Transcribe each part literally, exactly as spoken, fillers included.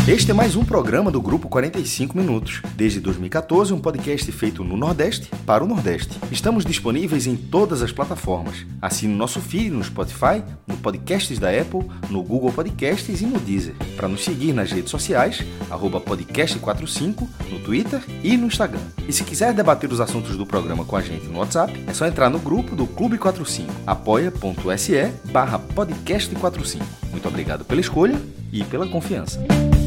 Este é mais um programa do Grupo quarenta e cinco Minutos. Desde dois mil e catorze, um podcast feito no Nordeste para o Nordeste. Estamos disponíveis em todas as plataformas. Assine o nosso feed no Spotify, no Podcasts da Apple, no Google Podcasts e no Deezer. Para nos seguir nas redes sociais, arroba podcast quarenta e cinco, no Twitter e no Instagram. E se quiser debater os assuntos do programa com a gente no WhatsApp, é só entrar no grupo do Clube quarenta e cinco, apoia.se barra podcast quarenta e cinco. Muito obrigado pela escolha e pela confiança.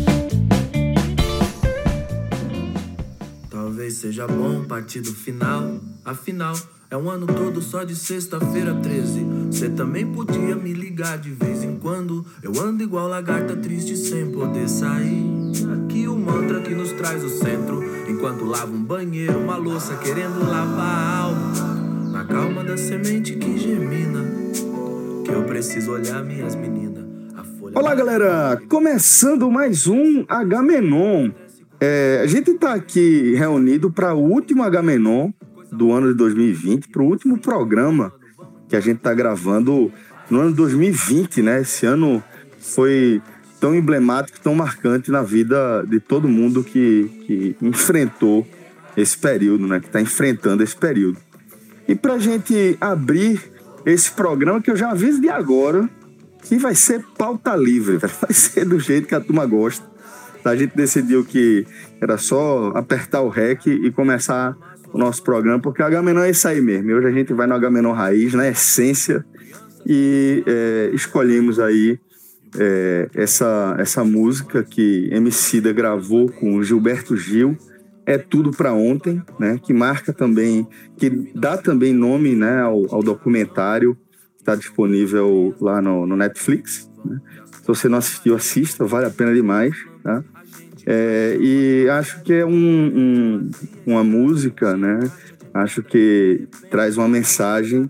Talvez seja bom partir do final, afinal, é um ano todo só de sexta-feira treze. Cê também podia me ligar de vez em quando. Eu ando igual lagarta triste sem poder sair. Aqui o mantra que nos traz o centro, enquanto lavo um banheiro, uma louça querendo lavar a alma. Na calma da semente que germina, que eu preciso olhar minhas meninas. A folha. Olá, galera! Começando mais um Agamenon. É, a gente está aqui reunido para o último Agamenon do ano de dois mil e vinte, para o último programa que a gente está gravando no ano de dois mil e vinte, né? Esse ano foi tão emblemático, tão marcante na vida de todo mundo que, que enfrentou esse período, né? Que está enfrentando esse período. E para a gente abrir esse programa, que eu já aviso de agora, que vai ser pauta livre, vai ser do jeito que a turma gosta. A gente decidiu que era só apertar o rec e começar o nosso programa, porque o Agamenon é isso aí mesmo. E hoje a gente vai no Agamenon raiz, na essência, e é, escolhemos aí é, essa, essa música que Emicida gravou com Gilberto Gil, É Tudo Pra Ontem, né, que marca também, que dá também nome, né, ao, ao documentário que está disponível lá no, no Netflix, né? Se você não assistiu, assista, vale a pena demais, tá? É, e acho que é um, um, uma música, né? Acho que traz uma mensagem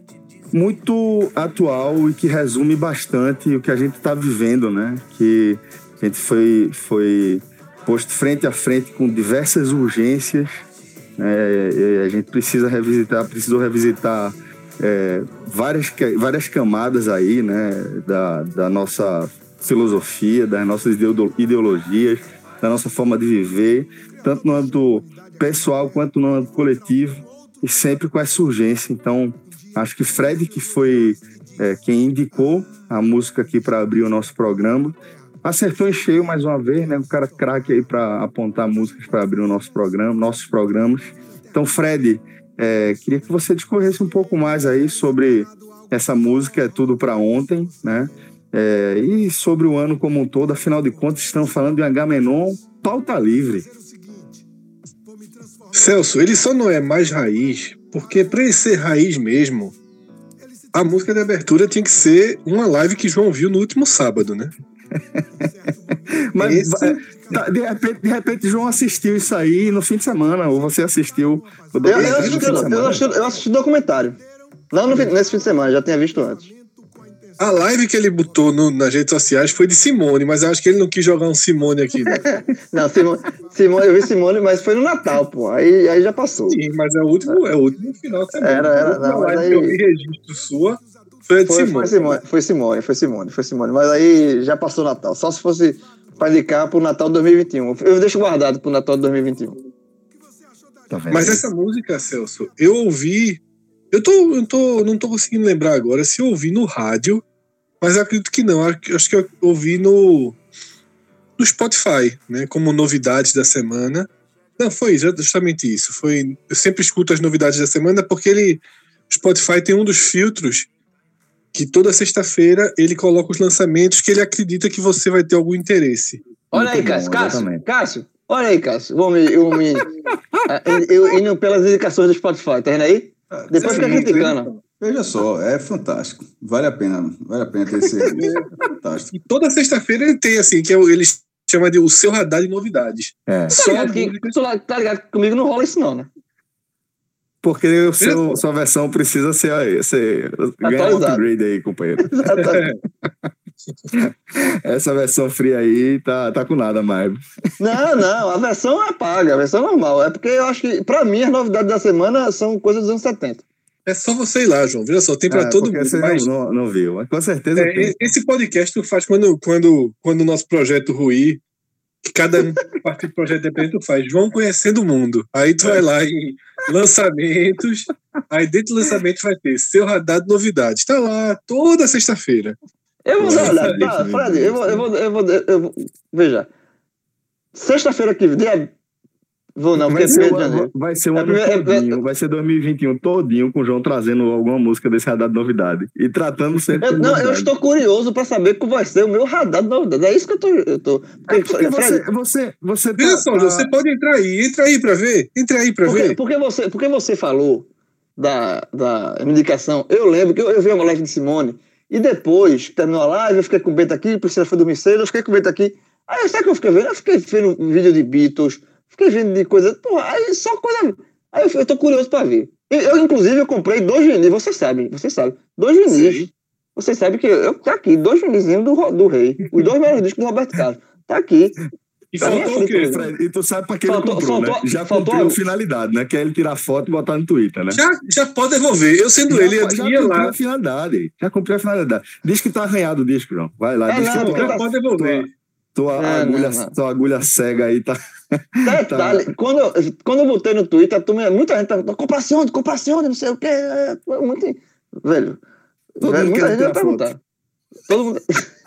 muito atual e que resume bastante o que a gente está vivendo, né? Que a gente foi, foi posto frente a frente com diversas urgências, é, a gente precisa revisitar, precisou revisitar é, várias, várias camadas aí, né? Da, da nossa filosofia, das nossas ideologias, da nossa forma de viver, tanto no âmbito pessoal quanto no âmbito coletivo, e sempre com essa urgência. Então, acho que Fred, que foi é, quem indicou a música aqui para abrir o nosso programa, acertou em cheio mais uma vez, né? Um cara craque aí para apontar músicas para abrir o nosso programa, nossos programas. Então, Fred, é, queria que você discorresse um pouco mais aí sobre essa música, É Tudo Pra Ontem, né? É, e sobre o ano como um todo. Afinal de contas, estamos falando de Agamenon, pauta livre. Celso, ele só não é mais raiz porque, para ele ser raiz mesmo, a música de abertura tinha que ser uma live que João viu no último sábado, né? Mas Esse... de, repente, de repente João assistiu isso aí no fim de semana, ou você assistiu o eu, eu, assisti, eu, eu, assisti, eu assisti o documentário, não no, nesse fim de semana, já tinha visto antes. A live que ele botou no, nas redes sociais foi de Simone, mas eu acho que ele não quis jogar um Simone aqui, né? Não, Simone, Simone, eu vi Simone, mas foi no Natal, pô. Aí, aí já passou. Sim, mas é o último, é o último final de semana. Era, era, não, live mas aí... que eu vi registro sua foi a de foi, Simone. Foi Simone, foi Simone, foi Simone, foi Simone. Mas aí já passou o Natal. Só se fosse para indicar pro Natal de dois mil e vinte e um. Eu deixo guardado pro Natal de dois mil e vinte e um. Tá vendo? Mas essa música, Celso, eu ouvi. Eu, tô, eu tô, não tô conseguindo lembrar agora se eu ouvi no rádio. Mas eu acredito que não, acho que eu ouvi no, no Spotify, né, como novidades da semana. Não, foi justamente isso. Foi, eu sempre escuto as novidades da semana porque ele, o Spotify tem um dos filtros que toda sexta-feira ele coloca os lançamentos que ele acredita que você vai ter algum interesse. Olha aí, Cássio, Cássio, Cássio, olha aí, Cássio. Vou me, eu me, eu, eu indo pelas indicações do Spotify, tá vendo aí? Depois fica criticando. Veja só, é fantástico. Vale a pena, vale a pena ter esse é fantástico. E toda sexta-feira ele tem, assim, que é, ele chama de o seu radar de novidades. É. Só tá, ligado que, tá ligado que comigo não rola isso não, né? Porque o seu, sua versão precisa ser, ser ganhar um upgrade aí, companheiro. Exatamente. Essa versão fria aí tá, tá com nada mais. Não, não, a versão é paga, a versão é normal. É porque eu acho que, pra mim, as novidades da semana são coisas dos anos setenta. É só você ir lá, João. Veja só, tem pra é, todo mundo. Você mas... não, não viu, mas com certeza é, tem. Esse podcast tu faz quando, quando, quando o nosso projeto ruir que cada parte do projeto independente tu faz. João Conhecendo o Mundo. Aí tu vai lá em lançamentos, aí dentro do lançamento vai ter Seu Radar de Novidades. Tá lá toda sexta-feira. Eu vou dar uma olhada. Tá, Fred, eu vou, eu vou, eu vou, eu vou, veja. Sexta-feira que vem, vou não, porque vai, ser é uma, vai ser um ano primeira, todinho, é, vai ser dois mil e vinte e um todinho com o João trazendo alguma música desse radar de novidade e tratando sempre eu, de não, novidade. Eu estou curioso para saber como vai ser o meu radar de novidade. É isso que eu tô, eu tô porque, é porque Fred, você, você, você Veja tá, só, tá... você pode entrar aí, entra aí para ver, entra aí para porque, ver. Porque você, porque você falou da, da indicação, eu lembro que eu, eu vi uma live de Simone e depois que terminou a live, eu fiquei com o Bento aqui, Priscila foi dormir cedo, eu fiquei com o Bento aqui. Aí sabe o que eu fiquei vendo? Eu fiquei vendo vídeo de Beatles, fiquei vendo de coisa. Porra, aí só coisa. Aí eu, eu tô curioso pra ver. Eu, eu, inclusive, eu comprei dois vinis, você sabe, você sabe. Dois vinis. Você sabe que eu tá aqui, dois vinizinhos do, do Rei. Os dois melhores discos do Roberto Carlos. Tá aqui. E faltou o quê, Fred? E tu sabe pra que faltou, ele comprou, faltou, né? Já faltou, cumpriu a finalidade, né? Que é ele tirar foto e botar no Twitter, né? Já, já pode devolver. Eu sendo já, ele, já ia cumpriu lá. a finalidade. Já cumpriu a finalidade. Diz que tá arranhado o disco, João. Vai lá. É, diz não, que Já tua, pode devolver. tua, tua, É, agulha, não, não. tua agulha cega aí tá... Detalhe, tá. quando, eu, quando eu botei no Twitter, a turma, muita gente tá, compração, compração, não sei o que, é, muito, velho, Todo velho mundo muita gente vai foto. perguntar. Todo mundo,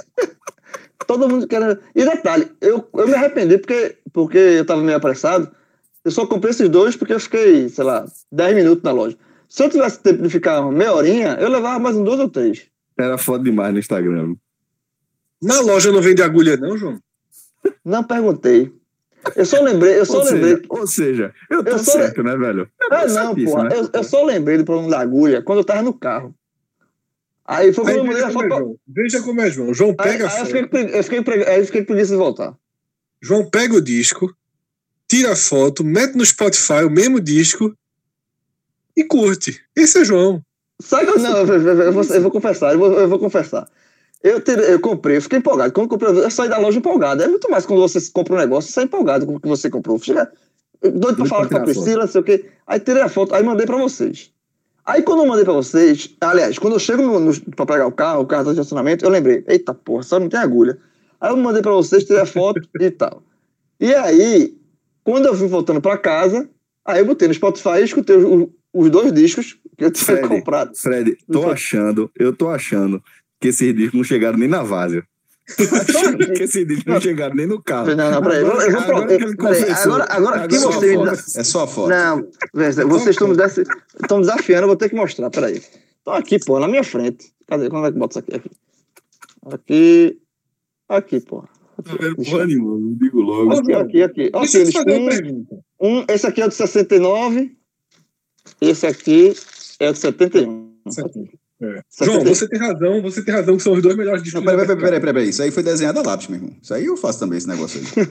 todo mundo querendo. E detalhe, eu, eu me arrependi porque, porque eu tava meio apressado, eu só comprei esses dois porque eu fiquei, sei lá, dez minutos na loja. Se eu tivesse tempo de ficar uma meia horinha, eu levava mais um dois ou três. Era foto demais no Instagram. Na loja não vende agulha não, João? Não perguntei. Eu só lembrei, eu só ou lembrei. Seja, ou seja, eu tô eu só, certo, né, velho? Eu ah, não, porra. né? Eu, eu só lembrei do problema da agulha quando eu tava no carro. Aí foi quando Aí, eu mandei veja, a como foto. é, João. veja como é, João. João pega Aí, a aí eu foto. fiquei, eu fiquei, aí eu fiquei preguiça de voltar. João pega o disco, tira a foto, mete no Spotify o mesmo disco e curte. Esse é João. Sabe que eu, não, eu, eu, eu, vou, eu vou confessar, eu vou, eu vou confessar. Eu, tirei, eu comprei, eu fiquei empolgado. Quando eu comprei, eu saí da loja empolgado. É muito mais quando você compra um negócio, você sai empolgado com o que você comprou. Chega doido pra falar com a Priscila, não sei o quê. Aí tirei a foto, aí mandei pra vocês. Aí quando eu mandei pra vocês, aliás, quando eu chego no, no, pra pegar o carro, o carro do estacionamento, eu lembrei, eita porra, só não tem agulha. Aí eu mandei pra vocês, tirei a foto e tal. E aí, quando eu fui voltando pra casa, aí eu botei no Spotify e escutei os, os dois discos que eu tinha Fred, comprado. Fred, tô achando, eu tô achando que esses discos não chegaram nem na Várzea. Que esses discos não chegaram nem no carro. Não, não, peraí. Agora, Eu vou, agora, eu, que ele peraí, confessou, agora, agora, agora que só você... foto. É só a foto. Não, vocês estão me desse- estão desafiando, eu vou ter que mostrar, peraí. Estão aqui, pô, na minha frente. Cadê? Quando é que bota isso aqui? Aqui. Aqui, aqui pô. Tá vendo porra nenhuma, não digo logo. Aqui, aqui, aqui. Aqui, Deixa eu te eles fazer uma têm pergunta. um, esse aqui é o de sessenta e nove, esse aqui é o de setenta e um. É. João, você tem razão, você tem razão que são os dois melhores discos. Não, peraí, peraí, peraí, peraí, peraí. Isso aí foi desenhado a lápis, meu irmão. Isso aí eu faço também, esse negócio aí.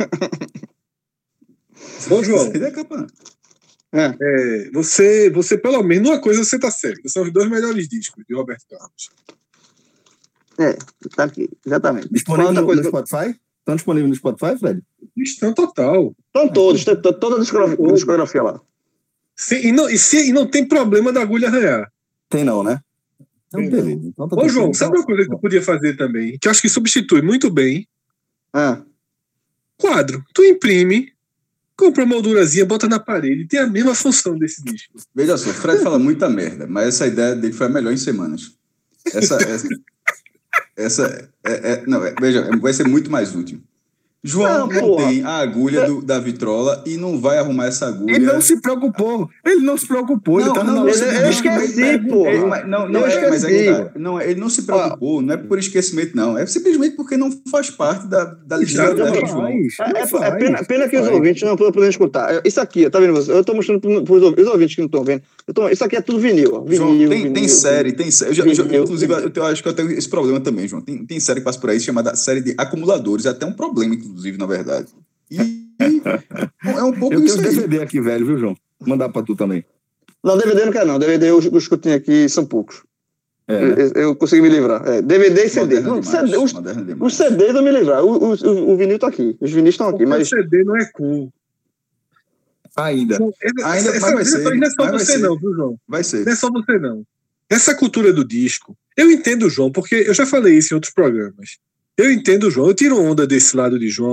Ô, João, Isso aí é capa. É. é, você, você, pelo menos, numa coisa você tá certo. São os dois melhores discos de Roberto Carlos. É, tá aqui, exatamente. Disponível Outra no, coisa no que eu- Spotify? Estão disponíveis no Spotify, Fred? Estão total. Estão todos, tem to- toda a discografia, a discografia lá. Se- e, não, e, se, e não tem problema da agulha arranhar. Tem não, né? Então, Tem beleza. Então, tá Ô, tudo João, certo. sabe uma coisa que tu podia fazer também? Que eu acho que substitui muito bem. Ah, Quadro. Tu imprime, compra uma moldurazinha, bota na parede. Tem a mesma função desse disco. Veja só, o Fred fala muita merda, mas essa ideia dele foi a melhor em semanas. Essa. essa, essa é, é, não, é, veja, vai ser muito mais útil. João Não, não, porra. tem a agulha do, da vitrola e não vai arrumar essa agulha. Ele não se preocupou. Ele não se preocou. Ele Não, tá não, na eu- lista eu de disco, esqueci, mas- pô. Ele- mas- não, não Eu é, mas é que esqueci. tá. Não, ele não se preocupou, não é por esquecimento, não. É simplesmente porque não faz parte da, da lista Exato, da não do João. faz, É, não é- faz, é pena, pena que não os faz. ouvintes não podem escutar. É, isso aqui, ó, tá vendo? Eu tô mostrando para os ouvintes que não estão vendo. Eu tô- isso aqui é tudo vinil. Ó. vinil João, tem, vinil, tem vinil. série, tem série. Eu já- eu já- Vinil, inclusive, vinil. eu, tenho- eu acho que eu tenho esse problema também, João. Tem, tem série que passa por aí chamada série de acumuladores. É até um problema, inclusive, na verdade. E, e é um pouco Eu tenho isso os aí. D V D aqui, velho, viu, João? Mandar pra tu também. Não, D V D não quero não. D V D os, os que eu tenho aqui são poucos. É, né? Eu, eu consegui me livrar. É, D V D e C D. Moderna Não, demais, C D os, moderna demais. os C Ds eu me livrar. O, o, o, o vinil tá aqui. Os vinis estão aqui. Porque Mas o C D não é cool. Ainda. Ainda, essa, mas vai ser, não é só mas vai você ser. não, viu, João? Vai ser. Não é só você não. Essa cultura do disco, eu entendo o João, porque eu já falei isso em outros programas. Eu entendo o João, eu tiro onda desse lado de João,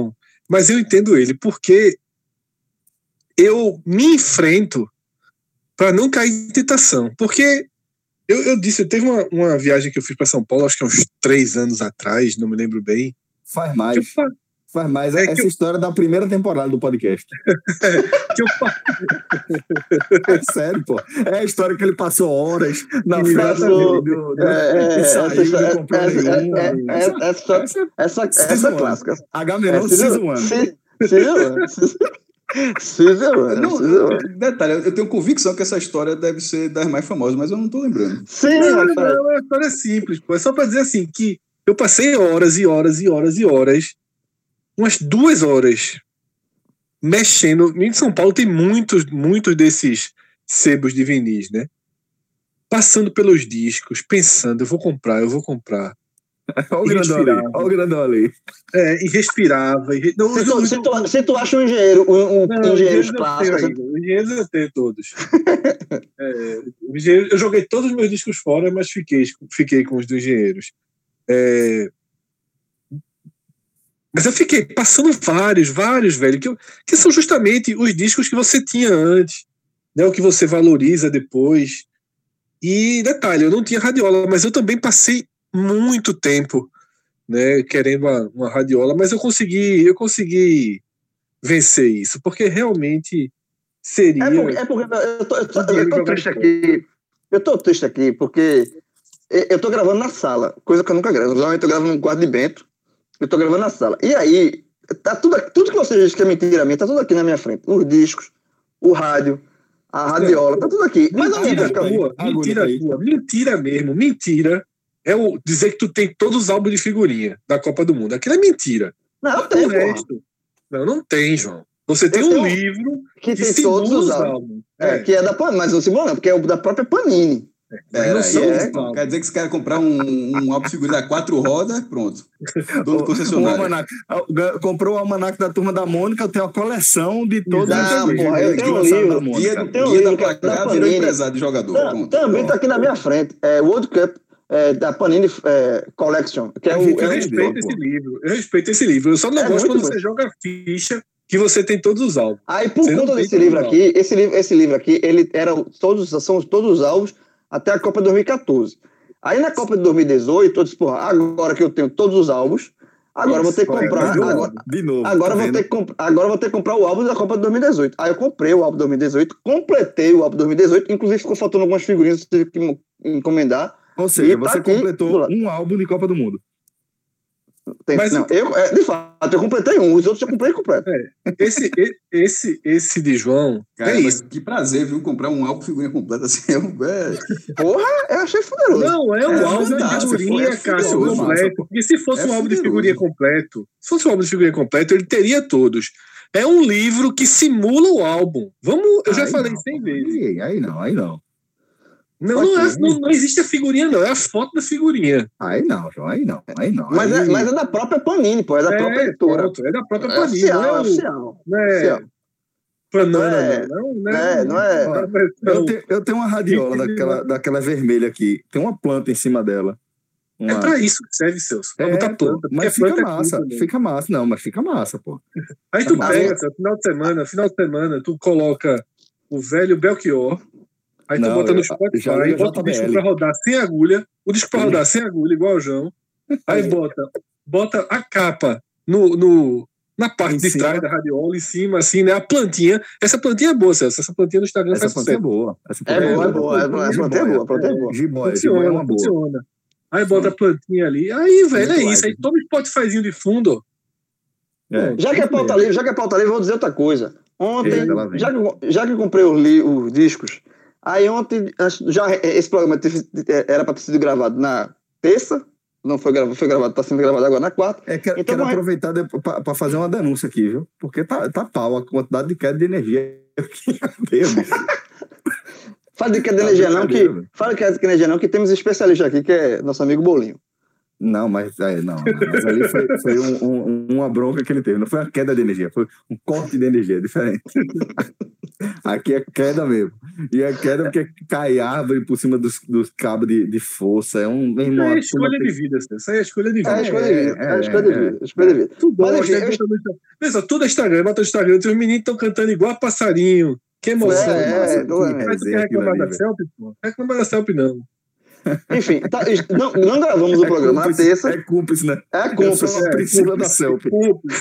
mas eu entendo ele, porque eu me enfrento para não cair em tentação. Porque eu, eu disse, teve uma, uma viagem que eu fiz para São Paulo, acho que há uns três anos atrás, não me lembro bem. Faz mais. Eu, Faz mais. É essa eu... história da primeira temporada do podcast. é, que eu... é sério, pô. É a história que ele passou horas na frente do... do, do é, saiu, essa, não comprou essa, nenhuma. É, é, essa, essa, essa, essa, essa clássica. Agamenon Season um. Season um. Detalhe, eu tenho convicção que essa história deve ser das mais famosas, mas eu não tô lembrando. Sim, não, não, é uma história simples, pô. É só pra dizer assim, que eu passei horas e horas e horas e horas umas duas horas mexendo. Em São Paulo tem muitos, muitos desses sebos de vinis, né? Passando pelos discos, pensando, eu vou comprar, eu vou comprar. Olha o grandão ali, olha o grandão ali. É, e respirava. E... Não, se, eu, tu, se, tu, se tu acha um engenheiro, um, um não, engenheiro clássico... Os engenheiros eu tenho todos. é, eu joguei todos os meus discos fora, mas fiquei, fiquei com os dos engenheiros. É... Mas eu fiquei passando vários, vários, velho, que, que são justamente os discos que você tinha antes, né, o que você valoriza depois. E, detalhe, eu não tinha radiola, mas eu também passei muito tempo, né, querendo uma, uma radiola, mas eu consegui, eu consegui vencer isso, porque realmente seria... É porque, é porque eu, tô, eu, tô, eu tô triste aqui, eu tô triste aqui, porque eu tô gravando na sala, coisa que eu nunca gravo. Normalmente eu gravo num quarto de Bento, eu tô gravando na sala. E aí, tá tudo, tudo que você diz que é mentira minha, tá tudo aqui na minha frente. Os discos, o rádio, a radiola, tá tudo aqui. Mas a mentira tua, mentira tua, mentira mesmo, mentira. É o dizer que tu tem todos os álbuns de figurinha da Copa do Mundo. Aquilo é mentira. Não, eu tenho, resto, não, não tem, João. Você tem um livro que, que tem todos os álbuns. álbuns. É, é, que é da Panini, mas não simula não, porque é da própria Panini. É, não são, é, quer dizer que se quer comprar um, um álbum de figurinha quatro rodas, pronto. Dono concessionário. Um comprou o almanac da Turma da Mônica, eu tenho a coleção de todos ah, os porra, eu tenho um livro. Guia, eu tenho um livro da cá, virou empresário de jogador. Tam, pronto, também pronto. Tá aqui na minha frente. É World Cup é, da Panini é, Collection. Que é eu, o, eu é respeito um esse pô. livro. Eu respeito esse livro. Eu só não é gosto quando bom. Você joga ficha que você tem todos os álbuns. Aí, por você conta desse livro aqui, esse livro, esse livro aqui, ele era todos, são todos os álbuns até a Copa de dois mil e catorze. Aí na Copa de dois mil e dezoito, eu disse, porra, agora que eu tenho todos os álbuns, agora vou ter que comprar. Agora, de novo, agora, tá vou ter que comp- agora vou ter que comprar o álbum da Copa de dois mil e dezoito. Aí eu comprei o álbum de dois mil e dezoito, completei o álbum de dois mil e dezoito, inclusive ficou faltando algumas figurinhas que eu tive que encomendar. Ou seja, você tá completou um álbum de Copa do Mundo. Tem, Mas não, eu, é, de fato, eu completei um, os outros eu comprei completo. É, esse, esse, esse de João, cara, é isso. Que prazer, viu? Comprar um álbum figurinha completa assim. É... Porra, eu achei fuderoso. Não, é um é álbum de figurinha, Cássio, completo. Porque se fosse é um álbum fuderoso. de figurinha completo, se fosse um álbum de figurinha completo, ele teria todos. É um livro que simula o álbum. Vamos, eu já aí falei não, cem vezes. Aí, aí não, aí não. Não, não, é, não, não existe a figurinha, não. É a foto da figurinha. Aí não, João, aí não. Aí não. Mas, aí... É, mas é da própria Panini, pô. É da é, própria editora. Pronto, é da própria é Panini. Oficial, não é, é oficial. Não é oficial. Banana, é, não. Não, não é. Não é, não é. Eu, tenho, eu tenho uma radiola daquela, daquela vermelha aqui. Tem uma planta em cima dela. Uma... É pra isso que serve, Celso. Pra é, botar planta. Mas fica planta massa. É fica massa. Não, mas fica massa, pô. Aí tu pega, final de semana, final de semana, tu coloca o velho Belchior. Aí tu não, bota no Spotify, aí bota o disco pra rodar sem agulha, o disco pra rodar sem agulha, igual o João. Aí bota, bota a capa no, no, na parte em de cima. Trás da radiola, em cima, assim, né? A plantinha. Essa plantinha é boa, Celso. Essa plantinha no Instagram essa faz plantinha sucesso. É boa. Essa é, boa, é boa, é boa. Essa plantinha é boa, a plantinha é boa. Gibóia, funciona, é uma boa. Funciona. Aí bota a plantinha ali. Aí, velho, é isso. Aí toma um Spotifyzinho de fundo. É, já que é pauta livre, já que é pauta livre, vou dizer outra coisa. Ontem, já que, já que eu comprei os, li, os discos, aí ontem, já, esse programa era para ter sido gravado na terça, não foi gravado, foi gravado, está sendo gravado agora na quarta. É, quero, então, quero aproveitar para fazer uma denúncia aqui, viu? Porque tá, tá pau a quantidade de queda de energia que deu, bicho. Fala de queda de energia não, que, fala de queda de energia não, que temos especialista aqui, que é nosso amigo Bolinho. Não, mas, é, não, não, mas ali foi, foi um, um, uma bronca que ele teve. Não foi uma queda de energia, foi um corte de energia diferente. Aqui é queda mesmo. E a queda porque cai árvore por cima dos, dos cabos de, de força. É um bem Isso aí é escolha de vida, isso aí é escolha de vida. É escolha de vida. É, é escolha de vida. É, escolha de vida. Tudo Mas, gosta, enfim, eu... Pensa, tudo é Instagram, bota o Instagram, os meninos estão cantando igual passarinho. Que emoção. É, é, não é. Mas tu quer reclamar da selfie, pô? Não reclamar da selfie, não. Enfim, tá, não, não gravamos o é programa cúmplice, na terça. É cúmplice, né? É cúmplice. É, Priscila da selfie.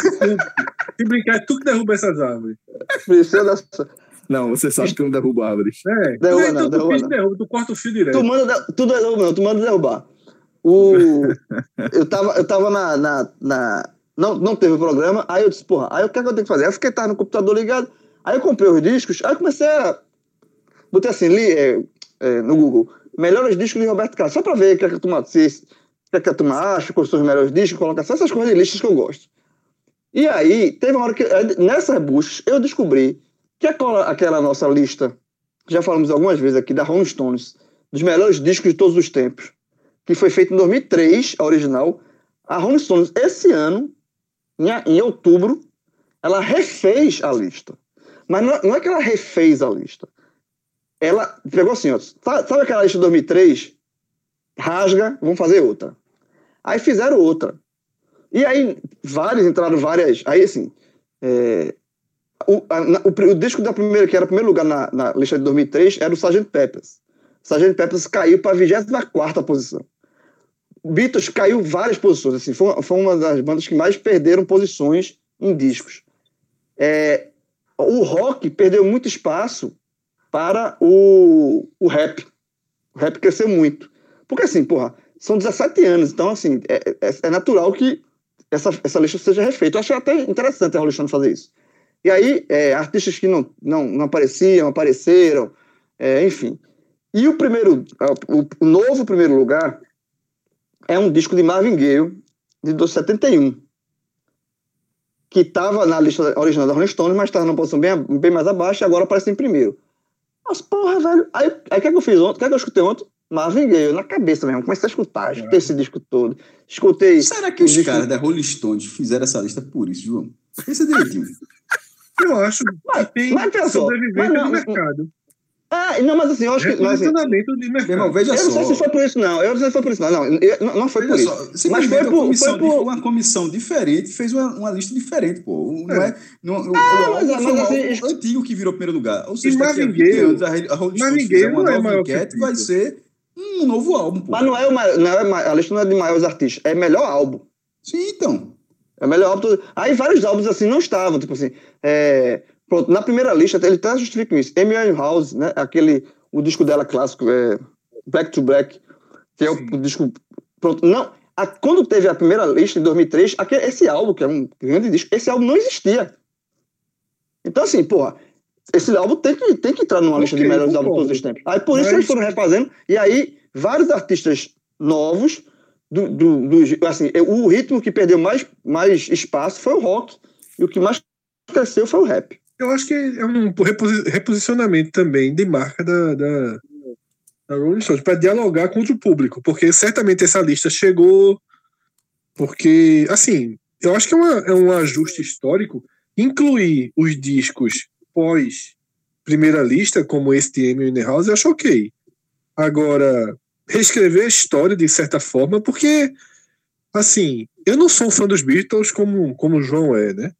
Se brincar, é tu que derruba essas árvores. Priscila da selfie. Não, você sabe que eu não derrubo árvores. É, derruba tu, não, tu, derruba tu, não. derruba, tu corta o fio direto. Tu manda, tu derruba não, tu manda derrubar. O, eu tava, eu tava na, na, na... Não, não teve o programa, aí eu disse, porra, aí o que é que eu tenho que fazer? Aí eu fiquei, tava no computador ligado, aí eu comprei os discos, aí eu comecei a... Botei assim, li é, é, no Google, melhores discos de Roberto Carlos, só pra ver o que é que a turma, se, o que é que a turma acha, quais são os melhores discos, colocar só essas coisas de listas que eu gosto. E aí, teve uma hora que, nessas buscas, eu descobri que aquela, aquela nossa lista, que já falamos algumas vezes aqui, da Rolling Stones, dos melhores discos de todos os tempos, que foi feito em dois mil e três, a original, a Rolling Stones, esse ano, em, em outubro, ela refez a lista. Mas não, não é que ela refez a lista. Ela pegou assim, ó, sabe aquela lista de dois mil e três? Rasga, vamos fazer outra. Aí fizeram outra. E aí, vários entraram várias... Aí, assim, é, o, a, o, o disco da primeira, que era o primeiro lugar na, na lista de dois mil e três, era o sargento Peppers. sargento Peppers caiu para a vigésima quarta posição. Beatles caiu várias posições. Assim, foi, foi uma das bandas que mais perderam posições em discos. É, o rock perdeu muito espaço para o, o rap. O rap cresceu muito. Porque, assim, porra, são dezessete anos, então, assim, é, é, é natural que essa, essa lista seja refeita. Eu achei até interessante a Rolling Stone fazer isso. E aí, é, artistas que não, não, não apareciam, apareceram, é, enfim. E o primeiro, o, o novo primeiro lugar é um disco de Marvin Gaye, de setenta e um, que estava na lista original da Rolling Stone, mas estava numa posição bem, bem mais abaixo, e agora aparece em primeiro. Mas, porra, velho... Aí, aí o que é que eu fiz ontem? O que é que eu escutei ontem? Marvin Gaye, na cabeça mesmo. Comecei a escutar, escutei é. esse disco todo. Escutei... Será que os disco... caras da Rolling Stones fizeram essa lista por isso, João? Pensa direitinho. Eu acho mas, que tem mas, sobrevivência mas não, no mercado. Ah, não, mas assim, eu acho que... Mas, assim, de mercado. Irmão, veja eu só. não sei se foi por isso, não. Eu não sei se foi por isso, não. Não, eu, não, não foi veja por só, isso. Mas foi por... Comissão, foi por... Uma comissão diferente fez uma, uma lista diferente, pô. Não é... Não, ah, o, mas, o, mas, foi um assim, álbum antigo que virou primeiro lugar. Ou seja, daqui a vinte anos a Rolling Stones fizer uma nova enquete, vai ser um novo álbum, pô. Mas não é, uma, não é a lista não é de maiores artistas, é melhor álbum. Sim, então. É melhor álbum. Aí vários álbuns assim não estavam, tipo assim... É... Pronto, na primeira lista, ele até justifica isso. Amy Winehouse, né? Aquele... O disco dela clássico é Back to Black, que é o, o disco... Pronto, não... A, quando teve a primeira lista, em dois mil e três, aquele, esse álbum, que é um grande disco, esse álbum não existia. Então, assim, porra, esse álbum tem que, tem que entrar numa okay, lista de melhores álbuns de todos os tempos. Aí, por isso, Mas... eles foram refazendo, e aí, vários artistas novos, do, do, do, assim, o ritmo que perdeu mais, mais espaço foi o rock, e o que mais cresceu foi o rap. Eu acho que é um reposicionamento também de marca da, da, da Rolling Stones para dialogar com o público, porque certamente essa lista chegou porque, assim, eu acho que é, uma, é um ajuste histórico incluir os discos pós primeira lista, como esse de Amy Winehouse, eu acho ok. Agora, reescrever a história de certa forma, porque, assim, eu não sou um fã dos Beatles como, como o João é, né?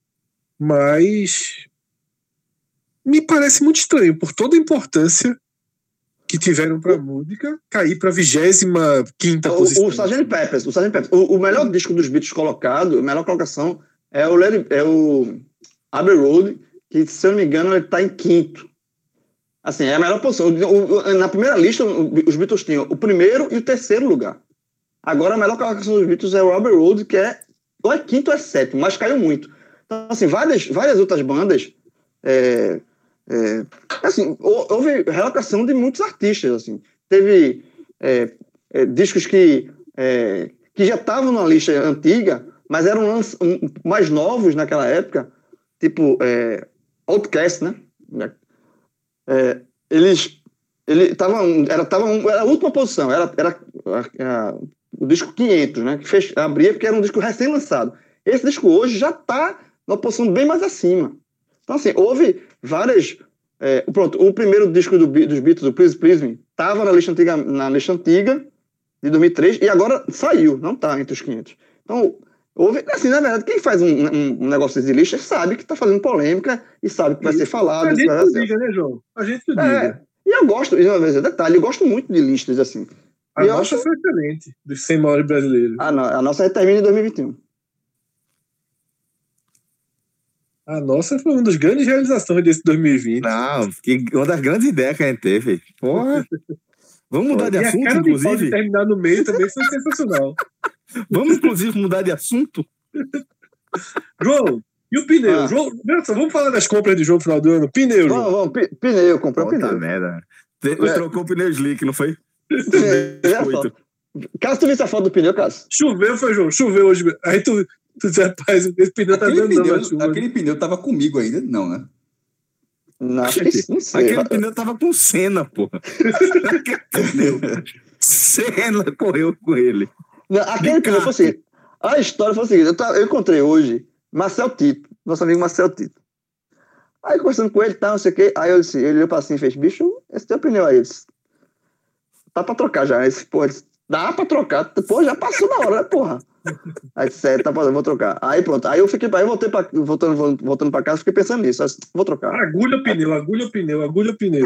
Mas me parece muito estranho, por toda a importância que tiveram para a música, cair para a vigésima quinta posição. O sargento Peppers, o, sargento Peppers o, o melhor disco dos Beatles colocado, a melhor colocação é o, Larry, é o Abbey Road, que, se eu não me engano, ele está em quinto. Assim, é a melhor posição. O, o, na primeira lista, os Beatles tinham o primeiro e o terceiro lugar. Agora, a melhor colocação dos Beatles é o Abbey Road, que é ou é quinto ou é sétimo, mas caiu muito. Então, assim, várias, várias outras bandas... É, É, assim, houve relocação de muitos artistas, assim. Teve é, é, discos que, é, que já estavam na lista antiga, mas eram um, mais novos naquela época, tipo é, Outcast, né? É, eles ele tava, era, tava um, era a última posição, era, era, era o disco quinhentos, né? Que fez, abria porque era um disco recém-lançado. Esse disco hoje já está numa posição bem mais acima. Então, assim, houve várias É, pronto, o primeiro disco do, dos Beatles, o Please Please Me, estava na lista antiga, na lista antiga de dois mil e três e agora saiu, não está entre os quinhentos. Então, houve, assim, na verdade, quem faz um, um, um negócio de lista sabe que está fazendo polêmica e sabe que vai ser falado. A gente vai não diga, né, João? A gente não é, diga. E eu gosto, e, detalhe, eu gosto muito de listas assim. A e nossa acho... foi excelente, dos cem maiores brasileiros. Ah, não, a nossa termina em dois mil e vinte e um. A nossa foi uma das grandes realizações desse dois mil e vinte. Não, que uma das grandes ideias que a gente teve. Porra. Vamos mudar de e assunto, a cara inclusive? De terminar no meio também foi sensacional. Vamos, inclusive, mudar de assunto? João, e o pneu? Ah. João, vamos falar das compras de João no final do ano? Pneu, João. Vamos, vamos, pneu, comprou Puta pneu. merda. Ele É. trocou o pneu slick, não foi? É, Caso tu visse a foto do pneu, Caso. Choveu, foi, João. Choveu hoje. Aí tu, tu disse, rapaz, esse pneu tá Aquele dando pneu, na chuva. aquele pneu tava comigo ainda? Não, né? Não, acho que não sei. Aquele pneu tava com Senna, porra. Aquele pneu. Senna correu com ele. Não, aquele pneu foi o seguinte. A história foi o seguinte. Eu, tava, eu encontrei hoje Marcel Tito, nosso amigo Marcel Tito. Aí conversando com ele, tá, não sei o quê. Aí eu disse, ele olhou pra cima e fez, bicho, esse teu pneu aí. Eu disse, tá pra trocar já. Aí disse, pô, disse, dá pra trocar. Pô, já passou na hora, né, porra? Aí disse, é, tá pra, vou trocar. Aí pronto. Aí eu fiquei, aí eu voltei pra, voltando, voltando pra casa, fiquei pensando nisso. Aí disse, vou trocar. Agulha o pneu, agulha o pneu, agulha o pneu.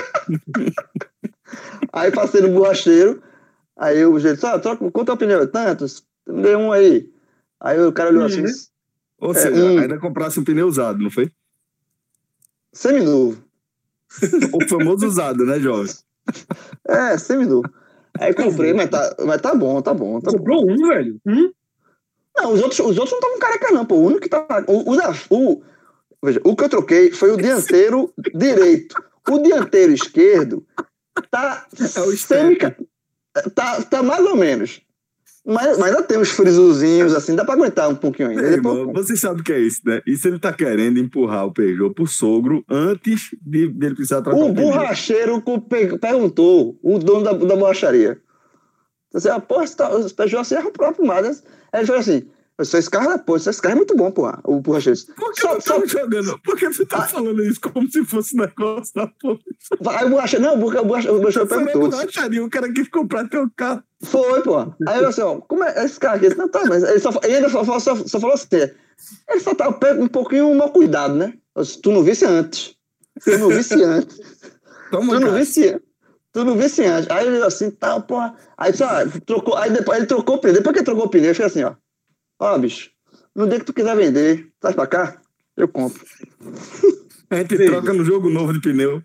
Aí passei no borracheiro. Aí o jeito, só troca, quanto é o pneu? Tantos. Me dei um aí. Aí o cara olhou assim. Uhum. Ou É, seja, hum. ainda comprasse um pneu usado, não foi? Seminovo. O famoso usado, né, jovem? É, seminovo. Aí comprei, mas tá, mas tá bom, tá bom. Tá bom. Comprou um, velho. Um? Não, os outros, os outros não estavam careca, não, pô. O único que tá. O, o, da- o, veja, o que eu troquei foi o dianteiro direito. O dianteiro esquerdo tá. É o semi, tá, tá mais ou menos. Mas, mas ainda tem uns frisozinhos assim, dá pra aguentar um pouquinho ainda. Ei, Depois- irmão, você sabe o que é isso, né? Isso ele tá querendo empurrar o Peugeot pro sogro antes de, de ele precisar trocar O o pneu. borracheiro co- pe- perguntou, o dono da, da borracharia. Você, ah, pô, esse, tá- esse Peugeot assim é o próprio Mazda. Aí ele falou assim, esse carro, pô, esse carro é muito bom, pô. O borracheiro disse, Por que só, você só, tá jogando? Por que você tá Ah. falando isso como se fosse negócio da porra? aí o borracheiro, não, o borra- o borracheiro, o borracheiro Você perguntou. não acharia o cara quis comprar teu carro. Foi, pô. Aí eu assim, ó, como é esse cara aqui? Não, tá, mas ele, só, ele ainda só, falou- só, só falou assim, ele só tá um pouquinho mal cuidado, né? Eu disse, tu não visse antes. Tu não visse antes. Toma, Tu não cara. visse Tu não visse antes. Aí ele assim, tal, porra. Aí, só, trocou, aí depois ele trocou o pneu. Depois que ele trocou o pneu, eu falei assim, ó. Ó, bicho, no dia que tu quiser vender, traz pra cá, eu compro. A gente Ei. troca no jogo novo de pneu.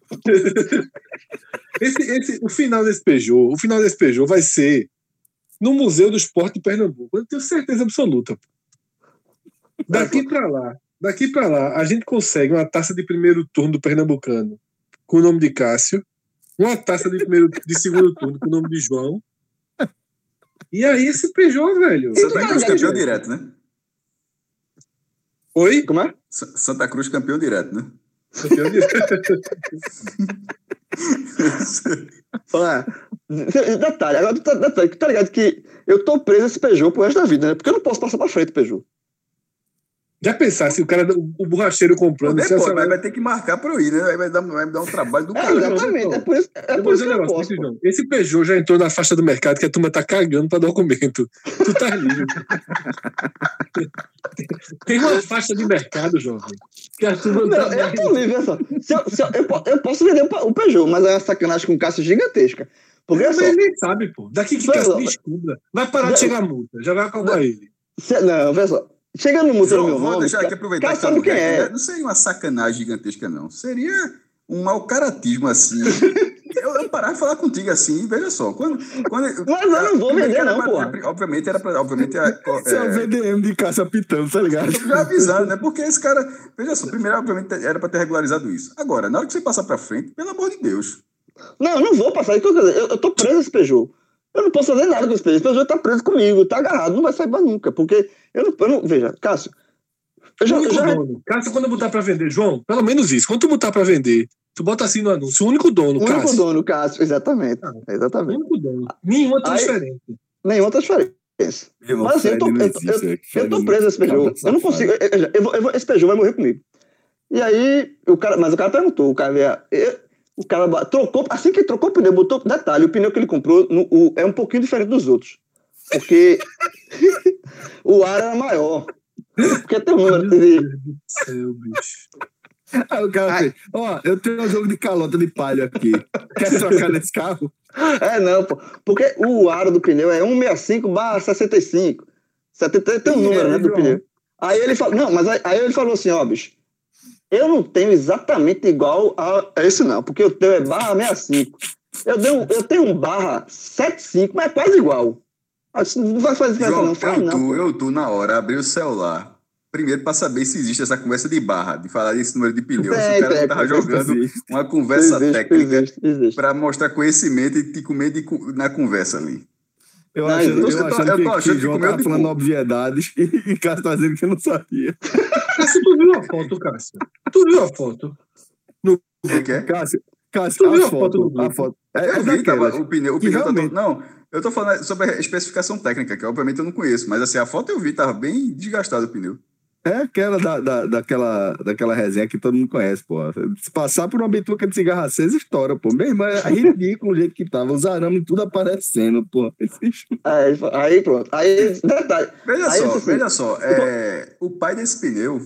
Esse, esse, o final desse Peugeot, o final desse Peugeot vai ser no Museu do Esporte de Pernambuco. Eu tenho certeza absoluta. Daqui pra lá, daqui pra lá, a gente consegue uma taça de primeiro turno do Pernambucano com o nome de Cássio, uma taça de, primeiro, de segundo turno com o nome de João. E aí esse Peugeot, velho. Santa Cruz campeão direto, né? Oi? Como é? Sa- Santa Cruz campeão direto, né? Campeão direto. Olha, detalhe, agora tu tá, detalhe, tu tá ligado que eu tô preso nesse Peugeot pro resto da vida, né? Porque eu não posso passar pra frente o Peugeot. Já pensasse, o cara, o borracheiro comprando. Pô, se essa- vai, vai ter que marcar pra eu ir, né? Vai- Vai dar, vai me dar um trabalho do É, caralho. exatamente, é por isso, é Eu por vou isso dizer que um eu negócio, posso. esse, João. Esse Peugeot já entrou na faixa do mercado que a turma tá cagando pra documento. Tu tá livre. Tem uma faixa de mercado, jovem, que a turma Não, tá eu tô livre, olha só. Se eu, se eu, eu, po- eu posso vender o Pa- o Peugeot, mas é uma sacanagem com Cássio gigantesca. Porque olha Mas só, ele nem sabe, pô. Daqui que Não, Cássio não, me mas- escubra. Vai parar de Não. chegar a multa. Já vai acalmar ele. se- não, olha só. Chegando no museu do Vou, meu vou nome, deixar aqui Cá- aproveitar Cássio que tá sabe no quem rec, é. né? Não seria uma sacanagem gigantesca, não. Seria um mau caratismo assim. eu, eu parar de falar contigo assim, veja só. Quando, quando, Mas eu não vou primeiro vender, que era não, pra- porra. Obviamente era pra. Obviamente, é, Isso é o é, V D M de caça pitando, tá ligado? já avisando, né? Porque esse cara. Veja só, primeiro, obviamente, era pra ter regularizado isso. Agora, na hora que você passar pra frente, pelo amor de Deus. Não, eu não vou passar. Eu, eu, eu tô preso nesse Peugeot. Eu não posso fazer nada com esse Peugeot. Esse Peugeot tá preso comigo, tá agarrado, não vai sair mais nunca. Porque eu não. Eu não veja, Cássio. Eu já, O único eu já, dono. Cássio, quando eu botar pra vender, João, pelo menos isso. Quando tu botar pra vender, tu bota assim no anúncio. O único dono, o único Cássio. dono, Cássio. Exatamente. Ah. É, O exatamente. único dono. Nenhuma Aí- transferência. Nenhuma transferência. Irmão, Mas assim, eu tô, Fred não eu, tô- existe, eu, é Fred eu tô não- preso nesse Peugeot. Cabra Eu não safado. consigo. Eu, eu, eu vou- eu vou- esse Peugeot vai morrer comigo. E aí, o cara, mas o cara perguntou, o cara, o cara trocou, assim que trocou o pneu, botou, detalhe, o pneu que ele comprou no, o, é um pouquinho diferente dos outros, porque o ar era maior, porque tem um número de... Meu Deus do céu, bicho. Aí o cara fez, ó, eu tenho um jogo de calota de palho aqui, quer trocar nesse carro? É, não, pô, porque o aro do pneu é cento e sessenta e cinco barra sessenta e cinco, setenta, tem um número, né, do pneu. Aí ele falou, não, mas aí, aí ele falou assim, ó, bicho, eu não tenho exatamente igual a esse não, porque o teu é barra sessenta e cinco. Eu, dei um, eu tenho um barra setenta e cinco, mas é quase igual. Não vai fazer diferença João, não. Faz, eu, não tu, eu, tu, na hora, abri o celular, primeiro para saber se existe essa conversa de barra, de falar desse número de pneu. É, se o cara é, não tava é, jogando existe. uma conversa existe, técnica existe, existe. para mostrar conhecimento e te comer de, na conversa ali. Eu Não, achando, eu eu tô- achando eu que, tô que achando que João comeu tava de falando pouco. obviedades e o cara tá dizendo que não sabia. Cássio, tu viu a foto, Cássio? Tu viu a foto? O que que é? Cássio, Cássio, Tu viu a a foto do foto, a grupo? foto. É, Eu é vi, daquelas. tava, o pneu, o que pneu tá realmente- todo- Não, eu tô falando sobre a especificação técnica, que obviamente eu não conheço, mas assim, a foto eu vi, tava bem desgastado o pneu. É aquela da, da, daquela, daquela resenha que todo mundo conhece, pô. Se passar por uma bituca de cigarro acesa, estoura, pô. Meu irmão, é ridículo o jeito que tava. Os arames tudo aparecendo, pô. Esses- Aí, aí pronto. Aí, detalhe. Veja aí, só, assim, veja só, é, o pai desse pneu,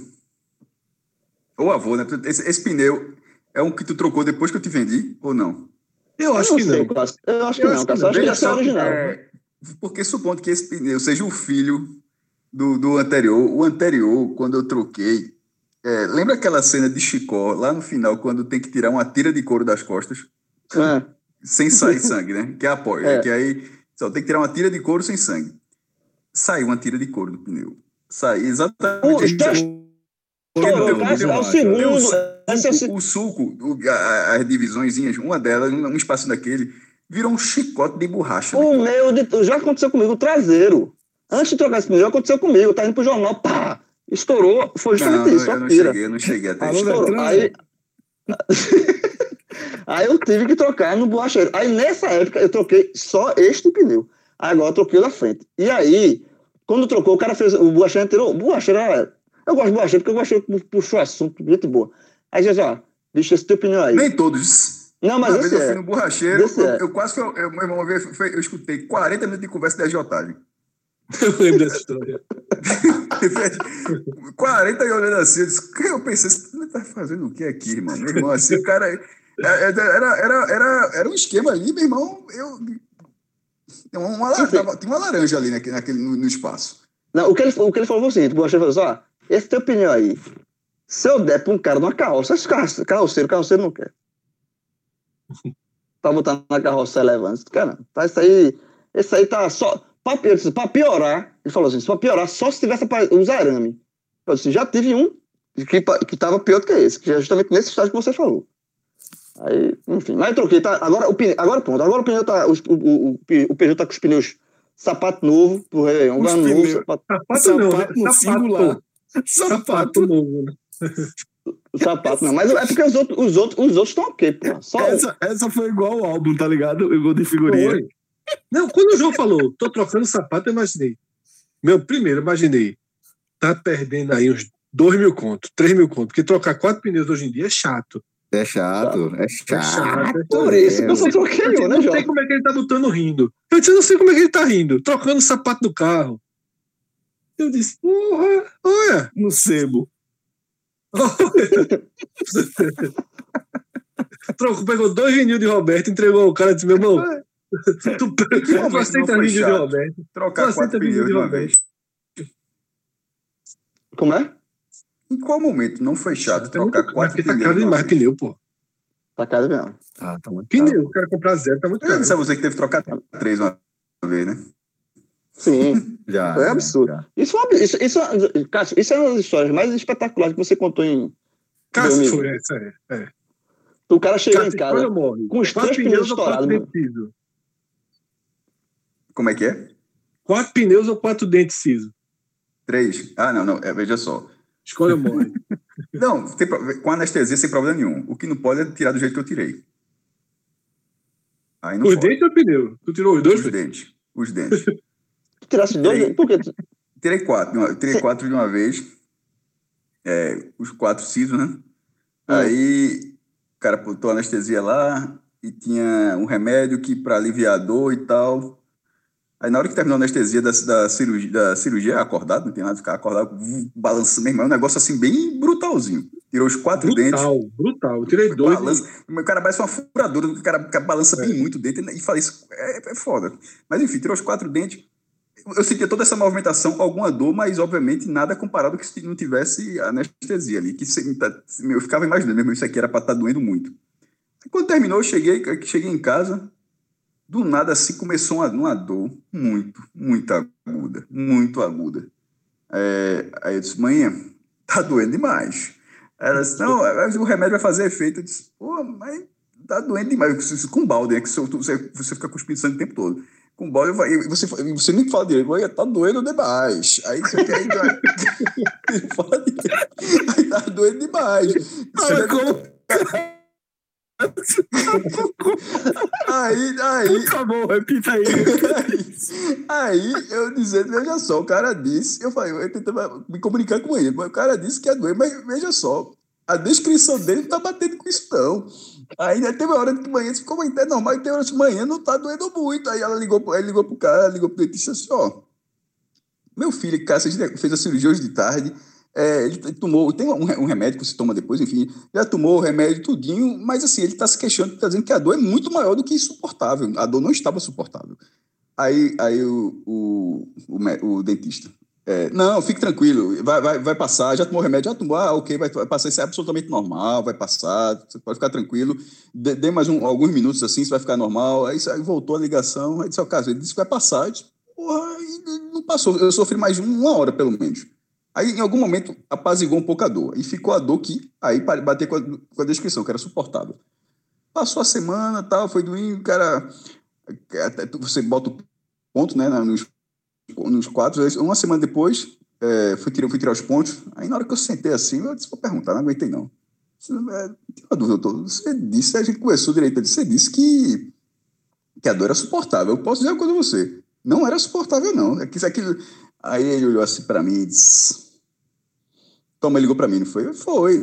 ou avô, né? Esse, esse pneu é um que tu trocou depois que eu te vendi, ou não? Eu eu acho não que sei, não. Cássio. Eu acho Eu que acho não, que Cássio. não. Eu acho que Veja esse é o só, original. é, porque supondo que esse pneu seja o filho do, do anterior, o anterior, quando eu troquei, é, lembra aquela cena de Chicó, lá no final, quando tem que tirar uma tira de couro das costas, É. sem sair sangue, né? Que é a porta, É. que aí só tem que tirar uma tira de couro sem sangue. Saiu uma tira de couro do pneu. Saiu exatamente. O, já estourou, não, Cássio, não é o acho. segundo. Tem o Esse é o suco, se- o suco o- a- as divisõezinhas, uma delas, um um espaço daquele, virou um chicote de borracha. O né? meu de, já aconteceu comigo, o traseiro. Antes de trocar esse pneu, aconteceu comigo. Tá indo pro jornal, pá! Estourou. Foi justamente Não, isso, eu a não tira. cheguei, eu não cheguei até Alô, isso. Estourou. Detran? Aí... Aí eu tive que trocar no borracheiro. Aí nessa época eu troquei só este pneu. Aí agora eu troquei o da frente. E aí, quando trocou, o cara fez. O borracheiro tirou. O borracheiro era. Eu gosto de borracheiro porque o borracheiro puxou assunto, gente boa. Aí já já, bicho, esse teu pneu aí. Nem todos. Não, mas Uma vez esse eu é. fui no borracheiro, Esse eu, é. eu quase fui. Eu, meu irmão, uma vez foi- eu escutei quarenta minutos de conversa de agiotagem. Eu lembro dessa história. quarenta e olhando assim, eu disse, que eu pensei, você tá fazendo o que aqui, irmão? Meu irmão, assim, o cara. Era, era, era, era, era um esquema ali, meu irmão. Eu. Tinha uma, lar- tava- tinha uma laranja ali naquele, naquele, no, no espaço. Não, o que ele, o que ele falou foi o seguinte: o borracheiro falou assim: ó, esse teu pneu aí, se eu der pra um cara numa carroça, esse carro- carroceiro, carroceiro não quer. Tá botando na carroça elevando, cara, tá, isso aí, esse aí tá só. Pra, eu disse, pra piorar, ele falou assim: pra piorar, só se tivesse apa- os arame. Eu disse, já tive um que, pa- que tava pior do que esse, que é justamente nesse estágio que você falou. Aí, enfim, mas eu troquei, tá? Agora o pneu, agora pronto, agora o pneu tá. Os, o, o, o, o Peugeot tá com os pneus sapato novo, pro Réveillon, Os vai novo, pneus. sapato, Sapato não, né? Sapato no singular. Sapato. Sapato. Sapato novo, né? sapato não, mas é porque os outros os outros os outros estão ok, pô. Só Essa, essa foi igual o álbum, tá ligado? Igual de figurinha. Foi. Não, quando o João falou, tô trocando sapato, eu imaginei. Meu, primeiro, imaginei, tá perdendo aí uns dois mil contos, três mil contos, porque trocar quatro pneus hoje em dia é chato. É chato, é É chato. chato. é por chato. isso que eu só troquei Eu um, né, não sei Jorge? como é que ele tá botando rindo. Eu disse, eu não sei como é que ele tá rindo, trocando o sapato do carro. Eu disse, porra, olha. No sebo. Trocou, pegou dois vinil de Roberto, entregou ao cara e disse, meu irmão, tu, Que tu momento não aceita foi vinil de chato? Roberto. Trocar Você quatro tá vindo pneus de de uma Roberto. vez. Como é? Em qual momento não foi chato É muito- trocar mas quatro porque tá pneus? caro de uma demais vez? pneu, pô. Tá caro mesmo. Ah, tá muito Pneu, caro. o cara comprar zero tá muito Eu caro. disse a você que teve que trocar três uma vez, né? Sim, Já, é já, absurdo. já. Isso, é um ab- isso, isso, é- Cássio, isso é uma das histórias mais espetaculares que você contou em. Cássio Meu foi amigo. essa, é. é. O cara chega Cássio, em casa escolha ou morre. com os Quatro três pneus ou quatro estourados. dentes ciso? Como é que é? Quatro pneus ou quatro dentes ciso? Três? Ah, não, não. É, veja só. Escolha ou morre. Não, tem pro- com anestesia sem problema nenhum. O que não pode é tirar do jeito que eu tirei. Aí não Os pode. dentes ou o pneu? Tu tirou os dois? Os foi? dentes. Os dentes. Tu tirasse dois. Três. Por quê? Tu- Tirei quatro. de uma- Tirei Cê- quatro de uma vez. É, os quatro sisos, né? Aí, o cara botou anestesia lá e tinha um remédio que para aliviar a dor e tal. Aí, na hora que terminou a anestesia da, da, cirurgia, da cirurgia, acordado, não tem nada de ficar acordado, balançando mesmo, é um negócio assim, bem brutalzinho. Tirou os quatro brutal, dentes. Brutal, brutal. Eu tirei dois. Balança, e... O cara parece uma furadora, o cara, o cara balança é. bem muito o dente. E falei, isso é, é foda. Mas, enfim, tirou os quatro dentes. Eu sentia toda essa movimentação, alguma dor, mas, obviamente, nada comparado que se não tivesse anestesia ali. Que se, eu ficava imaginando mesmo, isso aqui era para estar doendo muito. Aí, quando terminou, eu cheguei, cheguei em casa. Do nada, assim, começou uma, uma dor muito, muito aguda. Muito aguda. É, aí eu disse, mãe, tá doendo demais. Ela disse, não, o remédio vai fazer efeito. Eu disse, pô, mas tá doendo demais. Com balde, né? Que você, você fica cuspindo sangue o tempo todo. Com balde, você, você nem fala direito, mãe, tá doendo demais. Aí você quer ir. Fala direito. Aí tá doendo demais. Você como... aí, aí. Tá bom, repita aí. aí. Aí eu dizendo, veja só, o cara disse, eu falei, eu tentava me comunicar com ele, mas o cara disse que é doente, mas veja só, a descrição dele não tá batendo com isso, não. Aí teve uma hora que manhã ficou muito é normal, e tem hora de manhã não tá doendo muito. Aí ela ligou, ele ligou pro cara, ligou pro dentista assim, ó. Meu filho, cara, fez a cirurgia hoje de tarde. É, ele tomou, tem um, um remédio que você toma depois, enfim, já tomou o remédio tudinho, mas assim, ele está se queixando, está dizendo que a dor é muito maior do que insuportável, a dor não estava suportável. Aí, aí o, o, o, o dentista, é, não, fique tranquilo, vai, vai, vai passar, já tomou o remédio, já tomou, ah, ok, vai, vai passar, isso é absolutamente normal, vai passar, você pode ficar tranquilo, dê, dê mais um, alguns minutos assim, isso vai ficar normal. Aí, aí voltou a ligação, aí disse, ao caso, ele disse que vai passar, eu disse, porra, e não passou, eu sofri mais de uma hora pelo menos. Aí, em algum momento, apaziguou um pouco a dor. E ficou a dor que, aí, bateu com a, com a descrição, que era suportável. Passou a semana, tal, foi doendo, cara... Você bota o ponto, né, nos, nos quadros. Uma semana depois, é, fui, tirar, fui tirar os pontos. Aí, na hora que eu sentei assim, eu disse, vou perguntar, não aguentei, não. Tem uma dúvida, doutor. Você disse, a gente conversou direito, você disse que, que a dor era suportável. Eu posso dizer uma coisa a você. Não era suportável, não. É que, é que... Aí ele olhou assim pra mim e disse... Toma, ligou pra mim, não foi? Foi.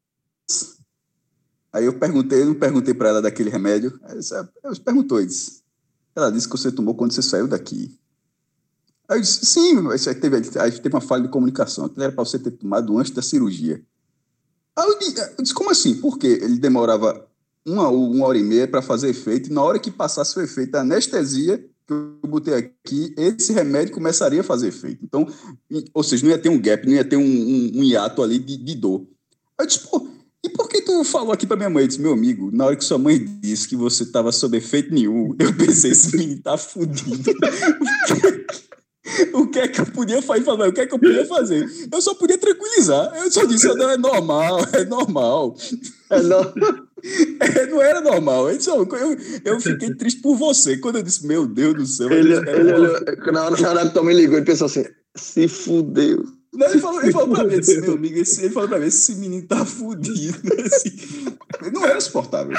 Aí eu perguntei, não perguntei pra ela daquele remédio. Aí eu perguntou, disse. Ela disse que você tomou quando você saiu daqui. Aí eu disse, sim, aí teve, aí teve uma falha de comunicação. Aquilo era pra você ter tomado antes da cirurgia. Aí eu disse, eu disse como assim? Por quê? Ele demorava uma, uma hora e meia pra fazer efeito, e na hora que passasse o efeito da anestesia... que eu botei aqui, esse remédio começaria a fazer efeito. Então, ou seja, não ia ter um gap, não ia ter um, um, um hiato ali de, de dor. Aí eu disse, pô, e por que tu falou aqui pra minha mãe? Eu disse, meu amigo, na hora que sua mãe disse que você tava sob efeito nenhum, eu pensei, esse menino tá fudido. O que é que eu podia fazer? O que é que eu podia fazer? Eu só podia tranquilizar. Eu só disse, não, é normal, é normal. É normal. É, não era normal. Eu, disse, eu, eu fiquei triste por você. Quando eu disse, meu Deus do céu. Ele, disse, ele, ele, na hora que o Tom me ligou, ele pensou assim, se fudeu. Não, ele, falou, ele falou pra mim, disse, meu amigo, esse, ele falou pra mim, esse menino tá fudido. Assim, não era suportável.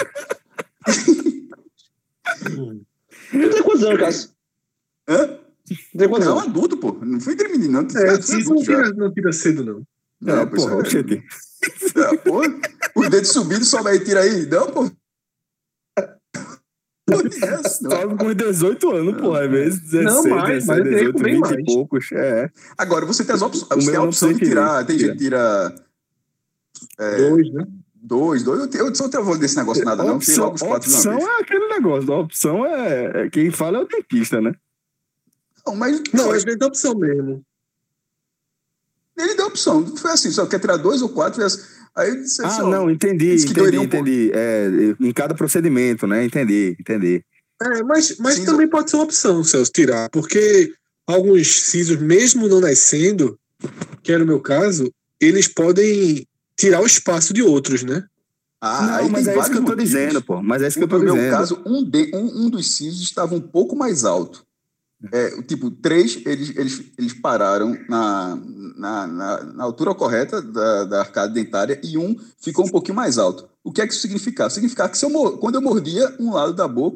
Ele tem quantos anos, Cássio? Hã? Tem quantos não, anos? adulto, pô. Não foi entre menino, não. É, isso não tira, não tira cedo, não. Não, é, pô, porra, isso é... Ah, pô, os dedos subindo, sobe aí, tira aí. Não, pô. Sobe com dezoito anos, pô. Às vezes dezesseis, não, mais, mas dezoito, bem vinte mais. e poucos. É. Agora, você tem, as op... você tem a opção de tirar. Tem gente que tira... É, dois, né? Dois, dois. Eu, te, eu só tenho valor desse negócio nada, não. Tem logo os quatro de uma vez. A opção é aquele negócio. A opção é... Quem fala é o dentista, né? Não, mas... Não, ele tem opção mesmo. Ele deu opção. Foi assim, só quer tirar dois ou quatro. Aí eu disse, ah, só, não, entendi, entendi, um entendi. É, em cada procedimento, né? Entendi, entendi. É, mas mas também pode ser uma opção, Celso, tirar, porque alguns sisos, mesmo não nascendo, que era o meu caso, eles podem tirar o espaço de outros, né? Ah, não, aí mas é isso que eu tô motivos. dizendo, pô. Mas é isso que eu tô dizendo. No meu caso, um, de, um, um dos sisos estava um pouco mais alto. É, tipo, três, eles, eles, eles pararam na, na, na, na altura correta da, da arcada dentária e um ficou um pouquinho mais alto. O que é que isso significava? Significava que se eu, quando eu mordia um lado da boca,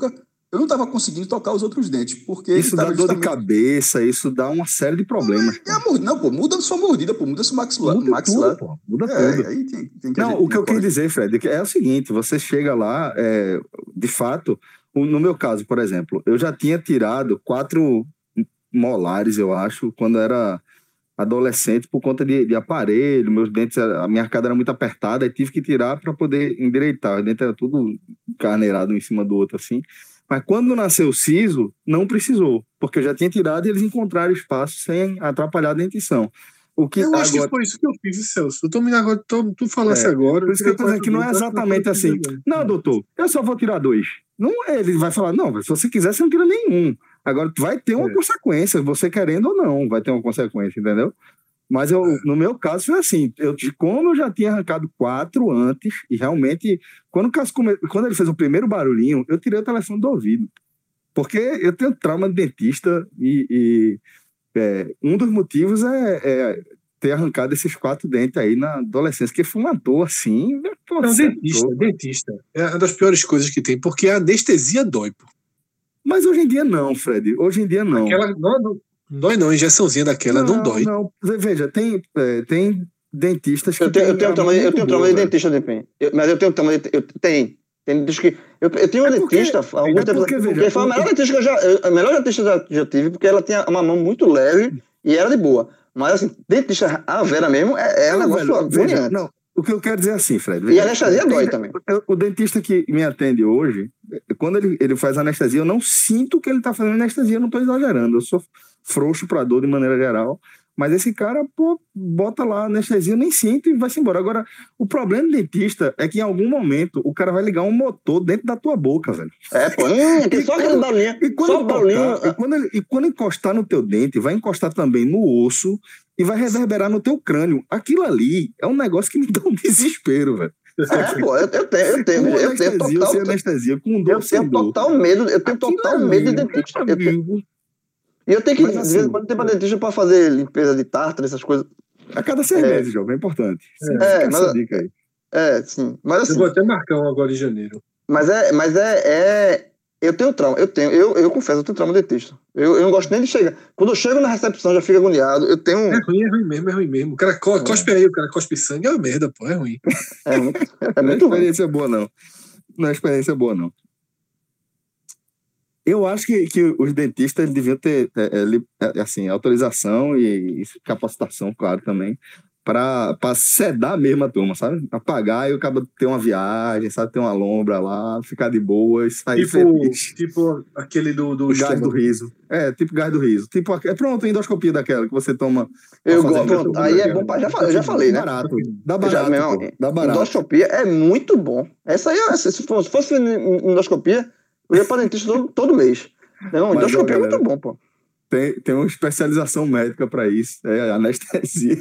eu não estava conseguindo tocar os outros dentes, porque... Isso dá dor de cabeça, isso dá uma série de problemas. Não, é, é, não pô, muda sua mordida, pô, muda seu maxilar. Muda maxilar. tudo, pô, muda é, tudo. Aí tem, tem que não, o que eu quis dizer, Fred, é o seguinte, você chega lá, é, de fato, no meu caso, por exemplo, eu já tinha tirado quatro molares, eu acho, quando era adolescente, por conta de, de aparelho, meus dentes, a minha arcada era muito apertada, e tive que tirar para poder endireitar, os dentes eram tudo carneirado um em cima do outro, assim. Mas quando nasceu o siso, não precisou, porque eu já tinha tirado e eles encontraram espaço sem atrapalhar a dentição. O que eu agora... acho que foi isso que eu fiz, Celso. Eu tô me agora, tô, tu falasse é, agora. Por isso que eu tô dizendo que não é exatamente assim. Não, doutor, eu só vou tirar dois. Não, ele vai falar, não, se você quiser, você não tira nenhum. Agora, vai ter uma é. consequência, você querendo ou não, vai ter uma consequência, entendeu? Mas eu, no meu caso foi assim, eu, como eu já tinha arrancado quatro antes, e realmente, quando, quando ele fez o primeiro barulhinho, eu tirei o telefone do ouvido. Porque eu tenho trauma de dentista e, e é, um dos motivos é, é ter arrancado esses quatro dentes aí na adolescência, que foi uma dor assim... Pô, não, dentista, dor. dentista. É uma das piores coisas que tem, porque a anestesia dói, pô. Mas hoje em dia não, Fred, hoje em dia não. Aquela, não, não dói não, injeçãozinha daquela não, não dói. Não, veja, tem, é, tem dentistas que... Eu tenho, eu tenho trauma eu tenho trauma de dentista, eu, mas eu tenho trauma de... Eu tenho, tem que... Eu, eu tenho uma é porque, dentista, há algum é tempo... Porque, veja, porque foi a melhor dentista que eu já... A melhor dentista que eu já tive, porque ela tinha uma mão muito leve e era de boa. Mas, assim, dentista, a Vera mesmo, é, é um negócio agoniante. Não, o que eu quero dizer é assim, Fred... Veja, e a anestesia dói também. O, o dentista que me atende hoje, quando ele, ele faz anestesia, eu não sinto que ele está fazendo anestesia, eu não estou exagerando. Eu sou frouxo para dor de maneira geral, mas esse cara, pô, bota lá anestesia, nem sinto e vai-se embora. Agora, o problema do dentista é que em algum momento o cara vai ligar um motor dentro da tua boca, velho. É, pô, hum, só aquele barulhinho. E quando, só tocar, e, quando ele, e quando encostar no teu dente, vai encostar também no osso e vai reverberar no teu crânio. Aquilo ali é um negócio que me dá um desespero, velho. É, pô, eu, eu tenho, eu tenho, com eu tenho total, sem anestesia, com dor, eu tenho total medo, eu tenho Aquilo total ali, medo de dentista. Eu tenho, e eu tenho que, assim, de vez em quando, ter pra dentista pra fazer limpeza de tártaro, essas coisas. A cada seis é. meses, jovem, é importante. É, é mas, essa dica aí. É, sim. Mas, assim, eu vou até marcar um agora em janeiro. Mas é, mas é, é eu tenho trauma, eu tenho, eu, eu confesso, eu tenho trauma de dentista. Eu, eu não gosto nem de chegar. Quando eu chego na recepção, já fico agoniado. Eu tenho... É ruim, é ruim mesmo, é ruim mesmo. O cara co- é. cospe aí, o cara cospe sangue, é uma merda, pô, é ruim. É muito, é não é muito experiência ruim. boa, não. Não é experiência boa, não. Eu acho que, que os dentistas deviam ter é, é, assim, autorização e, e capacitação, claro, também, para sedar mesmo a turma, sabe? Apagar e o cara ter uma viagem, sabe? Ter uma lombra lá, ficar de boa e sair tipo, feliz. Tipo aquele do, do gás estômago. do riso. É, tipo gás do riso. Tipo, é pronto, endoscopia daquela que você toma. Eu gosto. Aí é bom, pra, já, falei, eu já falei, né? Barato, dá barato. Já, mesmo, pô, dá barato. Endoscopia é muito bom. Essa aí, se fosse, se fosse endoscopia, eu ia para dentista todo, todo mês. Não, Mas, endoscopia ó, é muito bom, pô. Tem, tem uma especialização médica para isso, é anestesia.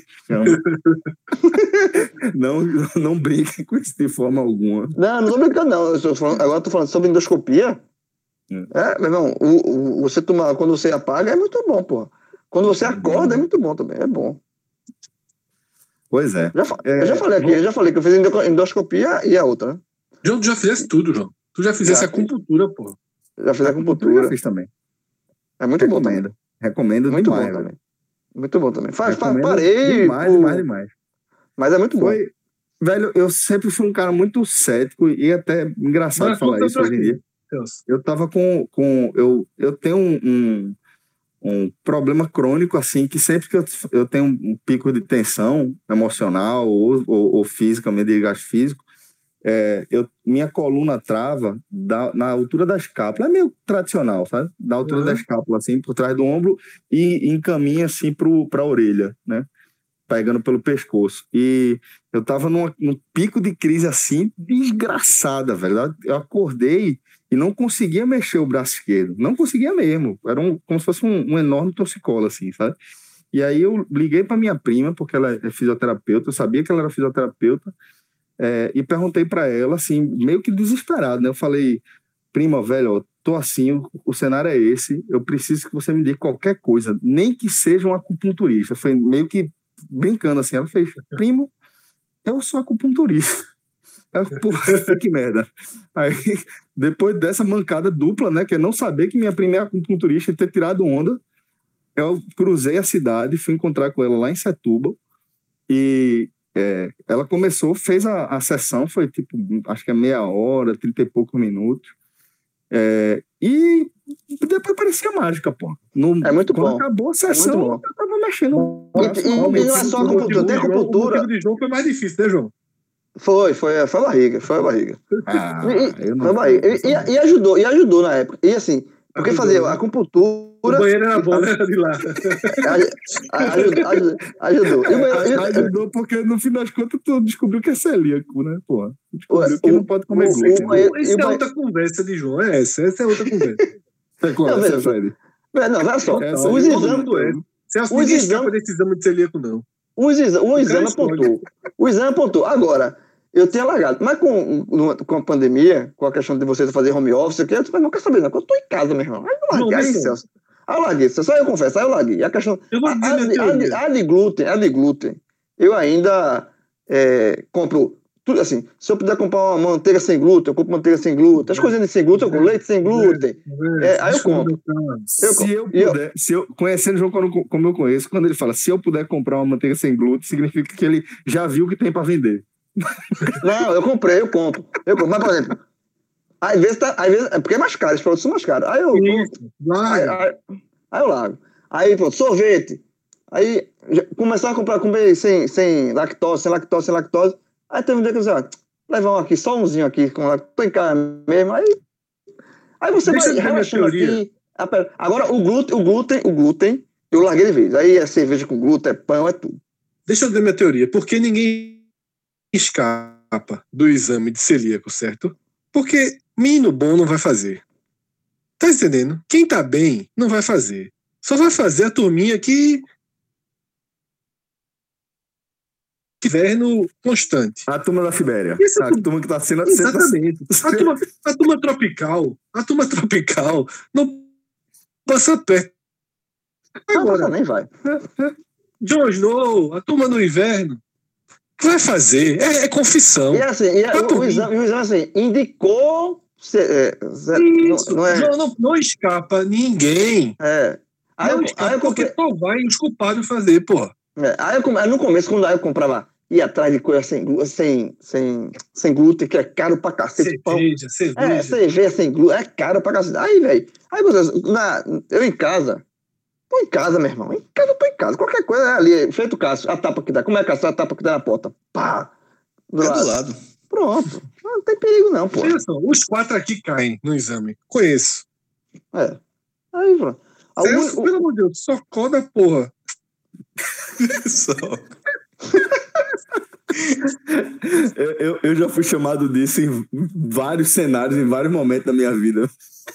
Não, não, não brinque com isso de forma alguma. Não, não tô brincando, não. Eu tô falando, agora eu tô falando sobre endoscopia. Hum. É, meu irmão, o, o, você tomar, quando você apaga é muito bom, pô. Quando você acorda é muito bom também, é bom. Pois é. Já, é eu já falei aqui, eu já falei que eu fiz endoscopia e a outra, né? João, tu já fizesse tudo, João. Tu já fizesse já, acupuntura, pô. Já fiz a acupuntura. Já fiz também. É muito Recomendo. bom também. Recomendo muito demais. Bom também. Muito bom também. Faz, faz, parei. Demais, por... demais, demais. Mas é muito Foi... bom. Velho, eu sempre fui um cara muito cético e até engraçado Mas, falar isso hoje em dia. Deus. Eu tava com... com eu, eu tenho um, um, um problema crônico, assim, que sempre que eu, eu tenho um pico de tensão emocional ou, ou, ou física, meio de gasto físico, É, eu, minha coluna trava da, na altura da escápula, é meio tradicional, sabe? Da altura uhum. da escápula, assim, por trás do ombro e, e encaminha, assim, para a orelha, né? Pegando pelo pescoço. E eu tava numa, num pico de crise, assim, desgraçada, velho. Eu acordei e não conseguia mexer o braço esquerdo. Não conseguia mesmo. Era um, como se fosse um, um enorme torcicolo, assim, sabe? E aí eu liguei para minha prima, porque ela é fisioterapeuta, eu sabia que ela era fisioterapeuta, É, e perguntei para ela, assim, meio que desesperado, né? Eu falei, prima, velho, ó, tô assim, o, o cenário é esse, eu preciso que você me dê qualquer coisa, nem que seja um acupunturista. Foi meio que brincando assim. Ela fez, primo, eu sou acupunturista. Porra, que merda. Aí, depois dessa mancada dupla, né, que é não saber que minha primeira acupunturista ia ter tirado onda, eu cruzei a cidade, fui encontrar com ela lá em Setúbal, e é, ela começou, fez a, a sessão, foi tipo, acho que é meia hora, trinta e poucos minutos, é, e depois parecia mágica, pô. No, é muito quando bom. acabou a sessão, é eu tava mexendo. E, e, e não é só acupuntura, tem acupuntura. O motivo de João foi mais difícil, né, João? Foi, foi, foi a barriga, foi a barriga. Ah, e, eu não foi a barriga. E, e, e ajudou, e ajudou na época. E assim, porque Ajudou, fazer né? acupuntura. O banheiro era bom, né? De lá. Ajudou. Ajudou. ajudou. É, banheiro, ajudou porque no fim das contas tu descobriu que é celíaco, né, pô? Descobriu que o, não pode comer o, glúten. o banheiro, Essa é banheiro... outra conversa de João, é essa. Essa é outra conversa. É qual Não, essa, veja, Fred? Não, olha só. Essa os aí, exames. Todo mundo é. Celso, ninguém escapa desse exame de celíaco, não. O exame, o exame escolhe. apontou. O exame apontou. Agora, eu tinha largado. Mas com, com a pandemia, com a questão de você fazer home office, eu disse, mas não quer saber, não. Quando eu tô em casa, meu irmão. Aí eu larguei. Aí, Celso. Aí eu larguei. Só eu confesso, aí eu larguei. A questão. Eu vou A, dizer a, minha de, a, de, teoria. a de glúten, a de glúten, eu ainda é, compro. Tudo assim, se eu puder comprar uma manteiga sem glúten, eu compro manteiga sem glúten. As coisinhas de sem glúten, eu compro leite sem glúten. É, aí eu compro. Eu, Se eu puder, se eu, conhecendo o João como, como eu conheço, quando ele fala, se eu puder comprar uma manteiga sem glúten, significa que ele já viu o que tem pra vender. Não, eu comprei, eu compro. Eu compro. Mas, por exemplo, às vezes, tá, às vezes é porque é mais caro, os produtos são mais caros. Aí eu, Isso, aí, aí, aí eu largo. Aí, pronto, sorvete. Aí, já, começar a comprar, comer sem, sem lactose, sem lactose, sem lactose. Aí teve um dia que eu disse, ah, levar um aqui, só umzinho aqui, com lactose, tô em casa mesmo. Aí, aí você Deixa eu vai ver relaxando minha teoria. aqui. Agora, o glúten, o glúten, o glúten, eu larguei de vez. Aí é cerveja com glúten, é pão, é tudo. Deixa eu ver minha teoria. Por que ninguém escapa do exame de celíaco, certo? Porque menino bom não vai fazer. Tá entendendo? Quem tá bem não vai fazer. Só vai fazer a turminha que inverno constante. A turma da Sibéria. Isso, a turma que tá sendo... Exatamente. A turma, a turma tropical, a turma tropical não passa perto. Agora, não, nem vai. Jon Snow, a turma no inverno, vai fazer. É, é confissão. E assim, e a, o, o, exame, o exame assim, indicou. Se, é, se, Isso, não, não, é, não, não, não escapa ninguém. É. Aí não eu, escapa, aí eu porque comprei, só vai os culpados fazer, porra. É, aí eu, aí no começo, quando aí eu comprava, ia atrás de coisa sem, sem, sem, sem glúten, que é caro pra cacete. Cerveja, cerveja. É, cerveja sem glúten, é caro pra cacete. Aí, velho, aí vocês, na, eu em casa, tô em casa, meu irmão, em casa eu tô em casa, qualquer coisa é ali, feito o caso, a tapa que dá, como é que é a tapa que dá na porta? Pá! Do é lado. do lado. Pronto, não tem perigo não, pô. Os quatro aqui caem no exame, conheço. É, aí, pronto. Celso, pelo amor de Deus, só coda porra. Só. eu, eu, eu já fui chamado disso em vários cenários, em vários momentos da minha vida.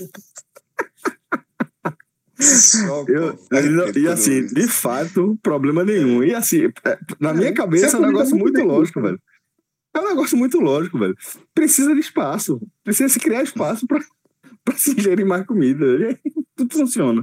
Só, eu, eu, e assim, de fato, problema nenhum. E assim, na minha cabeça é um negócio muito lógico, velho. É um negócio muito lógico, velho. Precisa de espaço. Precisa se criar espaço pra, pra se ingerir mais comida. E aí, tudo funciona.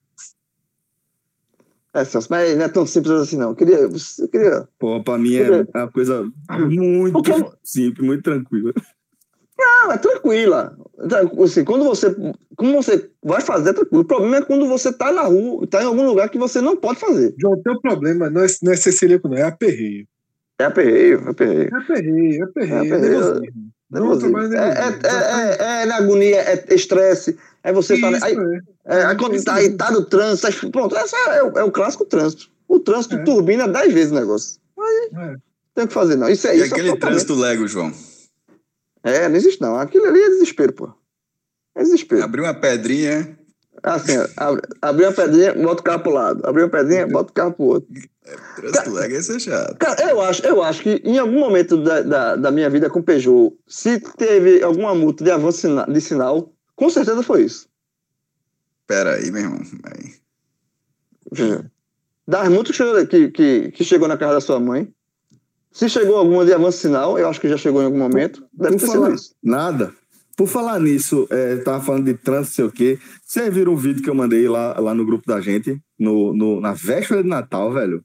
É, mas não é tão simples assim, não. Eu queria. Eu queria Pô, pra mim queria... é uma coisa muito Porque... simples, muito tranquila. Não, é tranquila. Assim, quando você. Como você vai fazer, é tranquilo. O problema é quando você tá na rua, tá em algum lugar que você não pode fazer. João, o teu problema não é, não é ser celíaco, não, é aperreio. É aperreio, é aperreio. É aperreio, é aperreio. É, aperreio. É, é, é, é, é na agonia, é estresse. Aí você Isso, tá. Aí, é. aí quando tá, aí tá no trânsito, tá, pronto, esse é, o, é o clássico trânsito. O trânsito é. turbina dez vezes o negócio. Aí é. tem que fazer, não. Isso é e isso. aquele é trânsito Lego, João? É, não existe não. Aquilo ali é desespero, pô. É desespero. Abriu uma pedrinha. Assim, abre, abriu uma pedrinha, bota o carro pro lado. Abriu uma pedrinha, bota o carro pro outro. É, trânsito Lego é ser chato. Cara, eu acho, eu acho que em algum momento da, da, da minha vida com o Peugeot, se teve alguma multa de avanço de sinal, com certeza foi isso. Pera aí, meu irmão. Aí. Das multas que, que, que chegou na casa da sua mãe, se chegou alguma de avanço de sinal, eu acho que já chegou em algum momento, deve ter sido isso. Nada. Por falar nisso, é, tava falando de trânsito, sei o quê. Vocês viram um vídeo que eu mandei lá, lá no grupo da gente, no, no, na véspera de Natal, velho?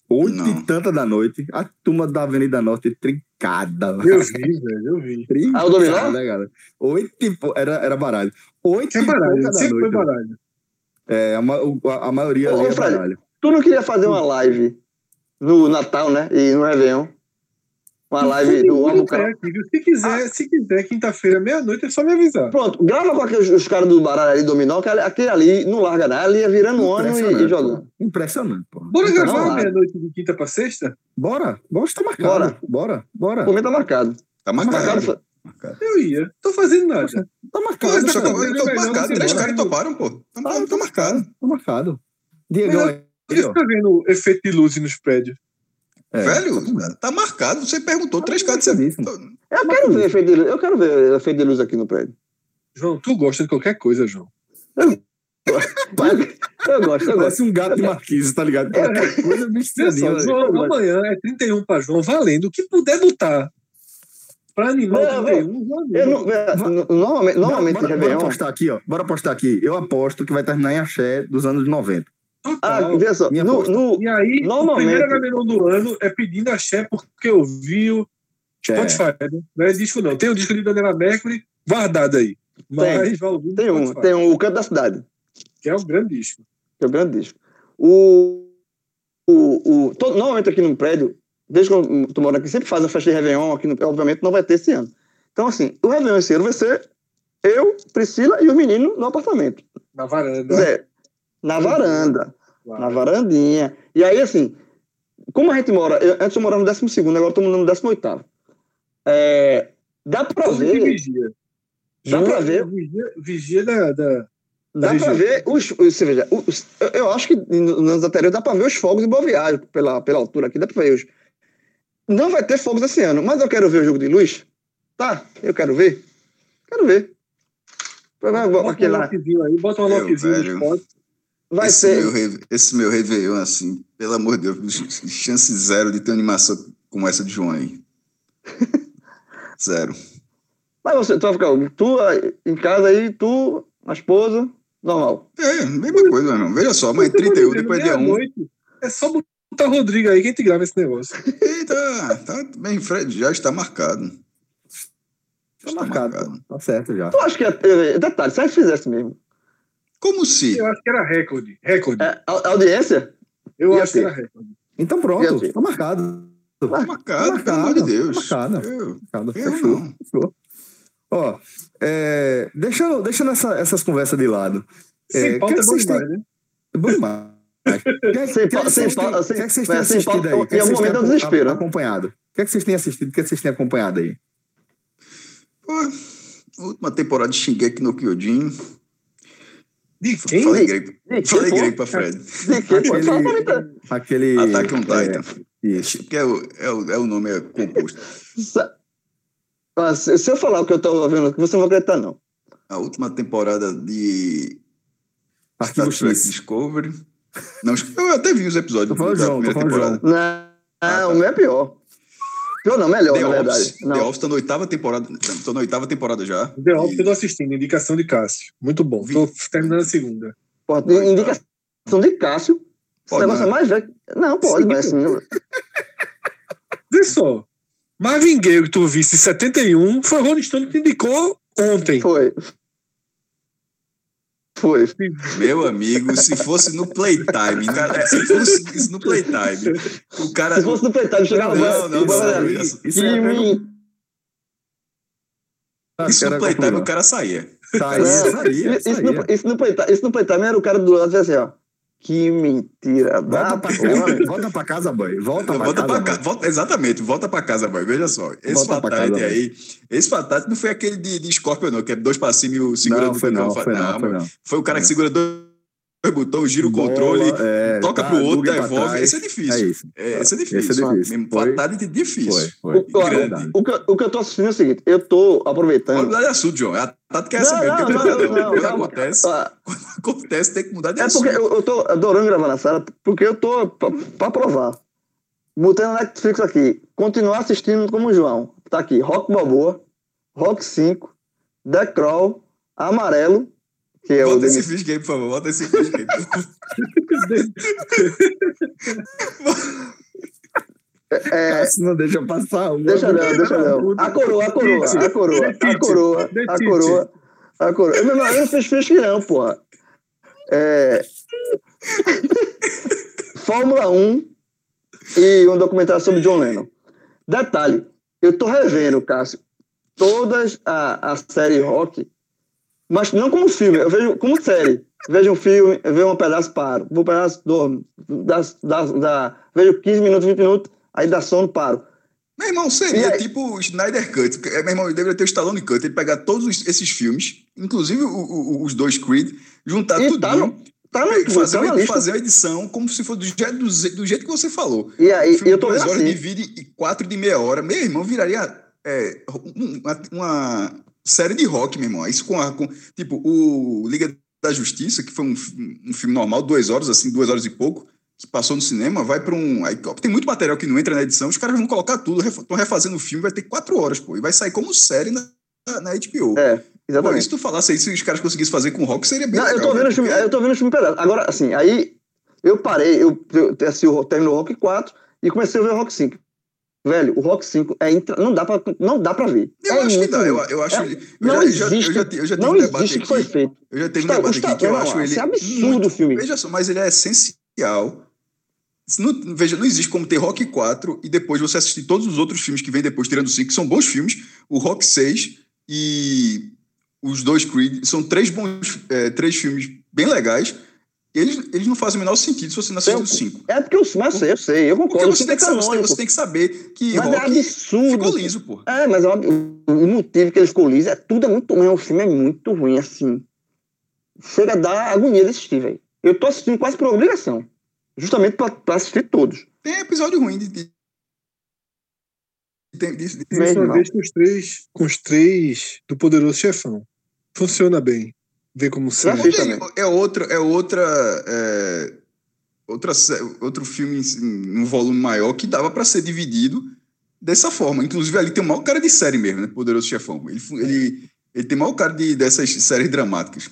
Oito Não. e tanta da noite. A turma da Avenida Norte trincada. Eu vi, velho, eu vi. Trincada, Ah, o dominó? cara. Oito e pou- era, era baralho. Oito Que é e pouca baralho, da sempre noite. foi baralho. É, a, ma- o- a, a maioria Ô, ali é Fred, baralho. Tu não queria fazer uma live no Natal, né? E no Réveillon? Uma live do Tudo Albuquerque. é aqui, viu? Se quiser, se quiser, quinta-feira, meia-noite, é só me avisar. Pronto, grava com aqueles, os caras do baralho ali, dominó, que aquele ali não larga nada, ali é virando um ano e, Impressionante, e jogando. pô. Impressionante, pô. Bora Não, gravar lá. meia-noite de quinta pra sexta? Bora. Bora, tá marcado. Bora. Bora, bora. O momento tá marcado. Tá Marcado. marcado. Eu ia. Tô fazendo nada. Tá Pô, marcado. já tá tô, eu tô melhor marcado. você Três bora. caras toparam, pô. Tá, Tá, tá marcado. Tá marcado. Diego, Melhor aí, Por que ó. você tá vendo efeito de luz nos prédios? É, Velho, tá marcado. Você perguntou Tá três caras. Você... marcadíssimo. Eu quero ver efeito de luz, eu quero ver efeito de luz aqui no prédio. João, tu gosta de qualquer coisa, João. Eu gosto, eu gosto. Parece um gato de marquise, tá ligado? Qualquer coisa, bicho, Olha só, ali. João, amanhã é trinta e um pra João, valendo. O que puder botar pra animar Não, o trinta e um, João anima. Eu não, é, normalmente, normalmente bora, bora, Réveillon... bora apostar aqui, ó. Bora apostar aqui. Eu aposto que vai terminar em axé dos anos noventa. Ah, Total. veja só, Minha no, aposta. no, E aí, Normalmente- o primeiro Agamenon do ano é pedindo axé porque eu vi o Spotify. Né? Não é disco, não. Tem um disco de Daniela Mercury guardado aí. Mas vai ouvir no tem um, Spotify, tem um, o Canto da Cidade, que é um grande disco. que é o grande disco. O, o, o, todo, normalmente aqui no prédio, desde que eu tô morando aqui, sempre faz a festa de Réveillon aqui no prédio, obviamente não vai ter esse ano. Então, assim, o Réveillon esse ano vai ser eu, Priscila e o menino no apartamento. Na varanda. Zé, na varanda, Claro. na varandinha. E aí, assim, como a gente mora, eu, antes eu morava no décimo segundo, agora eu tô morando no décimo oitavo. É, dá pra Todo que ver, vigia. Dá João pra é ver. Vigia, vigia da, da, dá região. pra ver os, os- você veja, os- eu, eu acho que nos anos anteriores dá pra ver os fogos de Boa Viagem, pela, pela altura aqui, dá pra ver os. Não vai ter fogos esse ano, mas eu quero ver o jogo de luz. Tá, eu quero ver. Quero ver. Vai, vai, Bota aquele um lá. lockzinho aí, bota um Eu, lockzinho velho. no spot. Vai esse, ser. meu, re- esse meu Réveillon, assim, pelo amor de Deus, chance zero de ter animação como essa de João aí. Zero. Mas você, tu vai ficar tu aí, em casa aí, tu, a esposa, normal. É, mesma coisa, não. Veja só, amanhã trinta e um, depois dia um. Meia-noite, é só botar o Rodrigo aí que a gente grava esse negócio. Eita, tá bem, Fred, já está marcado. Tá Está marcado. marcado. Tá certo já. Tu acha que, é, detalhe, se a gente fizesse mesmo, Como se? Eu acho que era recorde. Recorde. é, a, a audiência, Eu ia acho que ter. era recorde. Então E pronto. assim? Tá marcado. Tá marcado, pelo amor de Deus. Tá marcado. Eu, Marcado. eu Fechou. não. Fechou. Ó, é, deixando, deixando essa, essas conversas de lado. Sem É, pauta que é que bom vocês têm- demais, né? É bom demais. O que é que Sem que pauta- vocês sem têm- pauta- o que é que vocês têm sem- sem assistido pauta, aí? O que é em algum que vocês momento é um têm desespero, né? acompanhado? O que é que vocês têm assistido? O que é que vocês têm acompanhado aí? Pô, última temporada de Shingeki no Kyojin. De quem? Falei grego. De que, Falei pô? grego pra Fred. De que, pô? Fala pra mim, tá? Aquele. Ataque on é, Titan. Isso. Porque é o, é, o, é o nome é composto. Sa- Ah, se, se eu falar o que eu tô vendo, você não vai acreditar, não. A última temporada de Star Arquivo Trek X. Discovery. Não, eu até vi os episódios Tô falando da João, tô primeira falando temporada. Não, Ah, tá. o meu é pior. Pior não, melhor, The na Office, verdade. The Não. Office tá na oitava temporada. Tô na oitava temporada já. The Office E- eu tô assistindo, indicação de Cássio. Muito bom. Vi. Tô terminando a segunda. Pô, Vai, indicação de Cássio. Esse Pode, negócio né? é mais velho. Não, pode, mas assim. Vê só. Marvin Gaye, que tu visse em setenta e um, foi o Rolling Stone que te indicou ontem. Foi. Foi. Meu amigo, se fosse no Playtime, cara, se fosse isso no Playtime, o cara. Se fosse no playtime, chegava Não, lá. não, e não, falava, não, Isso "Que é me- Isso no Era Playtime conclusão. o cara saía. Tá, Não, isso aí. isso, Isso isso, no, aí. isso, no playtime, isso no playtime era o cara do lado assim, ó. Que mentira. Volta Da pra porra. casa, volta pra casa, boy. Volta pra Volta casa. pra boy. casa, volta, exatamente, volta pra casa, boy. Veja só. Esse Volta pra Fatality casa, aí, esse Fatality não foi aquele de, de Scorpion, não, que é dois pra cima e o segura Não, do foi não, botão. foi não, Não, foi mano. não. Foi o cara que Não. segura dois botões, gira o Bola, controle, é, toca tá, pro outro, buga pra devolve. trás. Esse é difícil. É isso. É, esse é Esse difícil. é difícil. Mesmo, Foi. Fatality difícil. Foi, foi. O, ó, Grande. o, que, eu- o que eu tô assistindo é o seguinte, eu tô Pode aproveitando. mudar de assunto, João. A tática é essa Não, mesmo. não, que não, quando não, não, quando calma. acontece, Ah, quando acontece, tem que mudar de É assunto. porque eu, eu tô adorando gravar na sala, porque eu tô pra, pra provar. Botei na Netflix aqui, continuar assistindo como o João. Tá aqui, Rock Balboa, Rock cinco, The Crawl, Amarelo, Que é Volta o esse Fish Game, por favor. Volta esse Fish Game. É, Não deixa passar. deixa não, deixa não. A coroa, a coroa, a coroa, a coroa, a coroa, a coroa. Eu não, eu não fiz Fish não, porra. É... Fórmula um e um documentário sobre John Lennon. Detalhe, eu tô revendo, Cássio, todas a, a série Rock, mas não como filme, eu vejo como série. Vejo um filme, eu vejo um pedaço, paro. Vou um pedaço, dormo. Da, da, da, vejo quinze minutos, vinte minutos, aí dá sono, paro. Meu irmão, seria tipo o Snyder Cut. Meu irmão, ele deveria ter o Stallone Cut. Ele pegar todos os, esses filmes, inclusive o, o, os dois Creed, juntar tudo. Tá no, tá no, fazer, tá uma, fazer uma edição como se fosse do jeito, do, do jeito que você falou. E aí, filme eu tô duas vendo horas assim. divide em quatro de meia hora. Meu irmão, viraria é, uma, uma série de rock, meu irmão. Isso com, a, com tipo, o Liga da Justiça, que foi um, um filme normal, duas horas, assim, duas horas e pouco, que passou no cinema, vai para um... Aí, tem muito material que não entra na edição, os caras vão colocar tudo, estão refazendo o filme, vai ter quatro horas, pô, e vai sair como série na, na H B O. É, exatamente. Pô, se tu falasse aí, se os caras conseguissem fazer com rock, seria bem não, legal. Eu tô vendo o filme, eu tô vendo o filme pedaço. Agora, assim, aí eu parei, eu, eu, eu assim, eu terminei o Rock quatro e comecei a ver o Rock cinco. Velho, o Rock cinco é intra... não, dá pra, não dá pra ver. Eu é acho que dá, eu, eu acho... É, eu não já, existe, eu já, eu já tive não um debate existe aqui, que foi feito. Eu já tive está, um debate está, aqui que eu não, acho ele... É absurdo muito, o filme. Veja só, mas ele é essencial. Não, veja, não existe como ter Rock quatro e depois você assistir todos os outros filmes que vêm depois, tirando o cinco, que são bons filmes. O Rock seis e os dois Creed são três bons, é, três filmes bem legais. Eles, eles não fazem o menor sentido se você não assistir os cinco. É porque eu, mas eu sei, eu sei, eu concordo. Porque você tem, que saber, você, tem, você tem que saber que mas Rock é absurdo. ficou liso, pô. É, mas é um, o motivo que ele ficou liso é tudo é muito ruim. O filme é muito ruim, assim. Chega a dar agonia de assistir, velho. Eu tô assistindo quase por obrigação. Justamente pra, pra assistir todos. Tem episódio ruim de... de... Tem, de, de... Tem uma vez com os três, com os três do Poderoso Chefão. Funciona bem. Ver como se é outra é outra é, outra outro filme em um volume maior que dava para ser dividido dessa forma. Inclusive ali tem o maior cara de série mesmo, né? Poderoso Chefão. Ele ele, ele tem o maior cara de dessas séries dramáticas.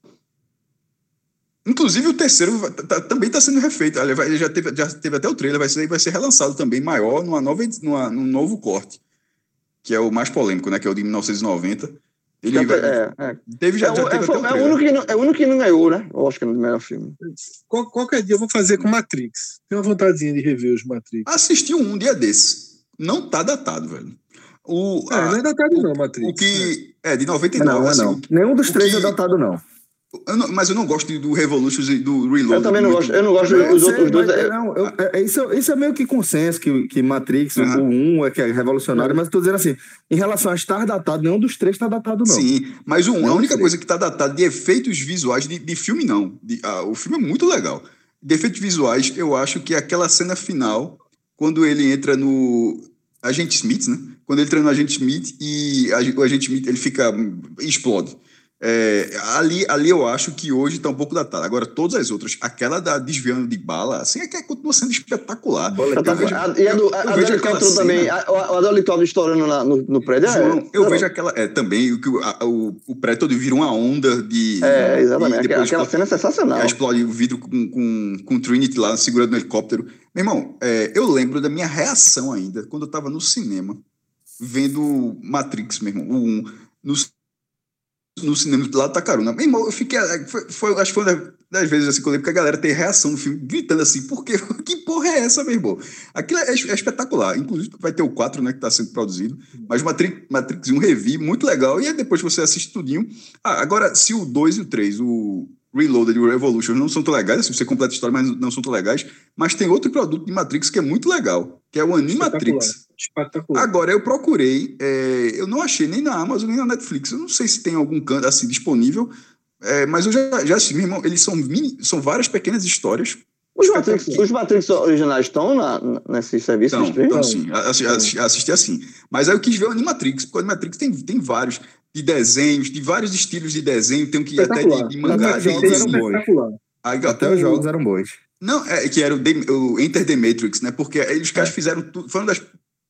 Inclusive o terceiro tá, tá, também está sendo refeito. Ele já teve já teve até o trailer, vai ser vai ser relançado também maior numa nova numa, num novo corte, que é o mais polêmico, né? Que é o de mil novecentos e noventa. Ele vai, é, é. Teve, já, é, já teve é, foi, até é, o único que não, é o único que não ganhou, né? O Oscar no melhor filme. Qual, qualquer dia eu vou fazer com Matrix. Tenho uma vontadezinha de rever os Matrix. Assisti um dia desse. Não tá datado, velho. O, é, a, não é datado o, não, Matrix. O que... É, é de noventa e nove. Não, assim, não. Nenhum dos três que, é datado, não. Eu não. Mas eu não gosto do Revolutions e do Reload. Eu também não gosto. Eu não gosto não, dos outros dois. É, não, eu, é, isso, isso é meio que consenso, que, que Matrix, uhum. o um é que é revolucionário, uhum. mas eu tô dizendo assim, em relação a estar datado, nenhum dos três está datado, não. Sim, mas o um, a única coisa que está datada de efeitos visuais, de, de filme, não. De, ah, o filme é muito legal. De efeitos visuais, eu acho que aquela cena final, quando ele entra no Agente Smith, né? Quando ele entra no Agente Smith e a, o Agente Smith ele fica... explode. É, ali, ali eu acho que hoje está um pouco datado. Agora, todas as outras, aquela da desviando de bala, assim, é que continua sendo espetacular. Tá, vejo, a, e a do, eu, eu a do helicóptero também, a, a do helicóptero estourando na, no, no prédio. João, é, eu não. vejo aquela. É, também o, a, o, o prédio todo vira uma onda de. É, exatamente. De, aquela cena é sensacional. Explode o vidro com, com, com o Trinity lá segurando no helicóptero. Meu irmão, é, eu lembro da minha reação ainda quando eu estava no cinema vendo Matrix, meu irmão, o um, no no cinema lá do Tacaruna. Meu irmão, eu fiquei... Foi, foi, acho que foi uma das vezes assim, que eu lembro que a galera tem reação no filme, gritando assim, por quê? Que porra é essa, meu irmão? Aquilo é, é espetacular. Inclusive, vai ter o quatro, né, que está sendo produzido. Mas Matrix, Matrix um revi, muito legal. E aí depois que você assiste tudinho... Ah, agora, se o dois e o três, o Reloaded e o Revolution não são tão legais, assim, você completa a história, mas não são tão legais, mas tem outro produto de Matrix que é muito legal, que é o Animatrix. Espetacular. Agora, eu procurei, é, eu não achei nem na Amazon, nem na Netflix. Eu não sei se tem algum canto assim disponível, é, mas eu já, já assisti, meu irmão. Eles são, mini, são várias pequenas histórias. Os Matrix, os Matrix originais estão na, nesse serviço? Então, então sim, assisti, assisti assim. Mas aí eu quis ver o Animatrix, porque o Animatrix tem, tem vários, de desenhos, de vários estilos de desenho, tem um que até de, de mangá. Até os jogos eram bons. Até os jogos eram bons. Não, é que era o, The, o Enter the Matrix, né? Porque eles caras é. fizeram tudo. Foi uma das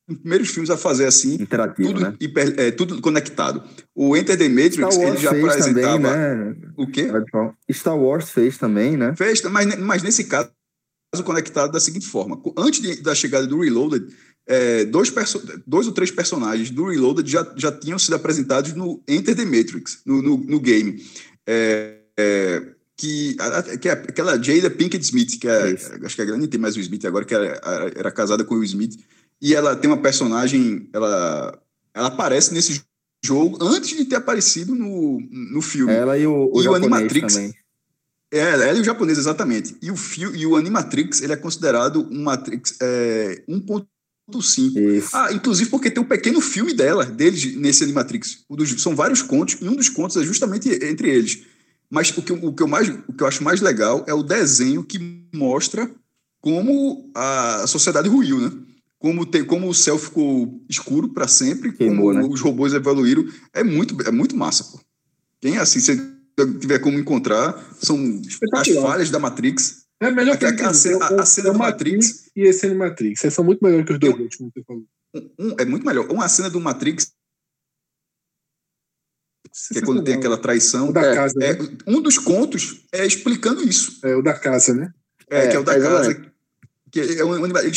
primeiros filmes a fazer assim, interativo, tudo, né? hiper, é, tudo conectado. O Enter the Matrix, ele já apresentava... Também, né? O quê? Star Wars fez também, né? Fez, mas, mas nesse caso, conectado da seguinte forma. Antes de, da chegada do Reloaded, é, dois, dois ou três personagens do Reloaded já, já tinham sido apresentados no Enter the Matrix, no, no, no game. É, é, que, a, que é aquela Jada Pinkett Smith, que é, acho que a grande tem mais o Smith agora, que era, era casada com o Smith, e ela tem uma personagem, ela, ela aparece nesse jogo antes de ter aparecido no, no filme. Ela e o, o, e o Animatrix também. É, ela e o japonês, exatamente. E o, fio, e o Animatrix, ele é considerado um Matrix é, um ponto cinco. Ah, inclusive porque tem um pequeno filme dela, deles, nesse Animatrix. O dos, são vários contos, e um dos contos é justamente entre eles. Mas o que, o, que eu mais, o que eu acho mais legal é o desenho que mostra como a sociedade ruiu, né? Como, tem, como o céu ficou escuro para sempre, Queimou, como né? os robôs evoluíram. É muito, é muito massa, pô. Quem assim, se tiver como encontrar, são as falhas da Matrix. É melhor que a, a, a, cena, a, a cena do Matrix, Matrix e esse Animatrix. Eles são muito melhores que os dois outros, como você falou. Um, um, é muito melhor. Uma cena do Matrix, que é quando tem aquela traição. O da é, casa, é, né? Um dos contos é explicando isso. É o da casa, né? É, é que é o da é, casa. É. Que é um, eles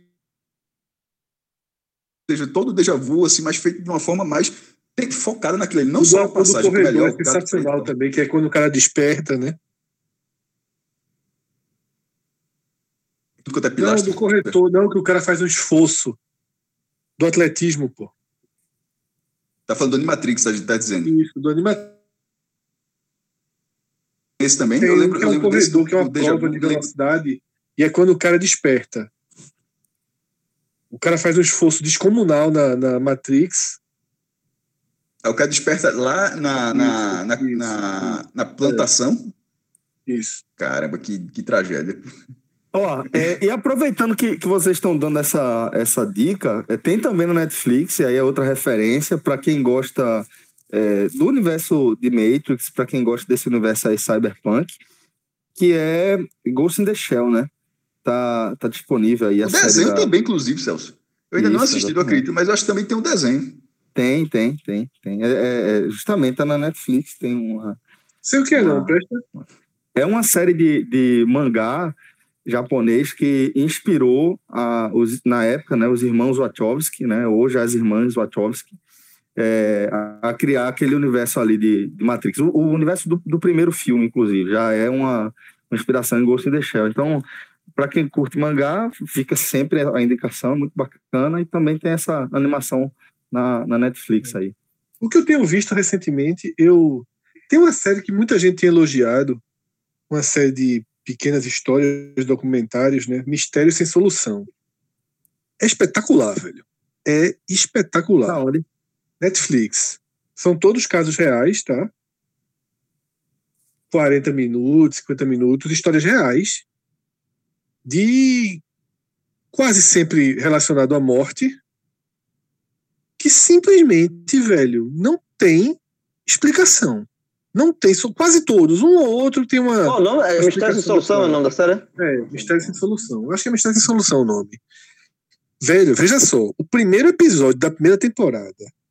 seja, todo o déjà vu, assim, mas feito de uma forma mais focada naquilo ali. Não o só a passagem do corredor, melhor. É sensacional também, que é quando o cara desperta, né? Tudo quanto é não, pilastra. do corretor, não, que o cara faz um esforço. Do atletismo, pô. Tá falando do Animatrix, a gente tá dizendo. Isso, do Animatrix. Esse também? Tem eu lembro, que é um eu lembro corredor, desse, que é uma prova de velocidade, e é quando o cara desperta. O cara faz um esforço descomunal na, na Matrix. Aí o cara desperta lá na, na, isso, na, isso, na, isso. na plantação. É. Isso. Caramba, que, que tragédia. Ó, é, e aproveitando que, que vocês estão dando essa, essa dica, é, tem também no Netflix, e aí é outra referência para quem gosta é, do universo de Matrix, para quem gosta desse universo aí cyberpunk, que é Ghost in the Shell, né? Tá, tá disponível aí a o desenho da... também, inclusive, Celso. Eu ainda Isso, não assisti, eu acredito, mas eu acho que também tem um desenho. Tem, tem, tem. tem. É, é, justamente, tá na Netflix, tem uma... Sei o que é, uma, não, presta. É uma série de, de mangá japonês que inspirou, a, os, na época, né, os irmãos Wachowski, né, hoje as irmãs Wachowski, é, a, a criar aquele universo ali de, de Matrix. O, o universo do, do primeiro filme, inclusive, já é uma, uma inspiração em Ghost in the Shell. Então, para quem curte mangá, fica sempre a indicação, muito bacana, e também tem essa animação na, na Netflix aí. O que eu tenho visto recentemente, eu... tem uma série que muita gente tem elogiado, uma série de pequenas histórias, documentários, né? Mistério Sem Solução. É espetacular, velho. É espetacular. Da onde? Netflix. São todos casos reais, tá? quarenta minutos, cinquenta minutos, histórias reais, de quase sempre relacionado à morte, que simplesmente, velho, não tem explicação. Não tem, são quase todos. Um ou outro tem uma... Oh, não, é Mistério Sem Solução é o nome da série? É, Mistério Sem Solução. Eu acho que é Mistério Sem Solução o nome. Velho, veja só. O primeiro episódio da primeira temporada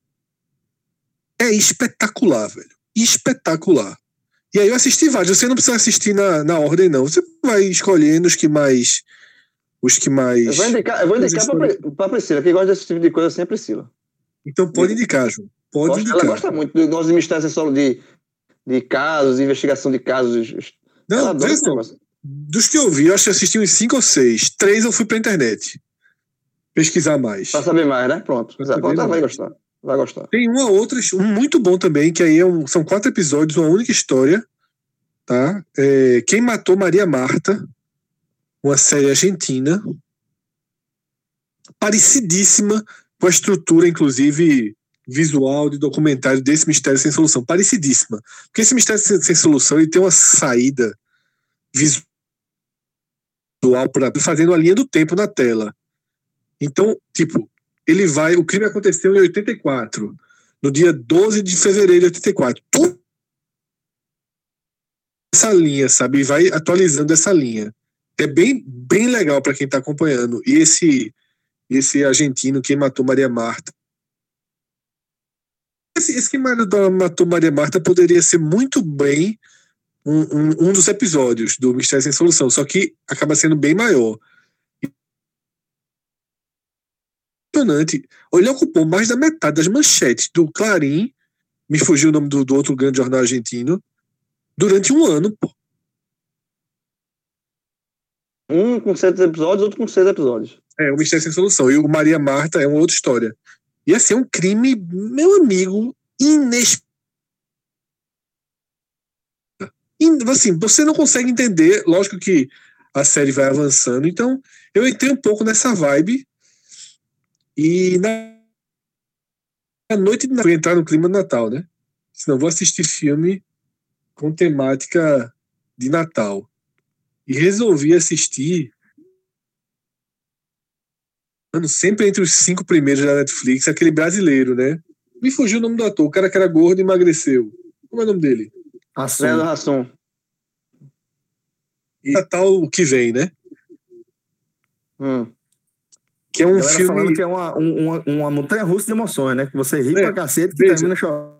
é espetacular, velho. Espetacular. E aí eu assisti vários. Você não precisa assistir na, na ordem, não. Você vai escolhendo os que mais... Os que mais... Eu vou indicar, eu vou indicar pra, pra Priscila. Quem gosta desse tipo de coisa assim é Priscila. Então pode indicar, João. Pode gosta, indicar. Ela gosta muito do nosso Mistério Sem Solução, de, de casos, de investigação de casos. Não, veja só. Dos que eu vi, eu acho que assisti uns cinco ou seis. Três eu fui pra internet. Pesquisar mais. Pra saber mais, né? Pronto. Pra Pronto vai gostar. Vai gostar. Tem uma outra, um muito bom também, que aí é um, são quatro episódios, uma única história. Tá? É, Quem Matou Maria Marta, uma série argentina, parecidíssima com a estrutura, inclusive, visual de documentário desse Mistério Sem Solução. Parecidíssima. Porque esse Mistério Sem, Sem Solução ele tem uma saída visual pra, fazendo a linha do tempo na tela. Então, tipo, ele vai... O crime aconteceu em oitenta e quatro, no dia doze de fevereiro de oitenta e quatro. Tudo essa linha, sabe? E vai atualizando essa linha. É bem, bem legal para quem está acompanhando. E esse, esse argentino, Quem Matou Maria Marta. Esse, esse Quem Matou Maria Marta poderia ser muito bem um, um, um dos episódios do Mistério Sem Solução, só que acaba sendo bem maior. Impressionante. Ele ocupou mais da metade das manchetes do Clarim, me fugiu o nome do, do outro grande jornal argentino, durante um ano, pô. Um com seis episódios, outro com seis episódios. É, o Mistério Sem Solução. E o Maria Marta é uma outra história. E assim, é um crime, meu amigo, inesperado. Assim, você não consegue entender, lógico que a série vai avançando, então eu entrei um pouco nessa vibe e na noite de Natal, entrar no clima do Natal, né? Senão vou assistir filme com temática de Natal. E resolvi assistir, mano, sempre entre os cinco primeiros da Netflix, aquele brasileiro, né? Me fugiu o nome do ator, o cara que era gordo e emagreceu. Como é o nome dele? Leandro Hassum. E Natal que vem, né? Hum. Que é um filme... falando que é uma, uma, uma montanha-russa de emoções, né? Que você ri é, pra cacete que termina chorando.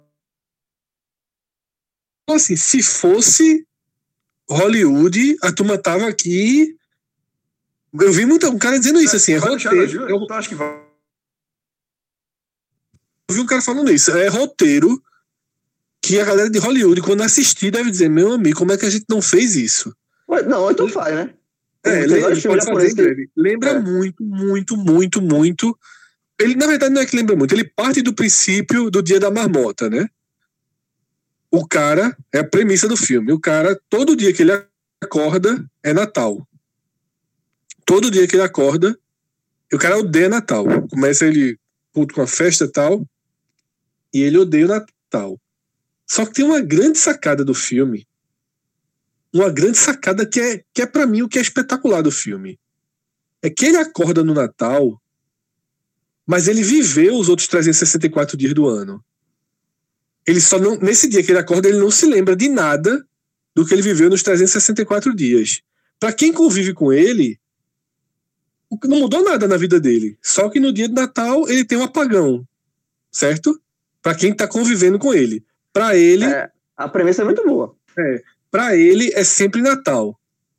Então, assim, se fosse Hollywood, a turma tava aqui... Eu vi muito, um cara dizendo isso, assim, é roteiro... Eu, eu acho que vai... eu vi um cara falando isso, é roteiro que a galera de Hollywood, quando assistir, deve dizer, meu amigo, como é que a gente não fez isso? Ué, não, então faz, né? É, ele, ele pode fazer em breve. Lembra é. muito, muito, muito, muito. Ele, na verdade, não é que lembra muito. Ele parte do princípio do Dia da Marmota, né? O cara, é a premissa do filme. O cara, todo dia que ele acorda, é Natal. Todo dia que ele acorda, o cara odeia Natal. Começa ele puto com a festa e tal, e ele odeia o Natal. Só que tem uma grande sacada do filme. Uma grande sacada que é, que é pra mim o que é espetacular do filme. É que ele acorda no Natal, mas ele viveu os outros trezentos e sessenta e quatro dias do ano. Ele só não, nesse dia que ele acorda, ele não se lembra de nada do que ele viveu nos trezentos e sessenta e quatro dias. Pra quem convive com ele, não mudou nada na vida dele. Só que no dia de Natal ele tem um apagão. Certo? Pra quem tá convivendo com ele. Pra ele... É, a premissa é muito boa. É. Pra ele é sempre Natal.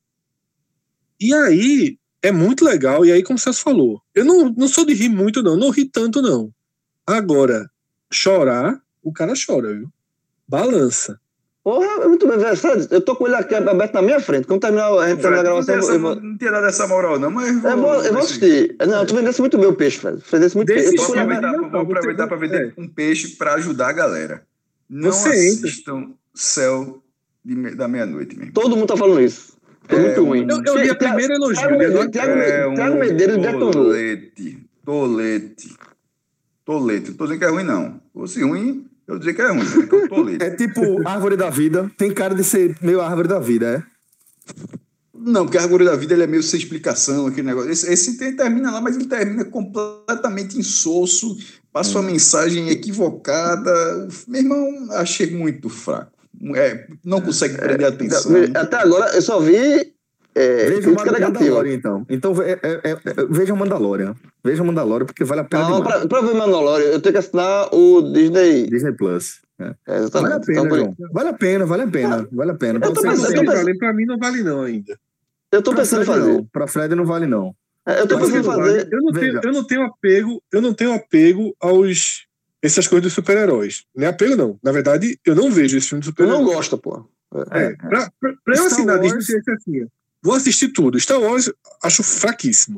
E aí é muito legal. E aí, como o Celso falou, eu não, não sou de rir muito, não. Não ri tanto, não. Agora, chorar, o cara chora, viu? Balança. Porra, é muito bem. Eu tô com ele aqui aberto na minha frente. Quando terminar a gente terminar a gravação, não eu vou... Não tem nada dessa moral, não, mas... Vou, eu, vou, eu vou assistir. Não, tu vendesse muito bem o peixe, velho. Vendesse muito peixe. Vou aproveitar, vou aproveitar pra vender é. um peixe pra ajudar a galera. Não Você assistam entra. Céu de, da meia-noite mesmo. Todo mundo tá falando isso. É, é muito um, ruim. Eu, eu li a primeira elogio. Tiago é um Medeiros detonou. Tolete. Tolete. Tolete. Não tô dizendo que é ruim, não. Se fosse ruim, eu vou dizer que é ruim. Que é, tolete. É tipo Árvore da Vida. Tem cara de ser meio Árvore da Vida, é? Não, porque a Árvore da Vida ele é meio sem explicação, aquele negócio. Esse, esse tem, termina lá, mas ele termina completamente insosso, passa uma hum. mensagem equivocada. Meu irmão, achei muito fraco. É, não consegue prender a atenção. Até agora eu só vi é, veja o Mandalorian, então. Então é, é, é, veja o Mandalorian. Veja o Mandalorian, porque vale a pena não, demais. Pra, pra ver o Mandalorian, eu tenho que assinar o Disney... Disney Plus. É. É, vale a pena, então, João. Vale a pena, vale a pena. Ah, vale a pena. Pra, eu tô você pensando, não eu tô pensando, pra mim não vale não ainda. Eu tô pensando em fazer. Não. Pra Fred não vale não. É, eu tô pensando em fazer... Eu não, tenho, eu, não tenho apego, eu não tenho apego aos... essas coisas dos super-heróis. Não é apego, não. Na verdade, eu não vejo esse filme de super-heróis. Eu não gosto, pô. É, é. Pra, pra, pra eu assinar Wars... Disney, assim, vou assistir tudo. Star Wars, acho fraquíssimo.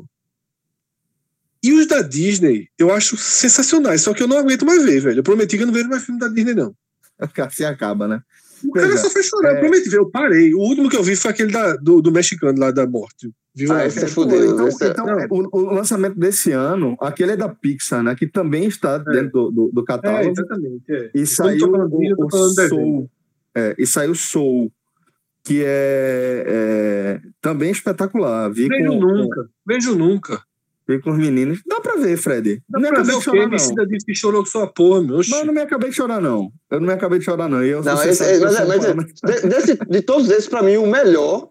E os da Disney, eu acho sensacionais. Só que eu não aguento mais ver, velho. Eu prometi que eu não vejo mais filme da Disney, não. Assim acaba, né? O cara só fez chorar. É... Eu prometi ver, eu parei. O último que eu vi foi aquele da, do, do mexicano lá da morte. Viu? Ah, esse é fudeu. Então, esse é... então o, o lançamento desse ano, aquele é da Pixar, né? Que também está é. dentro do, do, do catálogo. É, exatamente. É. E saiu o, o Soul. É, e saiu Soul, que é, é também espetacular. Vi vejo com, nunca, com, vejo nunca. Vi com os meninos. Dá pra ver, Fred. Dá não pra ver o que? Emicida disse que chorou com sua porra, meu. Não, eu não me acabei de chorar, não. Eu não me acabei de chorar, não. Eu, não esse, é, mas, é, mas é, de, desse, de todos esses, pra mim, o melhor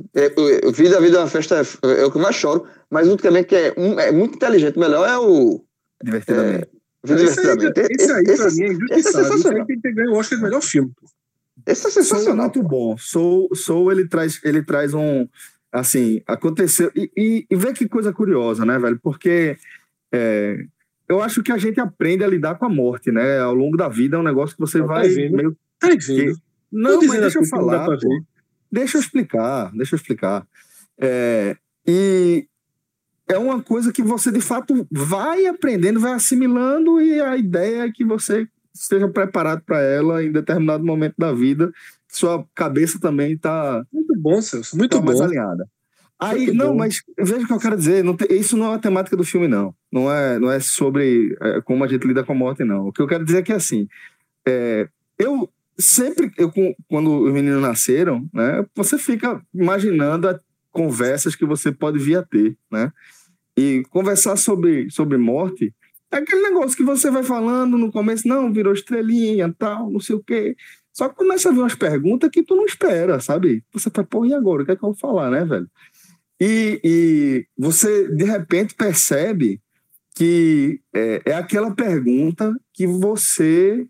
É, o Vida, a Vida é uma Festa é, é o que eu mais choro, mas um também que é, um, é muito inteligente, melhor é o... Divertidamente. É, Vida Divertidamente. Esse aí, pra mim, é injustiçado. Esse aí tem que ganhar o Oscar de melhor filme. Esse é sensacional. Soul é muito bom. Soul, Soul ele, traz, ele traz um... Assim, aconteceu... E, e, e vê que coisa curiosa, né, velho? Porque é, eu acho que a gente aprende a lidar com a morte, né? Ao longo da vida é um negócio que você não, vai... Tá vendo? Meio... Tá vendo? Que... Não, Tô mas deixa eu falar, pô. ver. Deixa eu explicar, deixa eu explicar. É, e é uma coisa que você, de fato, vai aprendendo, vai assimilando, e a ideia é que você esteja preparado para ela em determinado momento da vida. Sua cabeça também está... Muito bom, Celso, muito tá bom. mais alinhada. Aí, muito não, bom. Mas veja o que eu quero dizer. Não tem, isso não é a temática do filme, não. Não é, não é sobre é, como a gente lida com a morte, não. O que eu quero dizer é que, assim, é, eu... Sempre, eu, quando os meninos nasceram, né, você fica imaginando as conversas que você pode vir a ter, né? E conversar sobre, sobre morte é aquele negócio que você vai falando no começo, não, virou estrelinha, tal, não sei o quê. Só que começa a vir umas perguntas que tu não espera, sabe? Você fala, pô, e agora? O que é que eu vou falar, né, velho? E, e você, de repente, percebe que é, é aquela pergunta que você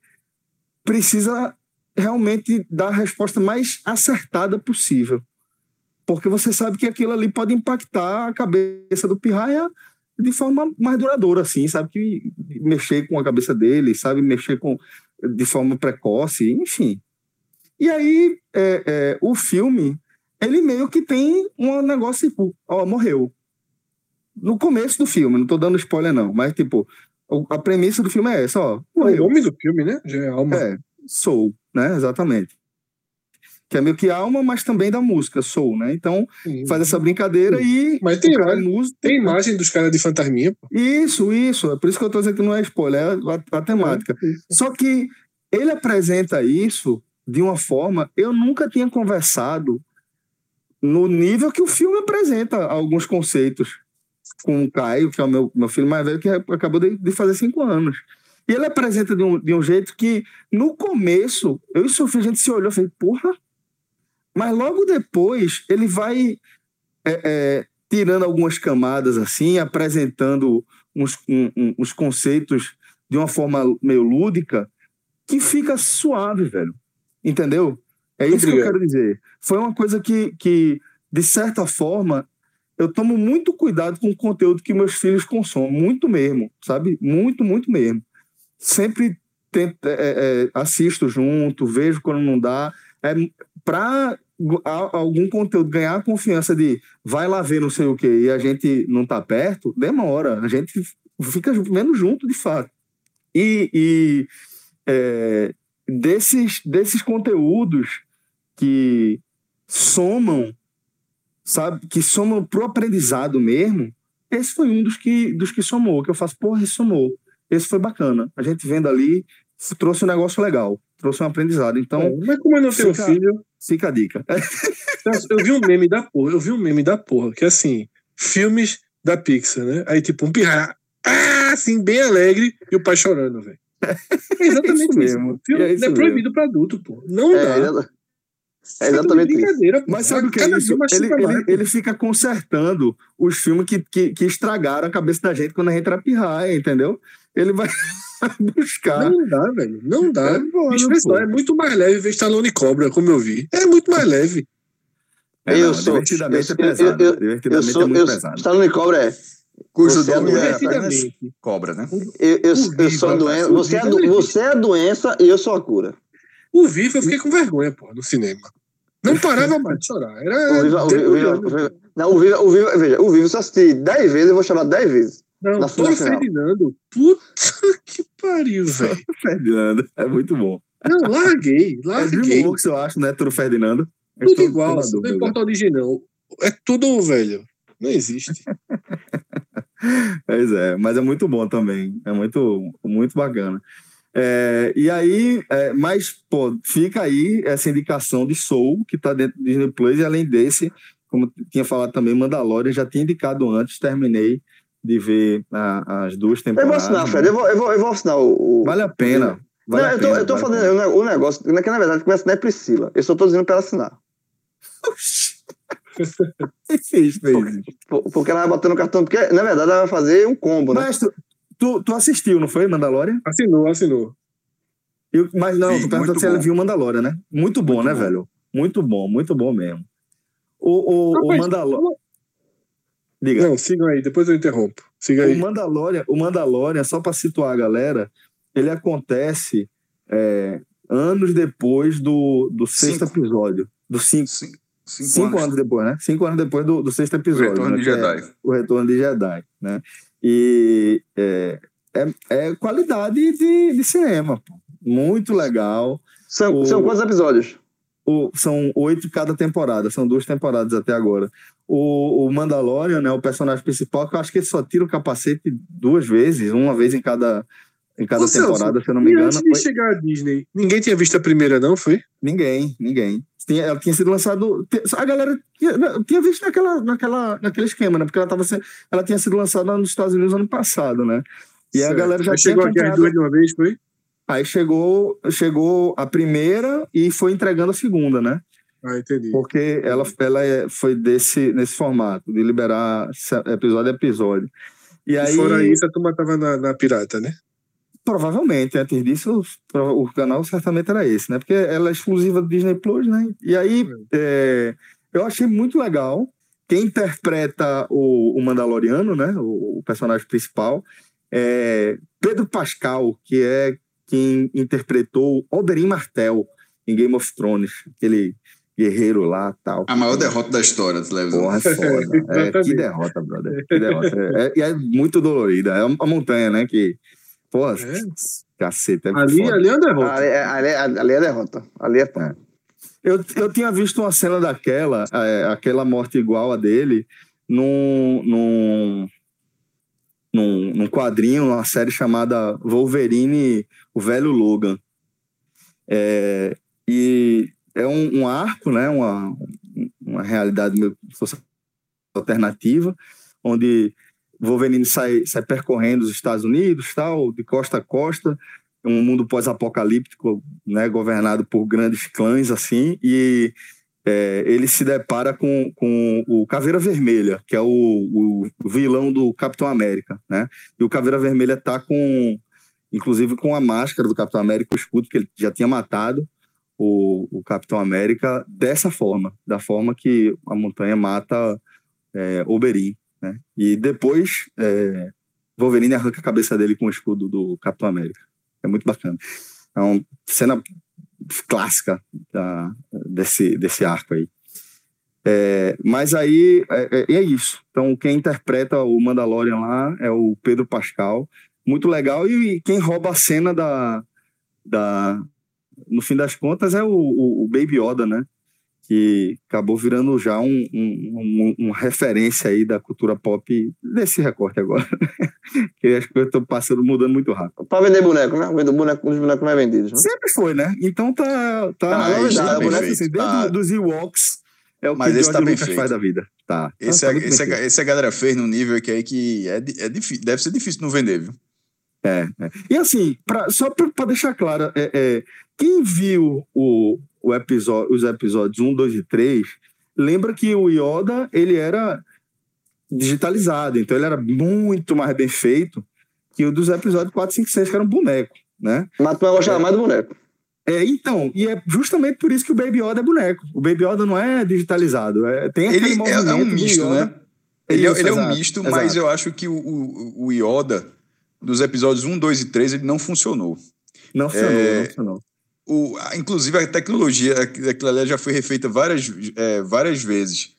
precisa realmente dar a resposta mais acertada possível. Porque você sabe que aquilo ali pode impactar a cabeça do pirraia de forma mais duradoura, assim, sabe? Que mexer com a cabeça dele, sabe? Mexer com, de forma precoce, enfim. E aí, é, é, o filme, ele meio que tem um negócio tipo, ó, morreu. No começo do filme, não tô dando spoiler não, mas tipo, a premissa do filme é essa, ó, morreu. O nome do filme, né? Já é Alma. É, Soul, né? Exatamente. Que é meio que alma, mas também da música, Soul, né? Então, sim, faz essa brincadeira sim. E... Mas tem, cara, imagem, música, tem imagem dos caras de fantasminha, pô. Isso, isso. É por isso que eu tô dizendo que não é spoiler, é a, a temática. É, só que ele apresenta isso de uma forma... Eu nunca tinha conversado no nível que o filme apresenta alguns conceitos com o Caio, que é o meu, meu filho mais velho, que acabou de, de fazer cinco anos. E ele apresenta de um, de um jeito que, no começo, eu e Sofia, a gente se olhou e falei, porra... Mas logo depois ele vai é, é, tirando algumas camadas assim, apresentando uns, um, um, uns conceitos de uma forma meio lúdica que fica suave, velho. Entendeu? É isso Obrigado. Que eu quero dizer. Foi uma coisa que, que, de certa forma, eu tomo muito cuidado com o conteúdo que meus filhos consomem. Muito mesmo, sabe? Muito, muito mesmo. Sempre tento, é, é, assisto junto, vejo quando não dá. É, para algum conteúdo ganhar a confiança de vai lá ver não sei o que e a gente não tá perto, demora. A gente fica vendo junto, de fato. E, e é, desses, desses conteúdos que somam, sabe, que somam pro aprendizado mesmo, esse foi um dos que, dos que somou, que eu faço, porra, esse somou. Esse foi bacana. A gente vendo ali, trouxe um negócio legal. Trouxe um aprendizado, então... É, mas como eu não tenho fica, filho... Fica a dica. Eu vi um meme da porra, eu vi um meme da porra, que é assim, filmes da Pixar, né? Aí tipo, um pirraia, ah, assim, bem alegre, e o pai chorando, velho. É exatamente isso. Mesmo. Isso. Filme, é, isso é proibido pra adulto, pô. Não é, dá. É exatamente isso. Mas sabe o que é isso? Ele, ele, ele fica consertando os filmes que, que, que estragaram a cabeça da gente quando a gente era pirraia, entendeu? Ele vai buscar. Não dá, velho. Não dá. É, bom, não é muito mais leve ver Stallone Cobra, como eu vi. É muito mais leve. É, eu não, sou, divertidamente eu, é pesado. Eu, eu, divertidamente eu sou, é muito eu, pesado. Stallone Cobra é... Cujo nome é apenas cobra, né? Eu, eu, eu sou a doença. Você é, a do, você é a doença e eu sou a cura. O Vivo eu fiquei com vergonha, pô, no cinema. Não parava mais de chorar. Era o Vivo, o Vivo, o Vivo, o Vivo, não, o Vivo, o Vivo, veja, o Vivo se eu assistir dez vezes, eu vou chorar dez vezes. Não, Toro Ferdinando. Puta que pariu, velho. Ferdinando, é muito bom. Não, larguei, larguei. É DreamWorks, eu acho, né, Toro Ferdinando? É tudo igual, não importa a original. É tudo, velho. Não existe. Pois é, mas é muito bom também. É muito, muito bacana. É, e aí, é, mas, pô, fica aí essa indicação de Soul, que tá dentro do Disney Plus, e além desse, como tinha falado também, Mandalorian, já tinha indicado antes, terminei de ver a, as duas temporadas. Eu vou assinar, Fred, eu vou, eu vou, eu vou assinar o... Vale a pena. Vale não, a eu tô, pena, eu tô vale fazendo o negócio, que na verdade começa na Priscila. Eu só tô dizendo pra ela assinar. Fez, fez. Porque, porque ela vai botando no cartão, porque na verdade ela vai fazer um combo, né? Mas tu, tu, tu assistiu, não foi, Mandalorian? Assinou, assinou. Eu, mas não, Sim, tu perguntou se ela viu Mandalorian, né? Muito bom, muito né, bom. velho? Muito bom, muito bom mesmo. O, o, Rapaz, o Mandalorian... Diga. Não, sigam aí, depois eu interrompo. Siga aí. O Mandalorian, o Mandalorian, só para situar a galera, ele acontece é, anos depois do, do sexto cinco. episódio. Do cinco, cinco, cinco, cinco anos. anos depois, né? Cinco anos depois do, do sexto episódio. O Retorno né? de Jedi. É o Retorno de Jedi, né? E é, é, é qualidade de, de cinema, pô. Muito legal. São, o, são quantos episódios? O, são oito cada temporada, são duas temporadas até agora. O, o Mandalorian, né, o personagem principal, que eu acho que ele só tira o capacete duas vezes, uma vez em cada, em cada Ô, temporada, Celso, se eu não me engano. Antes de foi... chegar a Disney, ninguém tinha visto a primeira, não, foi? Ninguém, ninguém. Tinha, ela tinha sido lançada... A galera tinha, tinha visto naquela, naquela, naquele esquema, né? Porque ela, tava, ela tinha sido lançada nos Estados Unidos ano passado, né? E certo. A galera já Aí tinha chegou aqui as duas de uma vez, foi? Aí chegou, chegou a primeira e foi entregando a segunda, né? Ah, entendi. Porque ela, ela é, foi desse, nesse formato, de liberar episódio a episódio. E, e aí, fora isso, a turma tava na, na pirata, né? Provavelmente, antes disso, o canal certamente era esse, né? Porque ela é exclusiva do Disney Plus, né? E aí, é, eu achei muito legal. Quem interpreta o, o Mandaloriano, né? O, o personagem principal, é Pedro Pascal, que é quem interpretou Oberyn Martell em Game of Thrones, aquele guerreiro lá tal. A maior derrota da história do televisão. Porra, é foda. É, que derrota, brother. Que derrota. É, é, é muito dolorida. É a montanha, né? Que, porra, é. Caceta. É ali, ali é a derrota. Ali, ali, ali é a derrota. Ali é pá. Eu, eu tinha visto uma cena daquela, é, aquela morte igual a dele, num, num, num, num quadrinho, uma série chamada Wolverine, o Velho Logan. É, e é um, um arco, né, uma, uma realidade meio alternativa, onde Wolverine sai, sai percorrendo os Estados Unidos, tal, de costa a costa, um mundo pós-apocalíptico, né, governado por grandes clãs, assim, e é, ele se depara com, com o Caveira Vermelha, que é o, o vilão do Capitão América, né, e o Caveira Vermelha tá com, inclusive com a máscara do Capitão América, o escudo que ele já tinha matado o, o Capitão América dessa forma, da forma que a montanha mata é, Oberyn, né, e depois é, Wolverine arranca a cabeça dele com o escudo do Capitão América. É muito bacana. É uma cena clássica da, desse, desse arco aí. É, mas aí é, é, é isso. Então, quem interpreta o Mandalorian lá é o Pedro Pascal. Muito legal. E quem rouba a cena da... da no fim das contas é o, o, o Baby Yoda, né? Que acabou virando já um, um, um, uma referência aí da cultura pop desse recorte agora. Que as coisas estão passando, mudando muito rápido. Pra vender boneco, né? Vendo boneco, os bonecos mais vendidos, né? Sempre foi, né? Então tá... tá ah, novidade, tá boneco, assim, desde tá. dos Ewoks é o Mas que o esse George tá Lucas faz da vida. Tá. Esse, tá, tá tá esse, a, esse a galera fez num nível que, aí que é, é difícil, deve ser difícil não vender, viu? É, é. E assim, pra, só para deixar claro, é, é, quem viu o, o episódio, os episódios um, dois e três, lembra que o Yoda, ele era digitalizado, então ele era muito mais bem feito que o dos episódios quatro, cinco, seis, que era um boneco, né? Mas tu vai gostar é, mais do boneco. É, então, e é justamente por isso que o Baby Yoda é boneco. O Baby Yoda não é digitalizado, é, tem aquele ele movimento é, é um misto, Yoda, né? Ele, isso, é, ele é um exato, misto, exato. Mas eu acho que o, o, o Yoda dos episódios um, dois e três, ele não funcionou. Não funcionou, é, não funcionou. O, inclusive, a tecnologia, aquilo ali já foi refeita várias, é, várias vezes.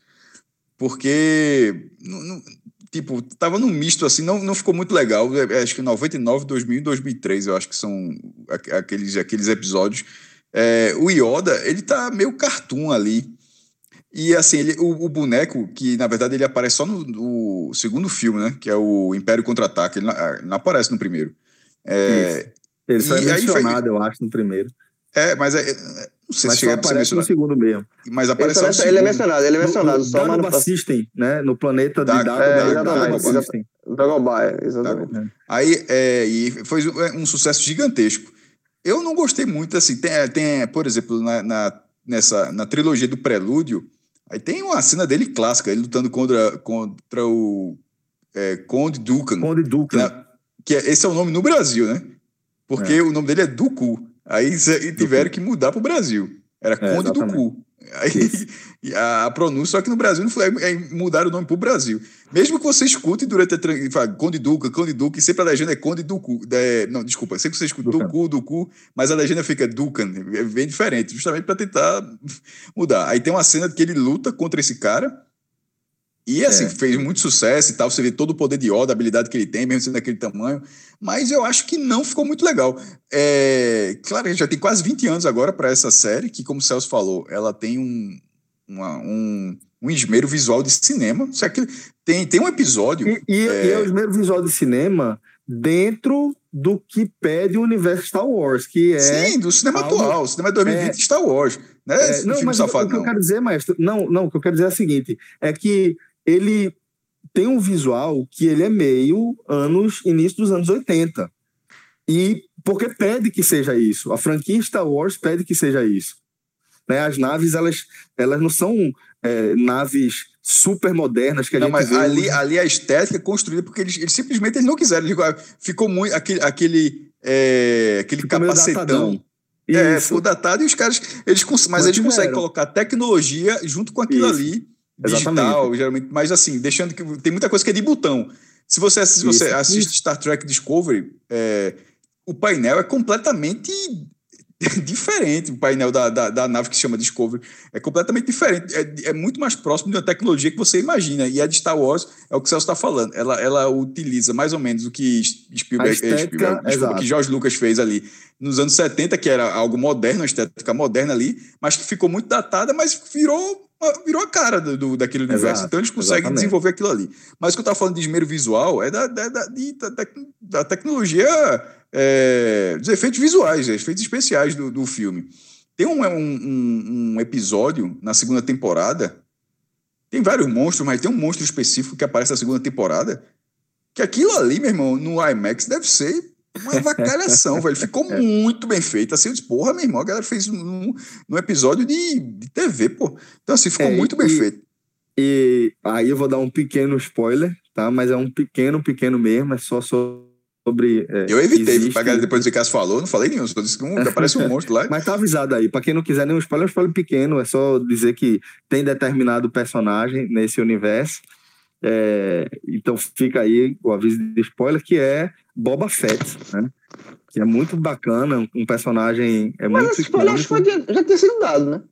Porque, não, não, tipo, tava num misto assim, não, não ficou muito legal. Acho que noventa e nove, dois mil e dois mil e três, eu acho que são aqueles, aqueles episódios. É, o Yoda, ele tá meio cartoon ali. E assim, ele, o, o boneco, que na verdade ele aparece só no, no segundo filme, né? Que é o Império Contra-Ataque, ele não, não aparece no primeiro. É, ele só é mencionado, foi, eu acho, no primeiro. É, mas é, não sei mas se chega a ser mencionado. No segundo mesmo. Mas aparece ele, só no ele segundo. é mencionado, ele é mencionado. No, só no Dagobah System, né? No planeta de Dagobah. É, exatamente. Dagobah, exatamente. Tá. Aí, é, e foi um sucesso gigantesco. Eu não gostei muito, assim, tem, tem por exemplo, na, na, nessa, na trilogia do Prelúdio, Aí tem uma cena dele clássica, ele lutando contra, contra o é, Conde Dooku. Conde Dooku. Que, na, que é, esse é o nome no Brasil, né? Porque é. o nome dele é Dooku. Aí e tiveram que mudar pro Brasil. Era Conde é, Dooku. Aí a, a pronúncia, só que no Brasil não foi, aí mudaram o nome pro Brasil. Mesmo que você escute durante a fala, Conde Dooku, Conde Dooku, sempre a legenda é Conde Dooku. É, não, desculpa, sempre que você escuta Dooku, Dooku, mas a legenda fica Dukan, é bem diferente, justamente para tentar mudar. Aí tem uma cena que ele luta contra esse cara. E assim, é. fez muito sucesso e tal, você vê todo o poder de Yoda, a habilidade que ele tem, mesmo sendo daquele tamanho, mas eu acho que não ficou muito legal. É, claro, a gente já tem quase vinte anos agora para essa série, que como o Celso falou, ela tem um, uma, um, um esmero visual de cinema, só que tem, tem um episódio... E, e, é... e é o esmero visual de cinema dentro do que pede o universo Star Wars, que é... Sim, do cinema algo... atual, o cinema dois mil e vinte é... Star Wars, né? É, não, mas safado, o que não. eu quero dizer, maestro, não, não, o que eu quero dizer é o seguinte, é que ele tem um visual que ele é meio anos, início dos anos oitenta. E porque pede que seja isso. A franquia Star Wars pede que seja isso. Né? As naves, elas, elas não são é, naves super modernas que a não, gente mas vê. Ali, ali a estética é construída porque eles, eles simplesmente eles não quiseram. Ficou muito aquele, aquele, é, aquele ficou capacetão. É, ficou datado e os caras... Eles, mas, mas eles conseguem colocar tecnologia junto com aquilo isso. ali. Digital, exatamente. Geralmente, mas assim, deixando que tem muita coisa que é de botão. Se você, se você isso, assiste isso. Star Trek Discovery, é, o painel é completamente diferente. O painel da, da, da nave que se chama Discovery é completamente diferente. É, é muito mais próximo de uma tecnologia que você imagina. E a de Star Wars é o que o Celso está falando. Ela, ela utiliza mais ou menos o que Spielberg, estética, Spielberg desculpa, que George Lucas fez ali nos anos setenta, que era algo moderno, uma estética moderna ali, mas que ficou muito datada, mas virou virou a cara do, do, daquele universo. Exato, então eles conseguem exatamente. desenvolver aquilo ali. Mas o que eu estava falando de esmero visual é da, da, da, de, da, da tecnologia, é, dos efeitos visuais, dos efeitos especiais do, do filme. Tem um, um, um episódio na segunda temporada, tem vários monstros, mas tem um monstro específico que aparece na segunda temporada, que aquilo ali, meu irmão, no IMAX deve ser uma avacalhação, velho. Ficou é. muito bem feito. Assim, eu disse, porra, meu irmão, a galera fez um, um episódio de, de T V, pô. Então, assim, ficou é, muito bem e, feito. E aí eu vou dar um pequeno spoiler, tá? Mas é um pequeno, pequeno mesmo, é só sobre... É, eu evitei, existe... pra galera depois do que o Cássio falou, não falei nenhum, só disse que um, aparece um monstro lá. Mas tá avisado aí, pra quem não quiser nenhum spoiler, é um spoiler pequeno, é só dizer que tem determinado personagem nesse universo. É, então fica aí o aviso de spoiler, que é Boba Fett, né? Que é muito bacana, um personagem é mas muito esse spoiler acho que já tinha sido dado, né?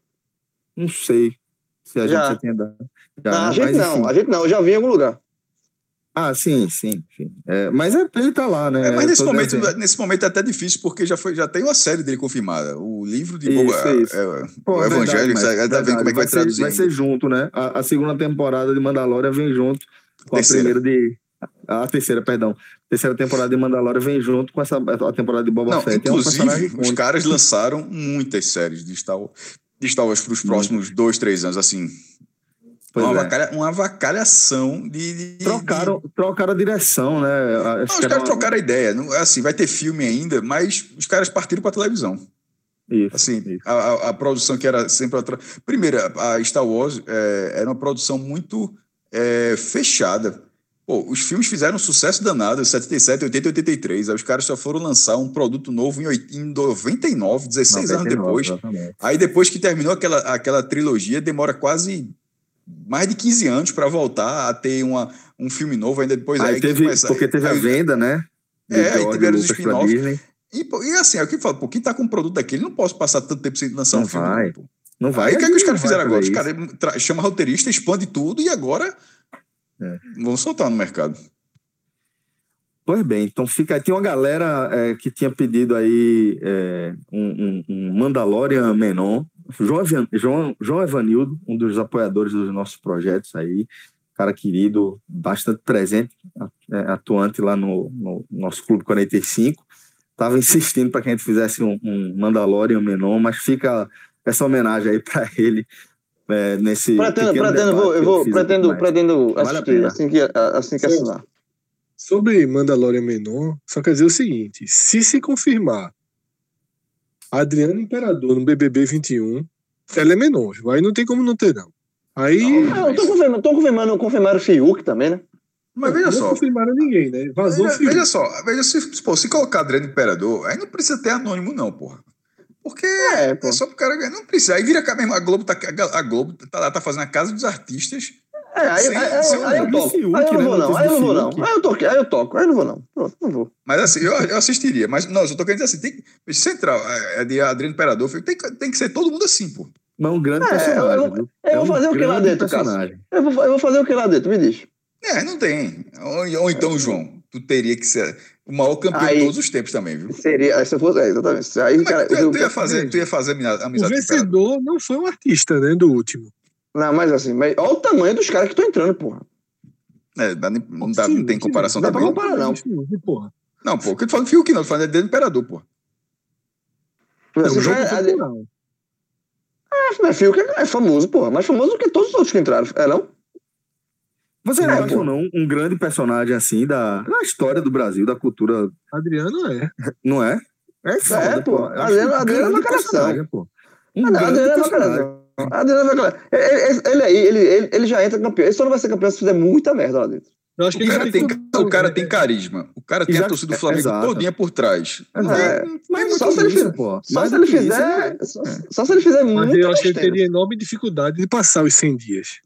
Não sei se a já. gente já tinha dado. Já, não, né? a gente mas, não, enfim. a gente não, eu já vi em algum lugar. Ah, sim, sim, sim. É, mas é, ele tá lá, né? É, mas nesse momento, nesse momento é até difícil, porque já, foi, já tem uma série dele confirmada. O livro de isso, Boba, isso. É, Pô, o é Evangelho, verdade, você tá vendo como é que vai, vai traduzir. Vai ser junto, né? A, a segunda temporada de Mandalorian vem junto com terceira. a primeira de... A terceira, perdão. A terceira temporada de Mandalorian vem junto com essa, a temporada de Boba Não, Fett. Inclusive, é um os caras lançaram muitas séries de Star Wars, de Star Wars para os próximos hum. dois, três anos, assim... Uma, é. avacalha, uma avacalhação de... de trocaram, de... trocaram a direção, né? Não, os caras uma... trocaram a ideia. Não, assim, vai ter filme ainda, mas os caras partiram para televisão. Isso, assim, isso. A, a, a produção que era sempre... Atra... Primeiro, a Star Wars é, era uma produção muito é, fechada. Pô, os filmes fizeram um sucesso danado em setenta e sete, oitenta e oitenta e três. Aí os caras só foram lançar um produto novo em, oitenta, em noventa e nove, dezesseis noventa e nove, anos depois. Exatamente. Aí depois que terminou aquela, aquela trilogia, demora quase... mais de quinze anos para voltar a ter uma, um filme novo ainda depois. Aí aí teve, começa, porque teve aí, a venda, né? É, aí tiveram os spin-offs. E, e assim, é o que eu falo, pô, quem tá com um produto daquele, não posso passar tanto tempo sem lançar não um filme. Vai. Não, pô. Não vai. Aí o que, é que os caras fizeram agora? Os caras chamam roteirista, expande tudo e agora é. vão soltar no mercado. Pois bem, então fica. Tem uma galera é, que tinha pedido aí é, um, um, um Mandalorian Menon. João, João, João Evanildo, um dos apoiadores dos nossos projetos aí, cara querido, bastante presente, atuante lá no, no nosso Clube quarenta e cinco, estava insistindo para que a gente fizesse um, um Mandalorian Menon, mas fica essa homenagem aí para ele é, nesse pretendo, pretendo, vou, eu vou, pretendo, pretendo assistir vale assim que, assim que assinar. Sobre Mandalorian Menon, só quer dizer o seguinte, se se confirmar Adriano Imperador no B B B vinte e um, ela é menor, aí não tem como não ter, não. Aí. Não, eu tô confirmando, tô confirmando, confirmaram o Fiuk também, né? Mas veja não só. Não confirmaram ninguém, né? Vazou veja, o Fiuk. Veja só, veja se, pô, se colocar Adriano Imperador, aí não precisa ter anônimo, não, porra. Porque é, é só pro cara. Não precisa. Aí vira a Globo, tá, a Globo tá lá, tá fazendo a casa dos artistas. É, aí, sem, aí, sem aí, aí eu toco. Fiuk, aí eu não vou, não. Aí eu não vou, não. Aí eu toco, aí eu toco. Aí eu não vou, não. Pronto, não vou. Mas assim, eu, eu assistiria. Mas não, eu só tô querendo dizer assim: tem central, é de Adriano Imperador, tem, tem que ser todo mundo assim, pô. Mas um grande é, personagem. Eu, eu, eu vou fazer um o que lá dentro, Cássio? Eu vou, eu vou fazer o que lá dentro, me diz. É, não tem. Ou, ou então, é, João, tu teria que ser o maior campeão aí, de todos os tempos também, viu? Seria, se eu fosse, é, exatamente. Aí, mas cara, tu, eu, tu, ia fazer, tu ia fazer amizade. O vencedor não foi um artista, né, do último. Não, mas assim, mas olha o tamanho dos caras que estão entrando, porra. É, não, dá, sim, não tem comparação não também. Não dá pra comparar, não. Porra. Não, pô, eu tô falando Fiuk, não, tô falando do Imperador, porra. Mas, assim, o jogo é, é, é, mas Fiuk é, é famoso, porra. Mais famoso do que todos os outros que entraram, é não? Você é, não acha ou não um grande personagem assim da, da história do Brasil, da cultura... Adriano é. Não é? É foda, é, pô. pô. Adriano, Adriano é uma caração. Pô. Um Adriano é uma caração. Adriano é uma caração. Ele aí, ele, ele, ele já entra campeão. Ele só não vai ser campeão se fizer muita merda lá dentro. Eu acho que o cara, tem, tem, o cara tem carisma. O cara tem já, a torcida do Flamengo é, todinha por trás. É, mas só se ele fizer, pô. Só se ele fizer, só, só se ele fizer muito. Mas eu acho que ele teria enorme dificuldade de passar os cem dias.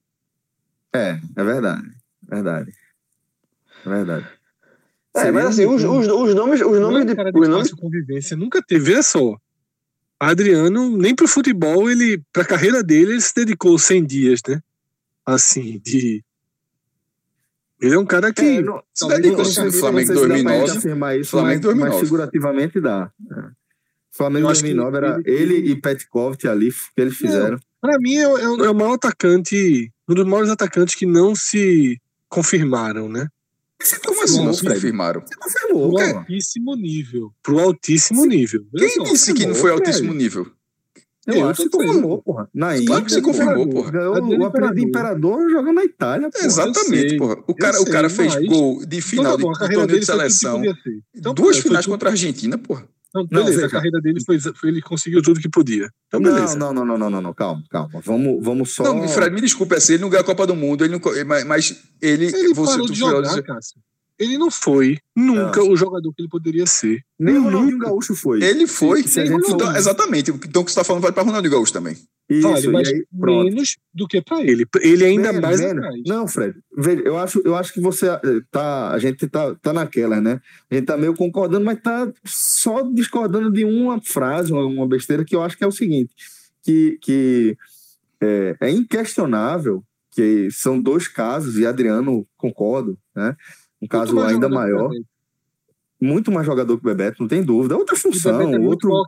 É, é verdade. Verdade. É verdade. É, seria mas assim, um, os, os, os nomes, os nomes de, cara de os nomes... convivência nunca teve. Veja só. Adriano, nem pro futebol, ele, pra carreira dele, ele se dedicou cem dias, né? Assim, de. Ele é um cara que. É, não, se dedicou no Flamengo em dois mil e nove. Afirmar isso, Flamengo dois mil e nove. Mas figurativamente dá. É. Flamengo em dois mil e nove era ele, ele e Petkovic ali, que eles fizeram. Pra mim, é, é, é o maior atacante, um dos maiores atacantes que não se confirmaram, né? Você Como assim não se confirmaram? Você confirmou, pro cara. altíssimo nível. Pro altíssimo nível. Quem só, disse que não foi altíssimo nível? Eu, eu acho que confirmou, porra. Na claro que se confirmou, porra. O apelido de Imperador jogando na Itália, porra. Exatamente, porra. O cara, sei, o cara fez mas... gol de final então, tá bom, de torneio de seleção. Então, duas pô, finais contra a Argentina, porra. Não, beleza, não, a carreira dele foi, foi. Ele conseguiu tudo que podia. Então, beleza. Não, não, não, não, não, não. Calma, calma. Vamos, vamos só. Não, Fred, me desculpa, assim, ele não ganhou a Copa do Mundo, ele não, mas, mas ele. Ele você, parou de jogar, dizer... Cássio. Ele não foi nunca não. o jogador que ele poderia ser. Nem o Ronaldinho Gaúcho foi. Ele foi. Se, se então, exatamente. Então o que você está falando vale para Ronaldinho Gaúcho também. Isso, vale, mas aí, menos do que para ele. Ele ainda menos, mais menos. atrás. Não, Fred. Veja, eu acho, eu acho que você tá. A gente tá, tá naquela, né? A gente tá meio concordando, mas tá só discordando de uma frase, uma, uma besteira que eu acho que é o seguinte: que, que é, é inquestionável que são dois casos, e Adriano concordo, né? Um caso ainda maior. Muito mais jogador que o Bebeto, não tem dúvida. Outra função, é outro.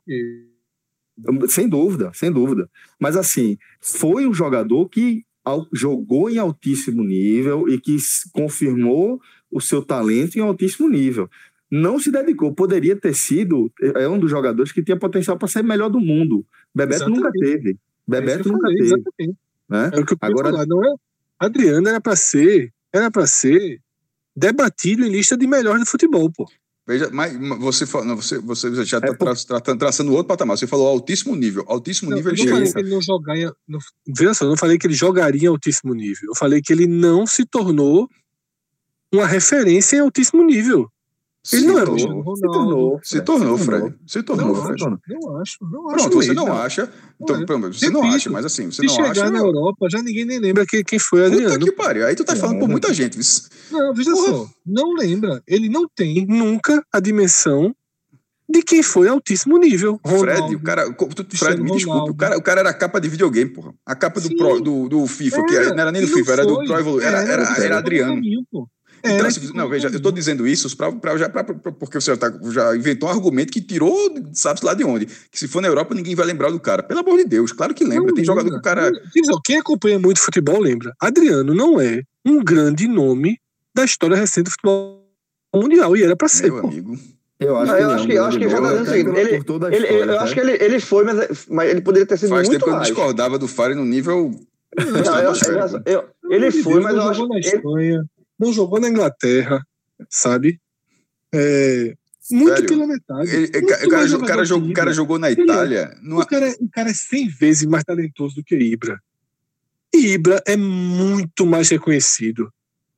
Sem dúvida, sem dúvida. Mas assim, foi um jogador que jogou em altíssimo nível e que confirmou o seu talento em altíssimo nível. Não se dedicou. Poderia ter sido. É um dos jogadores que tinha potencial para ser melhor do mundo. Bebeto exatamente. nunca teve. Bebeto é nunca falei, teve. Né? É o que eu Agora, falar. Não é... Adriano era para ser. Era para ser. debatido em lista de melhores do futebol, pô. Veja, mas você, não, você, você já está é, tra, tra, tra, traçando outro patamar. Você falou altíssimo nível. Altíssimo não, nível eu não falei que ele não jogaria. Não, veja só, eu não falei que ele jogaria em altíssimo nível. Eu falei que ele não se tornou uma referência em altíssimo nível. Ele se não era Ronaldo, se tornou. Se tornou, Fred. Se tornou, não Fred. Acho, não acho. Não acho. Pronto, você não acha. Então, é. pronto, você Repito, não acha, mas assim, você se não chegar acha. na Europa, já ninguém nem lembra que, quem foi Adriano. Puta que pariu. Aí tu tá é, falando por muita gente. Viu? Não, veja Porra. só. Não lembra. Ele não tem nunca a dimensão de quem foi altíssimo nível. Ronaldo, Fred, o cara. Tu, Fred, me desculpe. O cara, o cara era a capa de videogame, porra. A capa do, Pro, do, do FIFA, é, que era, não era nem do FIFA, era do Pro Evolution. Era, era, era, era Adriano. Então, é, assim, não, veja, eu estou dizendo isso pra, pra, já, pra, pra, porque você já, tá, já inventou um argumento que tirou, sabe-se lá de onde. Que se for na Europa, ninguém vai lembrar do cara. Pelo amor de Deus, claro que lembra. Não Tem lembra. jogador que o cara. Quem acompanha muito futebol lembra. Adriano não é um grande nome da história recente do futebol mundial. E era para ser. Meu pô. amigo. Eu acho que eu acho que, eu acho que ele, ele, ele, ele, eu acho que ele, ele foi, mas, mas ele poderia ter sido Faz muito tempo mais. que eu discordava do Fari no nível. Não, eu, eu, eu, ele foi, mas eu acho na Espanha. Não jogou na Inglaterra, sabe? É, muito Sério? pela metade. Ele, muito o, cara, o, cara jogou, o cara jogou na Itália. Ele, numa... o, cara, o cara é cem vezes mais talentoso do que Ibra. E Ibra é muito mais reconhecido.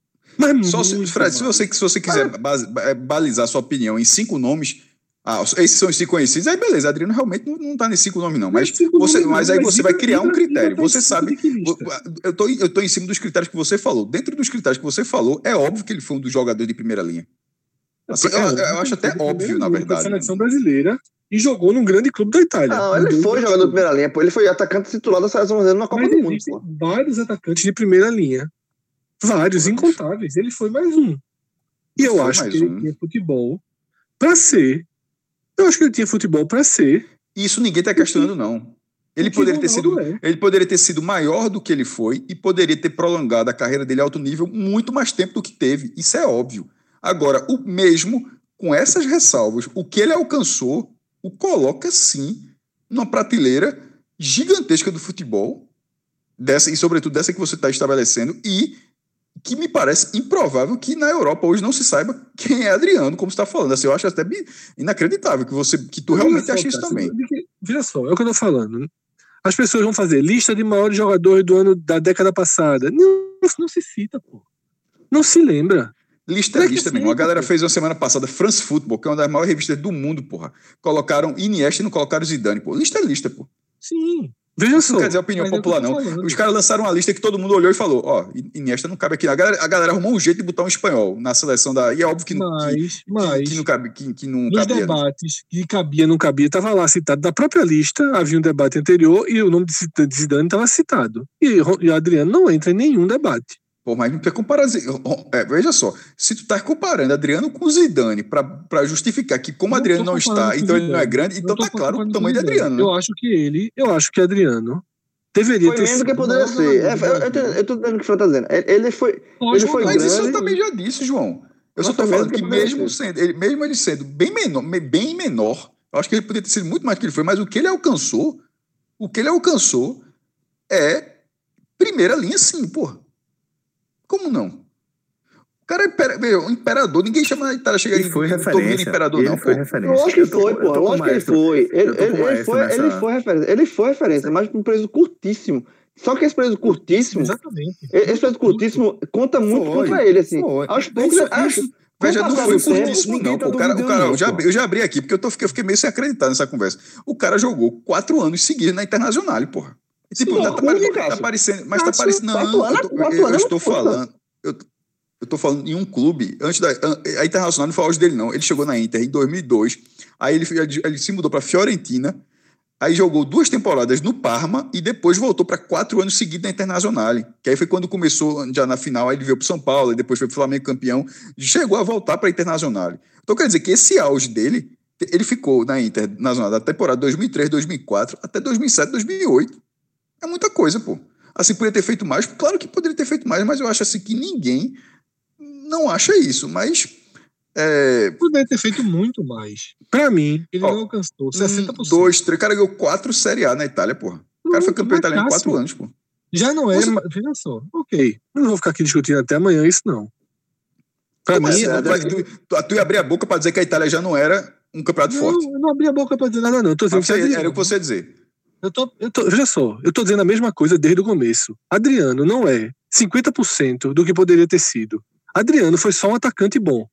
Mas Só se, Fred, se você, se você quiser base, balizar sua opinião em cinco nomes, ah, esses são os cinco conhecidos, aí beleza, Adriano realmente não, não tá nesses cinco nomes não, mas, você, mas aí você vai criar um critério, você sabe, eu tô, eu tô em cima dos critérios que você falou, dentro dos critérios que você falou, é óbvio que ele foi um dos jogadores de primeira linha. Assim, eu, eu acho até óbvio, na verdade. Da seleção brasileira e jogou num grande clube da Itália. Não, ele foi jogador de primeira linha, pô. Ele foi atacante titular da seleção brasileira na Copa mas do Mundo. Existem vários atacantes de primeira linha. Vários, pô, incontáveis. Ele foi mais um. E eu acho que um. ele tinha futebol pra ser. Eu acho que ele tinha futebol pra ser. Isso ninguém tá questionando, não. Ele poderia, ter sido, é. ele poderia ter sido maior do que ele foi e poderia ter prolongado a carreira dele a alto nível muito mais tempo do que teve. Isso é óbvio. Agora, o mesmo, com essas ressalvas, o que ele alcançou, o coloca, sim, numa prateleira gigantesca do futebol, dessa, e sobretudo dessa que você está estabelecendo, e que me parece improvável que na Europa hoje não se saiba quem é Adriano, como você está falando. Assim, eu acho até inacreditável que, você, que tu realmente acha isso também. Veja só, é o que eu estou falando. As pessoas vão fazer lista de maiores jogadores do ano da década passada. Não, não se cita, pô. Não se lembra. Lista é lista, meu irmão. A galera fez uma semana passada France Football, que é uma das maiores revistas do mundo, porra. Colocaram Iniesta e não colocaram Zidane, pô. Lista é lista, pô. Sim. Veja só. Não quer dizer opinião popular, não. Falando. Os caras lançaram uma lista que todo mundo olhou e falou, ó, oh, Iniesta não cabe aqui. A galera, a galera arrumou um jeito de botar um espanhol na seleção da... E é óbvio que, mas, que, mas, que, que não cabe, que, que não nos cabia. Nos debates que cabia, não cabia, estava lá citado. Da própria lista, havia um debate anterior e o nome de Zidane estava citado. E, e Adriano não entra em nenhum debate. Pô, mas não tem comparação. É, veja só, se tu tá comparando Adriano com Zidane para justificar que como Adriano não está, então ele não é grande, então tá claro o tamanho de Adriano. Né? Eu acho que ele, eu acho que Adriano deveria foi ter menos do que poderia ser. É, eu, eu, eu tô dizendo o que o Fran tá dizendo. Ele foi, Pode, ele foi mas grande. Isso eu também já disse, João. Eu só tô falando que, que mesmo, sendo, ele, mesmo ele sendo bem menor, bem menor, eu acho que ele poderia ter sido muito mais do que ele foi, mas o que ele alcançou, o que ele alcançou é primeira linha, sim, porra. Como não? O cara é um imperador, ninguém chama a Itália chega ele foi referência. Imperador, ele não, foi pô. referência. Eu acho que foi, pô. Eu acho que ele foi. Ele, ele, ele, foi nessa... ele foi referência. Ele foi referência, mas por um período curtíssimo. Só que esse período curtíssimo. Exatamente. Esse período curtíssimo conta muito foi, contra ele, assim. Foi. Aos poucos. Acho, Veja, não foi curtíssimo, não. Pô. O cara, o cara, eu, já, eu já abri aqui, porque eu, tô, eu fiquei meio sem acreditar nessa conversa. O cara jogou quatro anos seguidos na Internacional, porra. E, tipo, Sim, tá, tá, tá aparecendo. Mas tá aparecendo. Não, eu, tô, eu, eu estou falando. Eu, Eu tô falando em um clube, antes da a Internacional não foi auge dele não, ele chegou na Inter em dois mil e dois, aí ele, ele se mudou para Fiorentina, aí jogou duas temporadas no Parma e depois voltou para quatro anos seguidos na Internacional, que aí foi quando começou já na final, aí ele veio pro São Paulo, e depois foi pro Flamengo campeão, chegou a voltar para a Internacional. Então quer dizer que esse auge dele, ele ficou na Internacional da temporada dois mil e três, dois mil e quatro até dois mil e sete, dois mil e oito. É muita coisa, pô. Assim, poderia ter feito mais, claro que poderia ter feito mais, mas eu acho assim que ninguém não acha isso, mas... É... Poderia ter feito muito mais. Pra mim, ele oh, não alcançou sessenta por cento. Um, dois, três, o cara ganhou quatro Série A na Itália, porra. O cara foi campeão italiano em quatro anos, pô. Já não é, Você... mas, veja só, ok. Eu não vou ficar aqui discutindo até amanhã isso, não. Pra Como mim... É, é, tu, tu, tu ia abrir a boca pra dizer que a Itália já não era um campeonato não, forte. Eu não abri a boca pra dizer nada, não. Eu tô dizendo você, que era o que você ia dizer. Eu tô, eu tô, veja só, eu tô dizendo a mesma coisa desde o começo. Adriano não é cinquenta por cento do que poderia ter sido. Adriano foi só um atacante bom.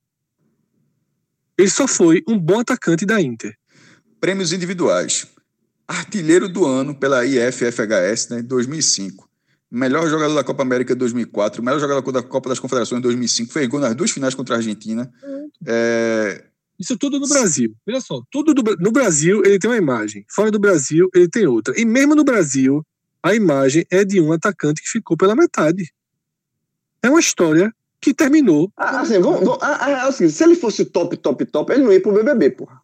Ele só foi um bom atacante da Inter. Prêmios individuais. Artilheiro do ano pela I F F H S, né, em dois mil e cinco. Melhor jogador da Copa América em dois mil e quatro. Melhor jogador da Copa das Confederações em dois mil e cinco. Fez gol nas duas finais contra a Argentina. É... Isso tudo no Brasil. Olha só, tudo do, no Brasil ele tem uma imagem. Fora do Brasil ele tem outra. E mesmo no Brasil, a imagem é de um atacante que ficou pela metade. É uma história que terminou. Ah, assim, vamos, vamos, ah, assim, se ele fosse top, top, top, ele não ia pro B B B, porra.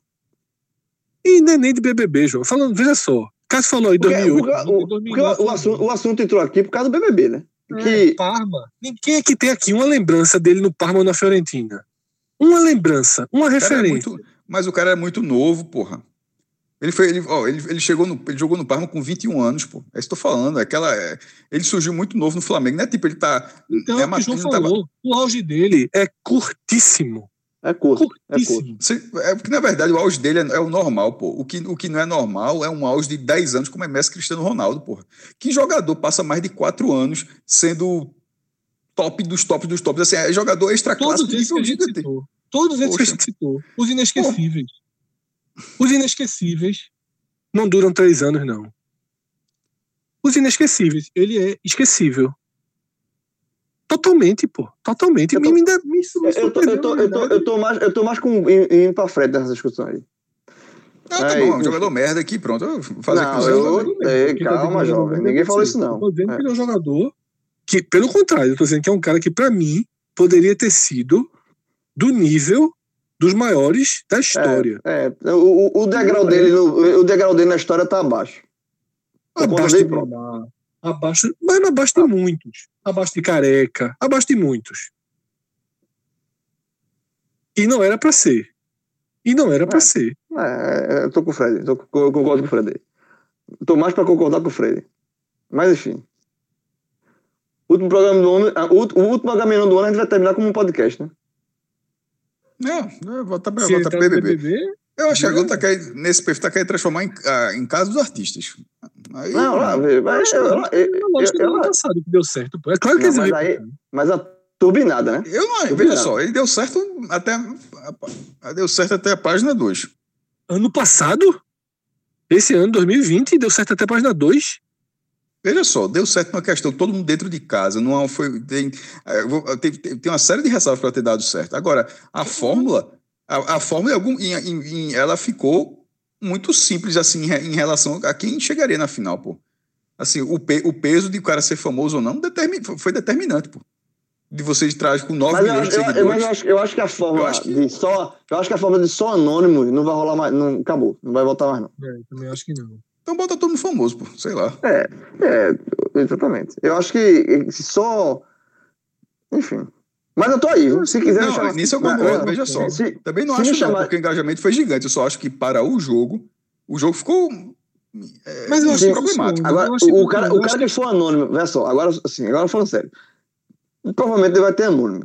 E não é nem de B B B, João. Falando, veja só. Cássio falou em dois mil e oito. Porque, o, dois mil e oito, porque o, assunto, o assunto entrou aqui por causa do B B B, né? É, que... Parma. Ninguém é que tem aqui uma lembrança dele no Parma ou na Fiorentina. Uma lembrança, uma referência. É muito, mas o cara é muito novo, porra. Ele, foi, ele, ó, ele, ele, chegou no, ele jogou no Parma com vinte e um anos, pô. É isso que eu tô falando. É aquela, é, ele surgiu muito novo no Flamengo. Não é tipo, ele tá... Então, é o que o João falou, tá... o auge dele é curtíssimo. É curto. É, curto. é porque, na verdade, o auge dele é, é o normal, pô. O que, o que não é normal é um auge de dez anos como é Messi Cristiano Ronaldo, porra. Que jogador passa mais de quatro anos sendo top dos tops dos tops? Assim, é jogador extra classe. Todos esses que a gente citou. Todos esses que a gente citou. Os inesquecíveis. Pô. Os inesquecíveis não duram três anos, não. Os inesquecíveis, ele é esquecível. Totalmente, pô. Totalmente. Eu tô, me, me, me, me eu, tô, eu, tô, eu, tô, eu, tô mais, eu tô mais com indo pra frente nessa discussão aí. Ah, tá aí, bom, um jogador merda aqui, pronto. Eu vou fazer não, eu, eu, calma, jovem. Ninguém falou isso, não. Eu tô dizendo é. que ele é um jogador que, pelo contrário, eu tô dizendo que é um cara que, pra mim, poderia ter sido do nível dos maiores da história. É, é. O, o, degrau dele, o degrau dele na história tá abaixo. Abaixo de Neymar. Abaixo, mas abaixo de muitos. Abaixo de Careca. Abaixo de muitos. E não era pra ser. E não era é. pra ser. É, eu tô com o Fred. Tô, eu concordo com o Fred. Tô mais pra concordar com o Fred. Mas enfim. O último programa do ano, o último Agamenon do ano a gente vai terminar como um podcast, né? Não, eu vou estar tá, tá B B B. Eu acho que agora tá querendo, nesse perfil tá querendo transformar em, ah, em casa dos artistas. Aí, não, lá, mas eu, eu, eu, eu, eu, eu, ano passado que deu certo. Pô. É claro que não, mas, aí, mas a turbinada, né? Eu não, veja só, ele deu certo até deu certo até a página dois. Ano passado? Esse ano, dois mil e vinte, deu certo até a página dois? Veja só, deu certo uma questão, todo mundo dentro de casa, não foi, tem, tem, tem uma série de ressalvas para ter dado certo. Agora, a fórmula, a, a fórmula em, em, em, ela ficou muito simples assim em relação a quem chegaria na final, pô. Assim, o, pe, o peso de o cara ser famoso ou não determin, foi determinante, pô. De você de trás com nove milhões de seguidores. Eu, mas eu acho, eu acho que a fórmula acho que... de só, eu acho que a fórmula de só anônimo não vai rolar mais, não acabou, não vai voltar mais não. É, também acho que não. Então bota todo mundo famoso, pô, sei lá. É, é, exatamente. Eu acho que só, enfim. Mas eu tô aí, viu? Se quiser não, me chamar... Nisso eu concordo, não, veja só. Se, Também não acho chamar... não, porque o engajamento foi gigante. Eu só acho que para o jogo, o jogo ficou é, mas eu acho problemático. Agora, eu o, que, o cara, eu o cara que for anônimo, veja só, agora, assim, agora falando sério, provavelmente ele vai ter anônimos.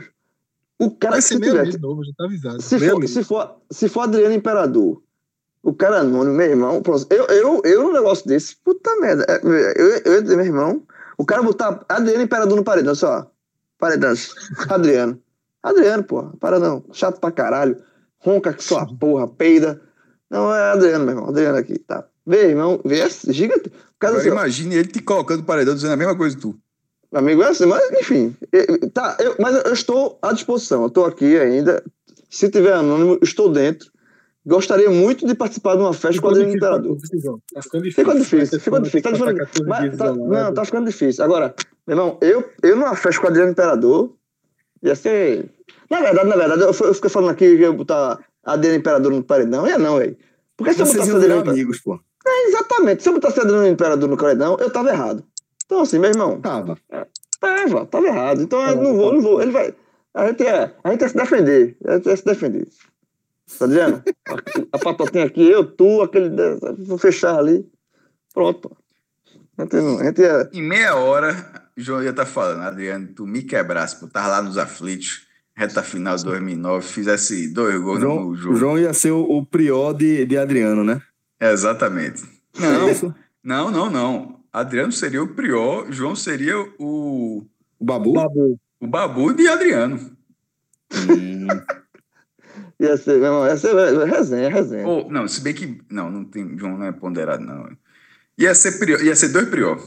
O cara vai que ser se meio tiver... novo, já tá avisado. Se for, se, for, se for Adriano Imperador, o cara anônimo, meu irmão, eu, eu, eu num negócio desse, puta merda, eu, eu ia dizer, meu irmão, o cara botar Adriano Imperador no paredão, só, paredão, Adriano, Adriano, porra, paredão, chato pra caralho, ronca que sua porra, peida, não, é Adriano, meu irmão, Adriano aqui, tá, vê, irmão, vê, é gigante. Agora assim, imagine ele te colocando no paredão dizendo a mesma coisa que tu. Amigo, é assim, mas enfim, eu, tá, eu, mas eu estou à disposição, eu estou aqui ainda, se tiver anônimo, estou dentro. Gostaria muito de participar de uma festa com o Adriano Imperador. Tá ficando difícil. Ficou difícil, ficou difícil. Tá difícil. Mas, tá, não, tá ficando difícil. Agora, meu irmão, eu, eu numa festa com o Adriano Imperador ia ser... Na verdade, na verdade, eu, eu fiquei falando aqui que eu ia botar Adriano Imperador no paredão. Ia não, velho. Porque se eu botasse Adriano amigos, pô. É, exatamente. Se eu botasse Adriano Imperador no paredão, eu tava errado. Então, assim, meu irmão... Tava. É, tava, tava errado. Então, eu não vou, não vou. Ele vai... A gente ia, a gente ia se defender. A gente ia se defender. Tá dizendo? A, a patotinha aqui, eu, tu, aquele. Vou fechar ali. Pronto, pô. A gente, a gente ia... Em meia hora, o João ia estar tá falando, Adriano, tu me quebrasse, pô. Tava lá nos aflitos, reta final de dois mil e nove, fizesse dois gols João, no jogo. O João ia ser o, o prior de, de Adriano, né? É, exatamente. Não, é não, não, não. Adriano seria o prior, João seria o. O Babu? Babu. O Babu de Adriano. Hum. Ia ser, meu irmão, ia ser resenha, resenha. Ou, não, se bem que. Não, não tem. João não é ponderado, não. Ia ser, prior, ia ser dois prior.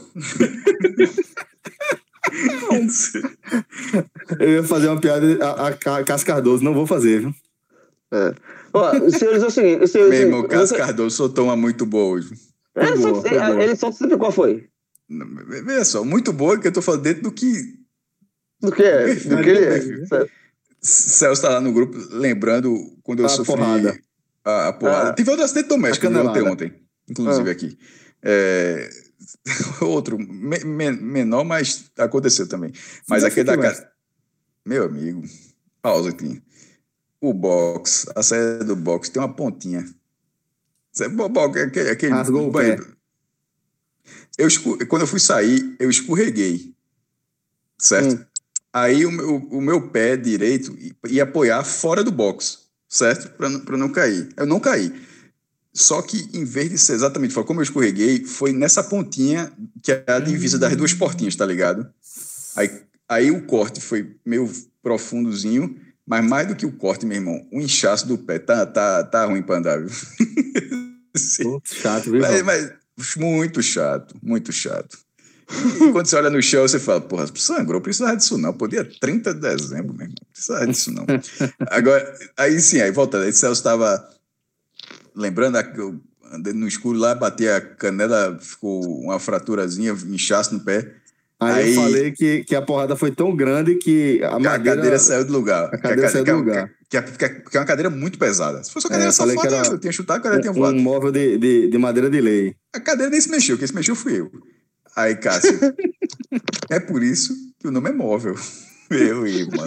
Eu ia fazer uma piada a, a, a Cássio Cardoso, não vou fazer, viu? É. Ó, o senhor diz o seguinte: o senhor, meu irmão, Cássio Cardoso soltou uma muito boa hoje. Ele, boa, solta, ele, ele solta sempre qual foi? Veja só, muito boa, que eu tô falando dentro do que. Do que é? Do que é? Celso tá lá no grupo, lembrando quando eu a sofri porrada. A, a porrada. Ah, tive outro acidente doméstico ontem, ontem, inclusive ah. aqui. É... Outro, me, me, menor, mas aconteceu também. Mas aquele da casa. Meu amigo, pausa aqui. O box, a saída do box tem uma pontinha. Aquele, aquele Rasgou banheiro. O pé. Eu escu... Quando eu fui sair, eu escorreguei. Certo? Hum. Aí o meu, o meu pé direito ia apoiar fora do box. certo? Para não, não cair. Eu não caí. Só que, em vez de ser exatamente foi como eu escorreguei, foi nessa pontinha que é a divisa das duas portinhas, tá ligado? Aí, aí o corte foi meio profundozinho, mas mais do que o corte, meu irmão, o inchaço do pé tá, tá, tá ruim pra andar, viu? Putz, chato, viu? Mas, mas muito chato, muito chato. E quando você olha no chão, você fala, porra, sangrou, precisava disso não. Podia trinta de dezembro, meu irmão. Precisava disso não. Agora, aí sim, aí voltando. Aí Celso estava lembrando que eu andei no escuro lá, bati a canela, ficou uma fraturazinha, inchaço no pé. Aí, aí eu falei que, que a porrada foi tão grande que a, madeira, a cadeira saiu do lugar. A cadeira a, saiu do lugar. Que é, que, é, que é uma cadeira muito pesada. Se fosse uma cadeira é, só foda, eu, eu tinha chutado, a cadeira um, tinha voado. Um móvel de, de, de madeira de lei. A cadeira nem se mexeu, quem se mexeu fui eu. Aí, Cássio, é por isso que o nome é móvel. Meu irmão.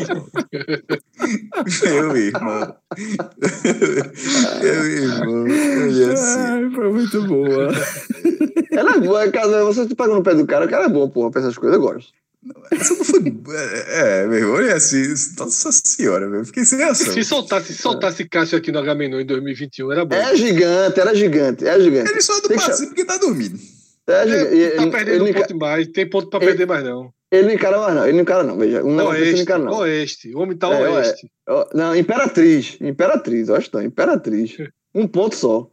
Meu irmão. Meu irmão. Assim. Ai, foi muito boa. Ela é boa, cara. Você te pega no pé do cara, o cara é bom, porra, pra essas coisas, eu gosto. Essa não foi. É, meu irmão, é assim. Nossa senhora, eu fiquei sem ação. Se soltasse, se soltasse Cássio aqui no Agamenon em dois mil e vinte e um, era bom. É gigante, era gigante, é gigante. Ele só não passa porque tá dormindo. É, é, tá perdendo um ponto demais, tem ponto pra ele, perder mais não. Ele não encara mais não, ele não encara não, veja. Um oeste, não encara, não. Oeste, o homem tá é, oeste. É, não, Imperatriz, Imperatriz, eu acho que não, Imperatriz. Um ponto só.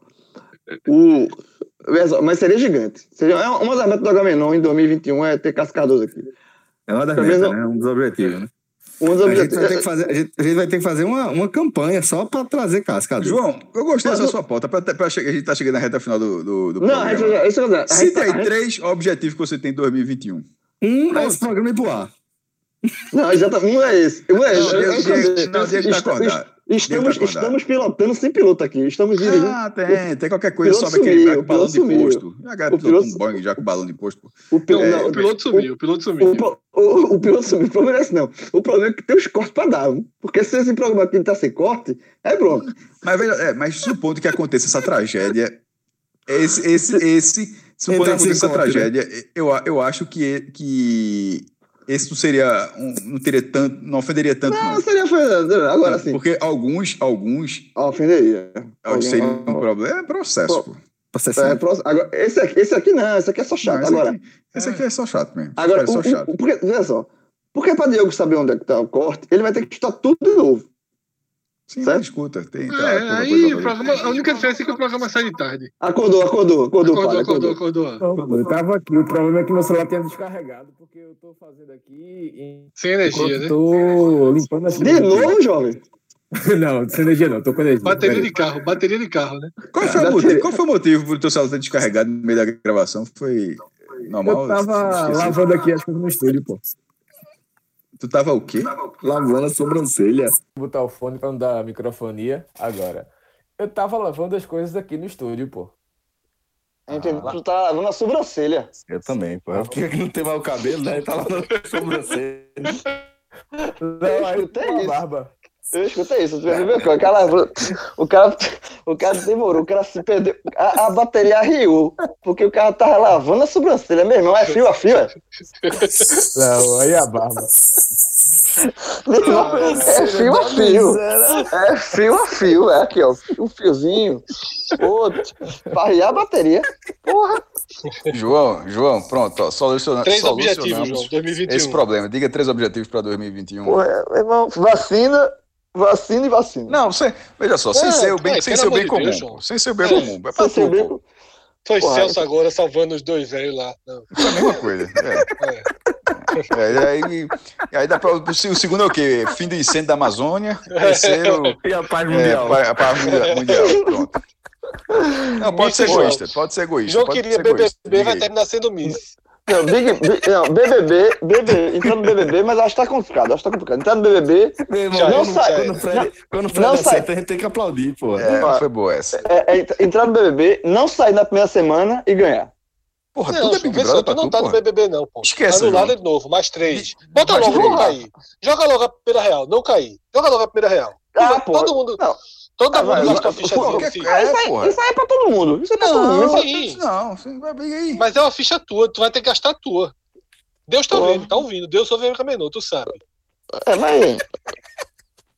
O, mas seria gigante. Seria, uma das metas do Agamenon em dois mil e vinte e um é ter Cássio Cardoso aqui. É uma das metas, né? Um dos objetivos, né? Um dos objetivos. A gente vai ter que fazer, a gente, a gente vai ter que fazer uma, uma campanha só para trazer Cássio Cardoso. João, eu gostei dessa sua pauta. Pra, pra chegar, a gente tá chegando na reta final do, do, do não, programa. Não, a gente, isso é Cita aí três objetivos que você tem em dois mil e vinte e um. Um é esse programa ir pro ar. Não, exatamente. Um é esse. Um é esse. Não, Deus, Deus, não, deixa eu acordar. Estamos, estamos pilotando sem piloto aqui. Estamos dirigindo. Ah, tem. Tem qualquer coisa. Sobe aquele com balão de posto. O piloto um Boeing já com balão de posto. O, pil... não, o piloto sumiu. O piloto sumiu. O, o, o piloto sumiu. O problema é esse, não. O problema é que tem os cortes para dar. Porque se esse programa aqui tá sem corte, é bronca. Mas, veja, é, mas supondo que aconteça essa tragédia, esse, esse, esse, supondo que aconteça essa tragédia, né? eu, eu acho que, que esse não seria, um, não teria tanto, não ofenderia tanto. Não, não. seria ofendido. Agora sim. Porque alguns, alguns. Ofenderia. Seria um problema, é processo, pô. Processo. É, agora, esse, aqui, esse aqui não, esse aqui é só chato. Não, esse, agora, aqui, esse aqui é só chato mesmo. Agora, é só o, chato. O, porque, veja só, porque para Diego saber onde é que tá o corte, ele vai ter que escutar tudo de novo. Sim, certo? Escuta. Tem, tá, é, aí o programa, a única diferença é que o programa sai de tarde. Acordou, acordou, acordou. Acordou, pai, acordou, acordou. acordou. Não, eu tava aqui, o problema é que meu celular tinha descarregado, porque eu tô fazendo aqui... Em... Sem energia, né? Tô limpando a De novo, jovem? Não, sem energia não, tô com energia. Bateria de carro, bateria de carro, né? Qual foi, o motivo, qual foi o motivo pro teu celular ter descarregado no meio da gravação? Foi normal? Eu tava lavando aqui as coisas no estúdio, pô. Tu tava o quê? Lavando a sobrancelha. Vou botar o fone pra não dar microfonia agora. Eu tava lavando as coisas aqui no estúdio, pô. Entendi. Ah, tu tá lavando a sobrancelha. Eu também, pô. Porque não tem mais o cabelo, né? Tá lavando a sobrancelha. Não, aí tem barba. Eu escutei isso, o cara, o cara, o cara demorou, o cara se perdeu, a, a bateria riu, porque o cara tava lavando a sobrancelha, meu irmão, é fio a fio, é? Não, aí a barba. Meu irmão, é fio a fio, é fio a fio, é aqui, ó, um fiozinho, outro, pra riar a bateria, porra. João, João, pronto, ó, soluciona, três objetivos, João, dois mil e vinte e um. Esse problema, diga três objetivos para dois mil e vinte e um. Porra, meu irmão, vacina... Vacina e vacina. Não, você, veja só, sem é, ser o bem, é, sem ser o bem comum. Deus, sem ser o bem é, comum. É pra ser tu, bem... pô. Foi Porra, Celso agora salvando os dois velhos lá. Não. É a mesma coisa. É. É. É, aí, aí dá pra, o segundo é o quê? Fim do incêndio da Amazônia. Terceiro. E a paz mundial. É, a paz mundial. Pronto. Não, pode ser egoísta. Pode ser egoísta. João pode queria B B B, vai terminar sendo Miss. Não, Big, Big, não, B B B, B B B, entrando no B B B, mas acho que tá complicado, acho que tá complicado. Entrando no B B B, Meu irmão, já não quando, sai. Quando o Fred, quando o Fred não aceita, sai. A gente tem que aplaudir, pô. É, não foi boa essa. É, é, entrar no B B B, não sair na primeira semana e ganhar. Porra, não, tudo é Big Brother pra tu não tu, tá porra. no B B B não, pô. Esquece, anulada de novo, mais três. Bota mais logo, três. não cair. Joga logo a primeira real, não cair. Joga logo a primeira real. Ah, pô. Todo mundo... Não. Todo Ah, mundo vai, gosta da vai, ficha pô, tua, que- filho. é, isso, aí, porra. isso aí é pra todo mundo. Isso é pra Não, todo mundo. sim. Não, você vai brigar aí. Mas é uma ficha tua, tu vai ter que gastar a tua. Deus tá Pô. vendo, tá ouvindo. Deus ouve o Agamenon, tu sabe. É, mas...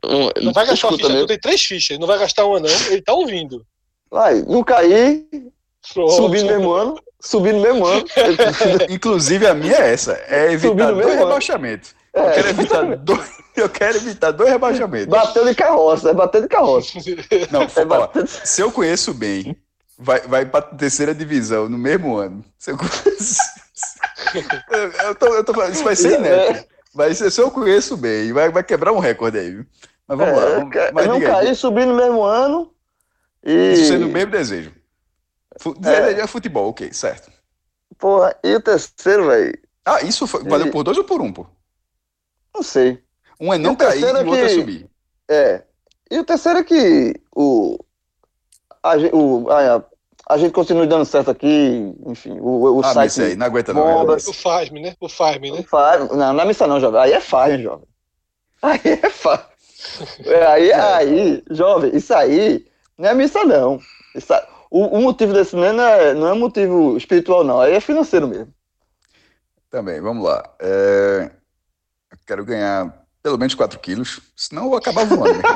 Um, não vai gastar uma ficha, tem três fichas, não vai gastar uma não, ele tá ouvindo. Vai, não cair, subir no mesmo ano, subir no mesmo ano. Inclusive a minha é essa, é evitar dois rebaixamentos. É. Eu, quero evitar dois, eu quero evitar dois rebaixamentos. Bateu de carroça, é bater de carroça. Não, é bater... ó, se eu conheço bem, vai, vai pra terceira divisão no mesmo ano. Se eu conheço... eu, eu, tô, eu tô falando, isso vai ser inédito. Vai ser, se eu conheço bem, vai, vai quebrar um recorde aí, viu? Mas vamos é, lá. Vamos, mas não cair, subir no mesmo ano e... Isso sendo o mesmo desejo. Desejo é. é futebol, ok, certo. Porra, e o terceiro, velho? Ah, isso foi, valeu e... por dois ou por um, pô? Não sei. Um é não cair e o outro que... é subir. É. E o terceiro é que o... A, o, a, a gente continua dando certo aqui, enfim, o, o ah, site... Aí, não aguenta não. Bomba. O Farm, né? O Farm, né? O Farm. Não, não é missa não, jovem. Aí é Farm, jovem. Aí é Farm. Aí, é. aí, jovem, isso aí não é missa não. Isso, o, o motivo desse não é, não é motivo espiritual não, aí é financeiro mesmo. Também, vamos lá. É... Eu quero ganhar pelo menos quatro quilos, senão eu vou acabar voando. Né?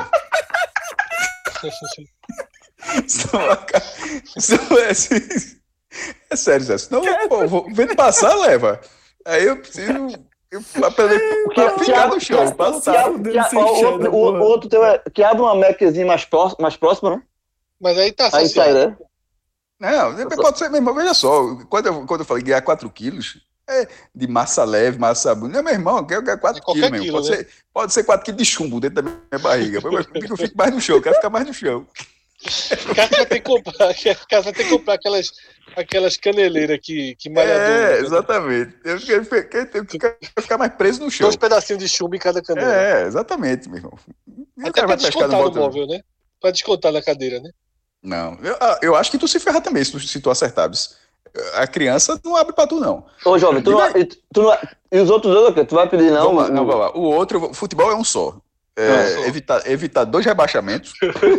senão eu acabo... senão é, assim... é sério, Zé. Senão eu pô, vou... vendo passar, leva. Aí eu preciso... Eu, pra, pra, pra ficar no chão, pra lutar. O outro teu é que abre uma Maczinha mais, próxima, mais próxima, né? Mas aí tá aí sai, né? Não, pode ser mesmo. Veja só, quando eu, quando eu falei ganhar quatro quilos, é de massa leve, massa bonita. Meu irmão, eu quero ganhar quatro é quilos mesmo. Quilo, pode, né? ser, pode ser quatro quilos de chumbo dentro da minha barriga. Eu fico mais no chão, eu quero ficar mais no chão. O cara vai ter que comprar, o cara vai ter que comprar aquelas, aquelas caneleiras que, que malhador. É, exatamente. Eu quero, quero, quero ficar mais preso no chão. Dois pedacinhos de chumbo em cada caneleira. É, exatamente, meu irmão. E até pra descontar no, no móvel, né? Pra descontar na cadeira, né? Não, eu, eu acho que tu se ferra também se tu, se tu acertares. A criança não abre pra tu, não. Ô, jovem, tu, não, tu, tu não, e os outros dois o quê? Tu vai pedir não? Vamos lá, não, vamos lá. O outro, futebol é um só. É, não, evitar, evitar dois rebaixamentos.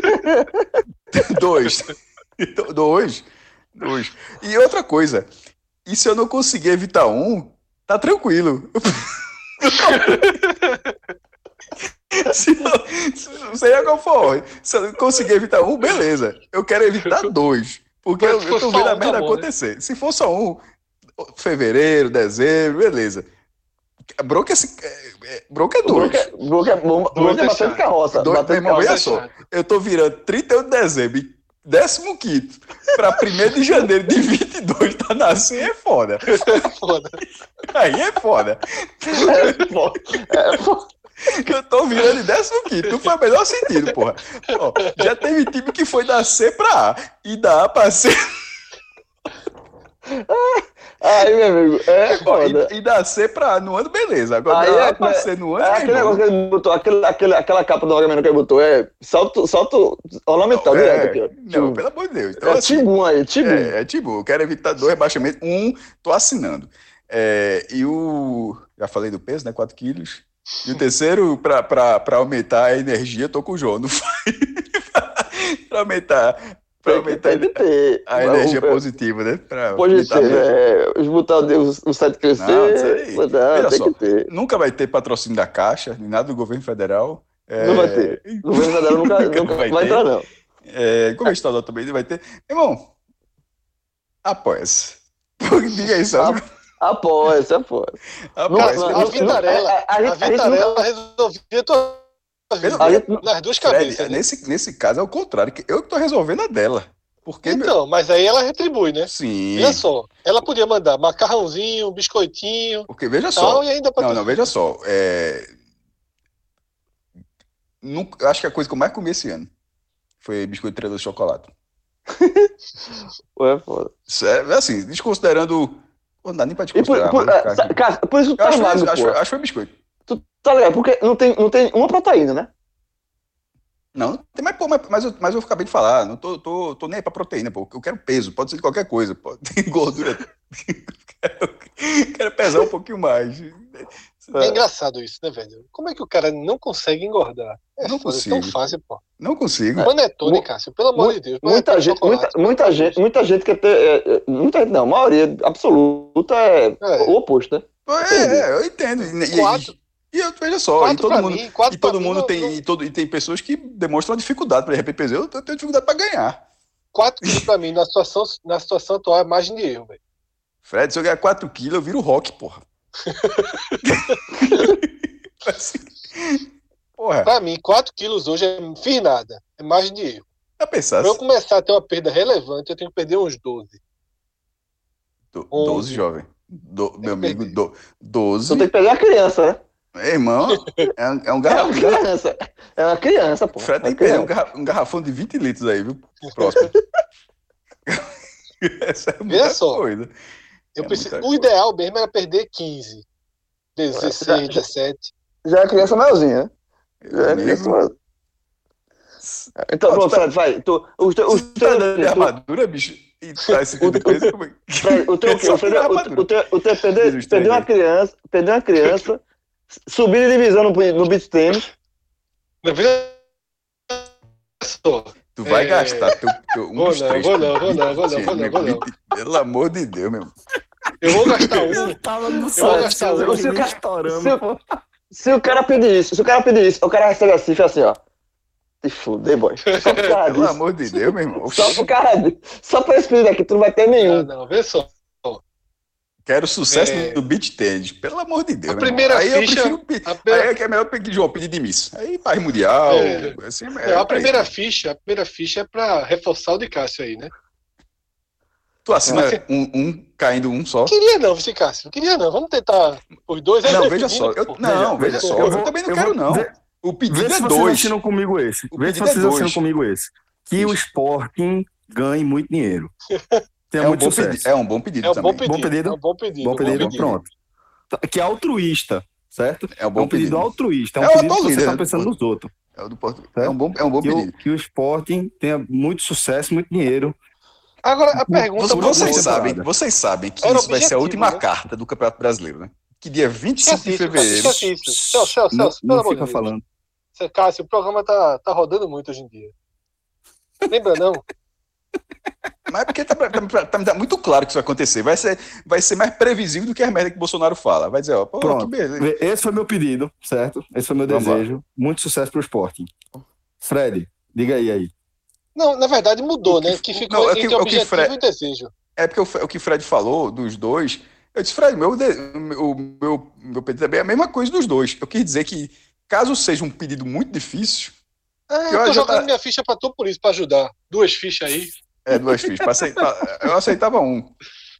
dois. dois. Dois. E outra coisa, e se eu não conseguir evitar um, tá tranquilo. Se não, seja qual for, se eu não conseguir evitar um, beleza. Eu quero evitar dois. Porque eu, eu tô vendo a merda acontecer. Né? Se for só um, fevereiro, dezembro, beleza. Bronca é, bronca é dois. Bronca é bomba. Bronca é batendo carroça. Dois, batendo meu irmão, olha só. Eu tô virando trinta e um de dezembro e décimo quinto pra primeiro de janeiro de vinte e dois tá nascendo, é foda. É foda. Aí é foda. É foda. É foda. Eu tô virando em décimo quinto, não faz o menor sentido, porra. Ó, já teve time que foi da C pra A e da A pra C. Aí, meu amigo, é foda. E, e da C pra A no ano, beleza. Agora aí da A é, pra C no ano. É aquele negócio que ele botou, aquele, aquele, aquela capa do Agamenon que ele botou, é salto, salto ornamental não, direto é, aqui, ó. Não, Tibum. pelo amor de Deus. Então, é assim, Tibum aí, Tibum. É, é Tibum. Eu quero evitar dois rebaixamentos. Um, tô assinando. É, e o. Já falei do peso, né? quatro quilos. E o terceiro, pra, pra, pra aumentar a energia, tô com o João. Não foi? pra aumentar. Pra aumentar tem que ter. A energia o, positiva, né? Pra positiva, é. Os botar o, o site crescer. Não, isso aí. Botar, tem só, que ter. Nunca vai ter patrocínio da Caixa, nem nada do governo federal. É... Não vai ter. O governo federal nunca, nunca, nunca vai, vai entrar, não. É, governo estadual também não vai ter. Irmão, apoia-se. Diga aí, só. Apoia-se, apoia-se. Apoia-se. A Vitarella, a, a, a Vitarella nunca... resolvia tua vida gente... nas duas cabeças. Fred, né? nesse, nesse caso é o contrário, que eu que tô resolvendo a dela. Porque então, meu... mas aí ela retribui, né? Sim. Olha só, ela podia mandar macarrãozinho, biscoitinho. Porque veja tal, só. E ainda não, não, veja só. É... Nunca... Acho que a coisa que eu mais comi esse ano foi biscoito de três de chocolate. Ué, foda. Sério, assim, desconsiderando. Não dá nem pra desconsiderar. Por, por, é, sa, cara, por isso que tu tá acho, magro, acho, pô. acho que foi biscoito. Tu tá ligado? Porque não tem, não tem uma proteína, né? Não, tem mais, pô, mas, mas, eu, mas eu acabei de falar, não tô, tô, tô nem aí pra proteína, pô. Eu quero peso, pode ser de qualquer coisa, pode ter gordura. quero, quero pesar um pouquinho mais. É engraçado isso, né, velho? Como é que o cara não consegue engordar? É não consigo. É tão fácil, pô. Não consigo. Panetone, Cássio, pelo amor de Deus. Muita gente, muita, muita gente, muita gente quer ter. É, muita gente, não, a maioria absoluta é, é. o oposto, né? É, é, eu entendo. E, quatro, E eu, veja só, Quatro e todo pra mundo, mim, quatro e todo pra mim mundo não- tem, não- E, todo, e tem pessoas que demonstram uma dificuldade para R P P Z. Eu, eu tenho dificuldade para ganhar. quatro quilos pra mim, na situação, na situação atual, é margem de erro, velho. Fred, se eu ganhar quatro quilos, eu viro rock, porra. Assim, porra, Pra mim, quatro quilos hoje é fiz nada. É margem de erro. já pensasse. Pra eu começar a ter uma perda relevante, eu tenho que perder uns doze. Do- onze. doze, jovem. Do- meu amigo, perdi. do, doze. Tu tem que pegar a criança, né? Meu irmão, é um, é um É uma garrafão. criança. É uma criança, pô. Fred É tem uma que perder um, criança. garra- um garrafão de vinte litros aí, viu? Próximo. Essa é muita Vê só. coisa. Eu É preciso, muita o coisa. ideal mesmo era perder quinze, dezesseis, dezessete. Já é criança maiorzinha, né? Já é Amigo, criança maiorzinha. Então, Ó, pronto, tu tá- Fred, vai. Tu, os teus. Os Tu tá teus- dando de tu- armadura, bicho? E tá esse tipo de O- coisa? Como é? Fred, o teu É só o Fred- tirar a o- armadura. o teu- o teu perdeu, Diz os perdeu uma três criança, perdeu uma criança, subir de divisão no, no beach tênis. Na vida só. Tu vai É. gastar teu, teu, um Vou dos não, três. vou não, vou não, vou não, vou não, vou não. Pelo amor de Deus, meu irmão. Eu vou gastar um. Tava no Eu vou gastar um. Se o cara- estourando. se o- Se o cara pedir isso, se o cara pedir isso, o cara recebe a cifra assim, ó. Te fuder, boy. Só por causa Pelo disso. amor de Deus, meu irmão. Só por causa disso. Só por esse pedido aqui, tu não vai ter Ah, nenhum. não, vê só. Quero sucesso É. do beach tennis. Pelo amor de Deus, A meu irmão. primeira Aí eu ficha- prefiro pe- a primeira- Aí é que é melhor pedir João pedir de miss. Aí paz mundial. É. Assim, É, é a pra primeira isso. ficha, a primeira ficha é pra reforçar o de Cássio aí, né? Tu assina Mas- um, um caindo um só. Queria não, vice Cássio. Não queria não. Vamos tentar os dois. aí Não, vai veja definindo, só. Eu, pô. não, veja veja, só. eu Eu, vou- também não eu quero, vou- não. vê- O Vê pedido se é vocês dois. assinam comigo esse. O Vê se pedido é vocês assinam dois. comigo esse. Que o Isso. Sporting ganhe muito dinheiro. Tenha É um, muito bom sucesso. pedido, é um bom pedido É um também. bom pedido. Bom pedido? É um bom pedido. Bom um pedido, pedido. pronto. Tá, que é altruísta, certo? É um É bom um pedido, pedido. altruísta. É um É o pedido que atual você líder, está né, pensando do nos outros. É, o do Porto. é, um bom, é um bom Que o, pedido. que o Sporting tenha muito sucesso, muito dinheiro. Agora, a pergunta... Por- Vocês boa sabem, temporada. vocês sabem que Era isso vai ser a objetivo, última né? carta do Campeonato Brasileiro, né? Que dia vinte e cinco de Esquece isso, fevereiro. Cássio, esquece isso. Celso, Celso, Não, Celso, pelo não amor de fica Deus. falando. Celso, Cássio, o programa tá, tá rodando muito hoje em dia. Lembra não? Mas é porque tá, tá- tá- tá muito claro que isso vai acontecer. Vai ser, vai ser mais previsível do que a merda que o Bolsonaro fala. Vai dizer, ó, pô, Pronto. que beleza. Vê, esse foi meu pedido, certo? Esse foi meu Vamos desejo. Muito sucesso pro Sporting. Fred, diga aí aí. Não, na verdade mudou, O que- né? Que ficou não, é que- entre é o o que objetivo Fred- e o desejo. É porque o, o que o Fred falou dos dois. Eu disse, Fred, meu, de- o meu, meu pedido também é a mesma coisa dos dois. Eu quis dizer que, caso seja um pedido muito difícil, Ah, Que eu tô hoje jogando tá- minha ficha pra tu por isso, pra ajudar. Duas fichas aí. é duas fichas. pra aceitar- eu aceitava um.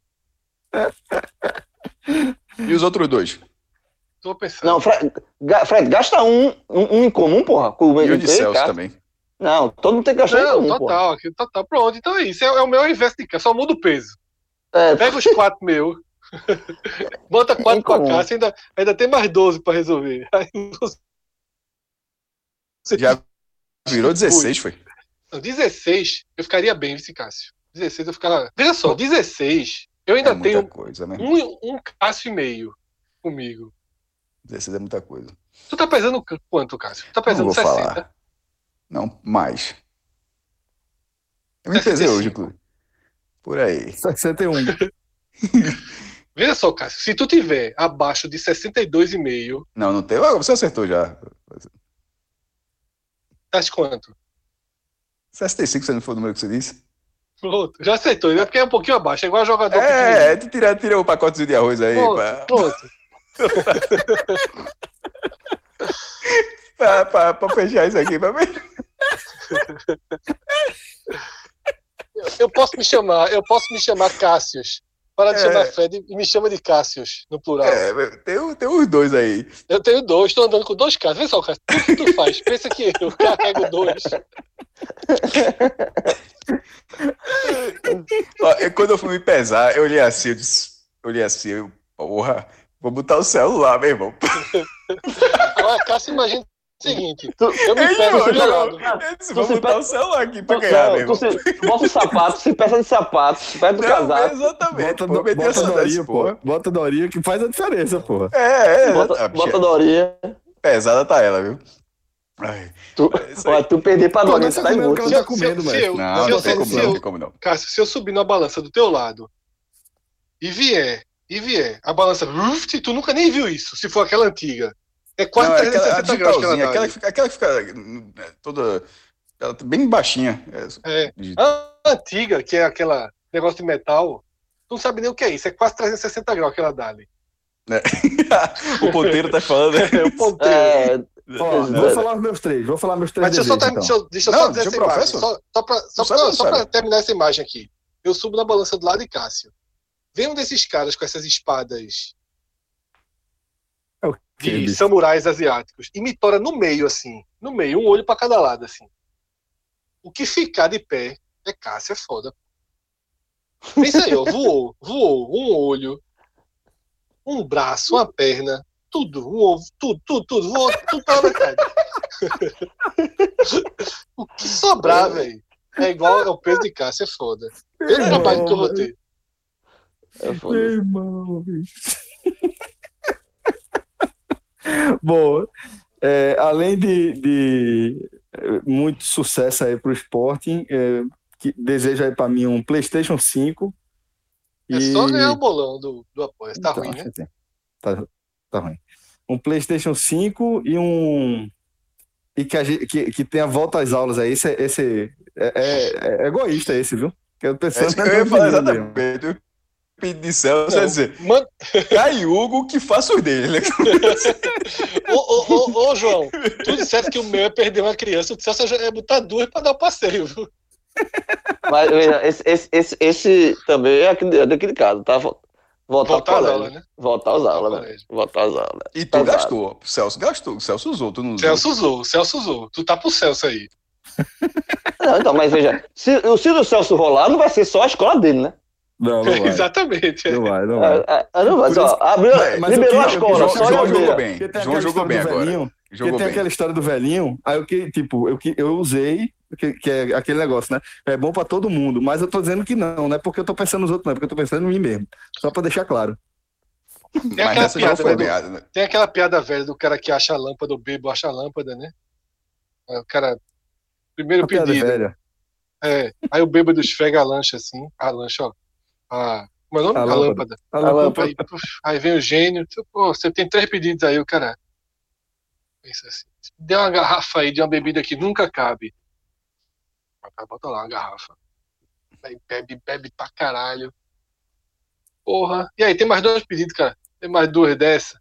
E os outros dois? Tô pensando. Não, Fred, ga- Fred, gasta um, um, um em comum, porra. Com o E o de Ei, Celso cara. também. Não, todo mundo tem que gastar em Não, comum, porra. total, aqui, total. Pronto, então é isso. É, é o meu invés de cá, só muda o peso. É, Pega os quatro meus. Bota quatro pra Incomum. cá, você ainda, ainda tem mais doze pra resolver. Aí você Já virou dezesseis, foi? Não, dezesseis, eu ficaria bem, vice Cássio. dezesseis eu ficava. Veja só, dezesseis, eu ainda É muita tenho coisa, né? um, um Cássio e meio comigo. dezesseis é muita coisa. Tu tá pesando qu- quanto, Cássio? Tu tá Não pesando vou sessenta? falar. Não, mais. Eu me sessenta e pesei hoje, cinco. inclusive. Por aí. sessenta e um. Veja só, Cássio, se tu tiver abaixo de sessenta e dois e meio, Não, não tem. Ah, você acertou já. tá de quanto? sessenta e cinco, se não for o número que você disse. Pronto, já aceitou, né? Porque é um pouquinho abaixo, é igual jogador É, pequenininho. tu tira, tira o pacotezinho de arroz aí Pronto, pra, pronto. pra, pra, pra fechar isso aqui pra mim. Eu posso me chamar, eu posso me chamar Cássius. Para de É. chamar Fred e me chama de Cássius, no plural. É, tem, o- tem os dois aí. Eu tenho dois, estou andando com dois Cássios. Vê só, Cássio, tudo que tu faz, pensa que eu carrego dois. Ó, eu- quando eu fui me pesar, eu olhei assim, eu disse, eu olhei assim, eu, porra, vou botar o celular, meu irmão. Agora, Cássio, imagina o seguinte: Tu- eu me Ei, peso eu, do teu eu, lado. eu disse, vou Tu se botar pe- o celular aqui pra Tu, ganhar, meu não, tu, irmão. se, tu bota o sapato, se peça de sapato, se pega do Não, casaco, exatamente, Bota, pô, do, meti bota essa Dorinha, dessa, pô. porra. Bota Dorinha que faz a diferença, porra. É, é, bota, a bota bicha- Dorinha. pesada tá ela, viu? Ai, Tu, é isso aí. olha, tu perder pra Pô, Dorinha, não você tá tá comendo imorto. que Se ela eu- tá se eu- comendo, se velho. eu- Não, se não eu- tem como se não, eu- não tem como não. Cássio, se eu subir na balança do teu lado e vier, e vier, a balança, uf, tu nunca nem viu isso, se for aquela antiga. É quase Não, é trezentos e aquela, a sessenta graus que ela digitalzinha, dá. aquela, que fica- aquela que fica toda ela tá bem baixinha. É. Digital. A antiga, que é aquela negócio de metal, tu não sabe nem o que é isso. É quase trezentos e sessenta graus que ela dá ali. É. O ponteiro tá falando. É, o ponteiro. É, Ó, vou falar os meus três. Vou falar meus três Mas deixa eu só, desejos, ter- então. deixa eu, deixa eu Não, só dizer deixa essa eu imagem. professor. Só, só pra, só, Não sabe, não, não só sabe. pra terminar essa imagem aqui. Eu subo na balança do lado de Cássio. Vem um desses caras com essas espadas É o quê, de bicho? samurais asiáticos e me tora no meio, assim. No meio, um olho pra cada lado, assim. O que ficar de pé é Cássio, é foda. Pensa aí, ó. Voou, voou. Um olho, um braço, uma perna, tudo, um ovo, tudo, tudo, tudo. Voou tudo pela metade. O que sobrar, velho, é igual ao peso de Cássio, é foda. Pelo Irmão, trabalho que eu vou ter. é Meu foda. irmão, bicho. Bom, é, além de, de é, muito sucesso aí pro Sporting, é, que desejo aí pra mim um PlayStation cinco. É só ganhar o bolão do, do apoio. Tá Então, ruim, né? assim, Tá, tá ruim. Um PlayStation cinco e um. E que, a gente, que, que tenha volta às aulas aí. Esse, esse é, é, é egoísta, esse, viu? Que eu É pensando isso que eu ia falar no menino mesmo. exatamente. Eu pedi Celso, você Não, dizer, man- Cai Hugo que faça os dele. Ô, ô, ô, ô, João, tu disseste que o meu é perder uma criança, o Celso é botar duas pra dar o passeio, viu? Mas veja, esse, esse, esse, esse também é, aquele, é daquele caso, tá? Voltar, Voltar ao às colégio. aulas, né? Voltar às aulas, né? colégio. Voltar às aulas. E tu Tá gastou. O Celso gastou. O Celso usou, tu não usou. Celso usou, Celso usou. Tu tá pro Celso aí. Não, então, mas veja, se, se o Celso rolar, não vai ser só a escola dele, né? Não, não vai. Exatamente. Não vai, não vai. É, é, não vai, Por só, isso- abriu, Mas- mas liberou eu a queria- escola, João- só João a jogou bandeira. bem. Porque tem João aquela jogou história bem do agora. velhinho, Jogou porque tem bem. aquela história do velhinho, aí eu que, tipo, eu, que, eu usei, que, que é aquele negócio, né? É bom pra todo mundo, mas eu tô dizendo que não, não é porque eu tô pensando nos outros, não, é porque eu tô pensando em mim mesmo. Só pra deixar claro. Tem Mas aquela, essa já piada, foi né, do- meada, né? tem aquela piada velha do cara que acha a lâmpada, o bebo acha a lâmpada, né? Aí o cara, primeiro Uma piada pedido, velha. é, aí o bêbado esfrega a lancha assim, a lancha, ó, a, como é o nome? A A, lâmpada. lâmpada. A A lâmpada. Aí, puf, aí vem o gênio, pô, você tem três pedidos aí, o cara pensa assim, dê uma garrafa aí de uma bebida que nunca cabe. O cara bota lá uma garrafa. Aí bebe, bebe pra caralho. Porra. E aí, tem mais dois pedidos, cara? Tem mais duas dessa?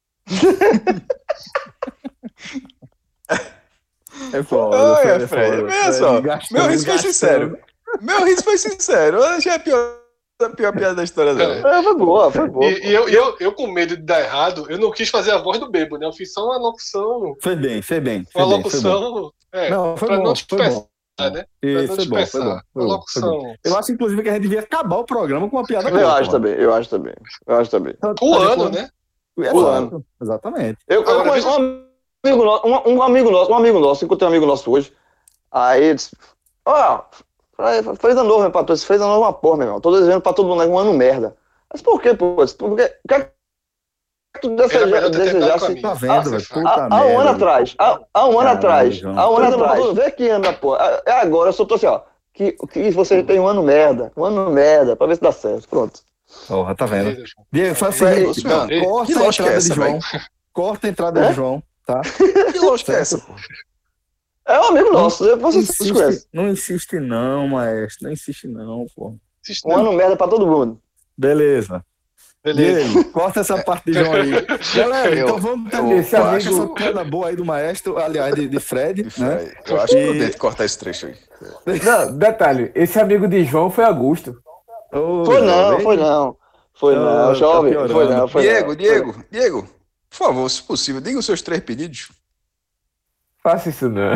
É foda. Olha, é Fred, foda. veja só. Gastando, Meu risco foi gastando. sincero. Meu risco foi sincero. Eu achei a pior, a pior piada da história dela. É, foi boa, foi boa. E, e eu, e eu, eu, com medo de dar errado, eu não quis fazer a voz do bebo, né? Eu fiz só uma locução. Foi bem, foi bem. Foi Uma bem, foi bom. locução. É, Não, foi pra bom, não foi dispersar, bom. né? Pra Isso, não foi bom, foi dispersar. bom. Uma Foi bom, foi locução. bom. Eu acho, inclusive, que a gente devia acabar o programa com uma piada Eu boa, acho porra. também, eu acho também. Eu acho também. O ano, né? Exato, exatamente. Eu, eu Agora, conheço veja- um amigo, nosso, um, um amigo nosso, um amigo nosso, encontrei um amigo nosso hoje. Aí ele disse: Ó, oh, feliz ano novo, meu patrão. Feliz ano novo é uma porra, meu irmão. Tô desejando pra todo mundo um ano merda. Mas por quê, pô? Porque o que é que tu Era deseja, pra eu ter terminado com a desejasse minha. Tá Ah, vendo, velho? você Puta há, há um merda. ano atrás? Há, há um ano Caralho, atrás? João. Há um ano Todo atrás. Vê que ano, pô. É agora, eu só tô assim, ó. Que, que você tem um ano merda. Um ano merda, pra ver se dá certo. Pronto. Porra, tá vendo? Deus. Diego, faz o É seguinte, isso, mano. corta Que a lógica entrada é de essa, João. Corta a entrada É? de João, tá? Que lógica é essa, pô? É um amigo nosso. Não Você se insiste, conhece. não insiste não, maestro. Não insiste não, pô. Assiste Um não. ano merda pra todo mundo. Beleza. Beleza. Diego, corta essa parte de João aí. Galera, Eu- então vamos eu- terminar eu acho essa essa- piada boa aí do maestro, aliás, de, de Fred, né? Eu acho E- prudente cortar esse trecho aí. Não, detalhe, esse amigo de João foi Augusto. Ô, Foi não, jovem. foi não. Foi Não, não, tá jovem. piorando. Foi não, foi Diego, não. Diego, Diego, por favor, se possível, diga os seus três pedidos. Faça isso não.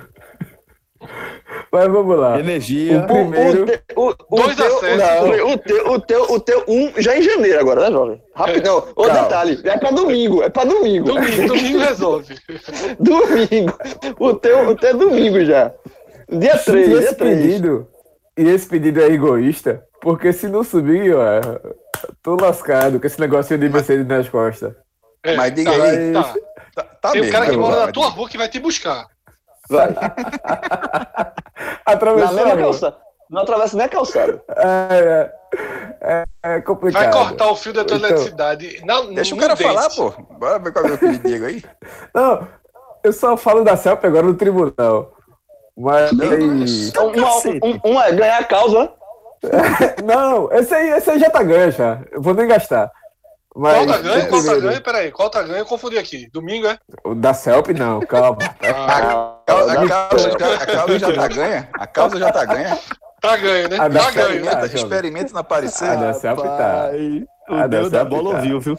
Mas vamos lá. Energia. O primeiro- O, te- o, o, Dois teu, acessos. não, o, teu, o, teu, o teu um já é em janeiro agora, né, jovem? Rapidão. Ô, Calma. detalhe, é pra domingo, é pra domingo. Domingo, domingo resolve. Domingo. O teu, o teu é domingo já. Dia E três, dia esse três. pedido, e esse pedido é egoísta, porque se não subir, ó, tô lascado com esse negocinho de Mercedes nas costas. É, Mas diga tá, aí. tá. Tá, tá Tem um mesmo, cara que vai, mora vai, na tua vai. rua que vai te buscar. Vai. Na Atravessou a mesma rua. calçada. Não atravessa nem a calçada. É, é. É, é complicado. Vai cortar o fio da tua Então, eletricidade. Não, Deixa o no cara dente. falar, pô. Bora ver qual é o filho de Diego aí. Não, eu só falo da C E L P agora no tribunal. Mas. Então, uma, um, uma é ganhar a causa, né? Não, esse aí, esse aí já tá ganho já. Eu vou nem gastar. Mas, Qual tá ganho? o Qual tá primeiro- ganho? Peraí, qual tá ganho? Eu confundi aqui. Domingo, é? O da C E L P não, calma. Ah, A, causa- a causa, já- a causa já tá ganha? A causa já tá ganha? tá ganho, né? A da Tá ganho, né? Experimenta, jovem. experimenta não aparecer. A da C E L P tá. O Ah, Deus dá da certo, bola tá. ouviu, viu?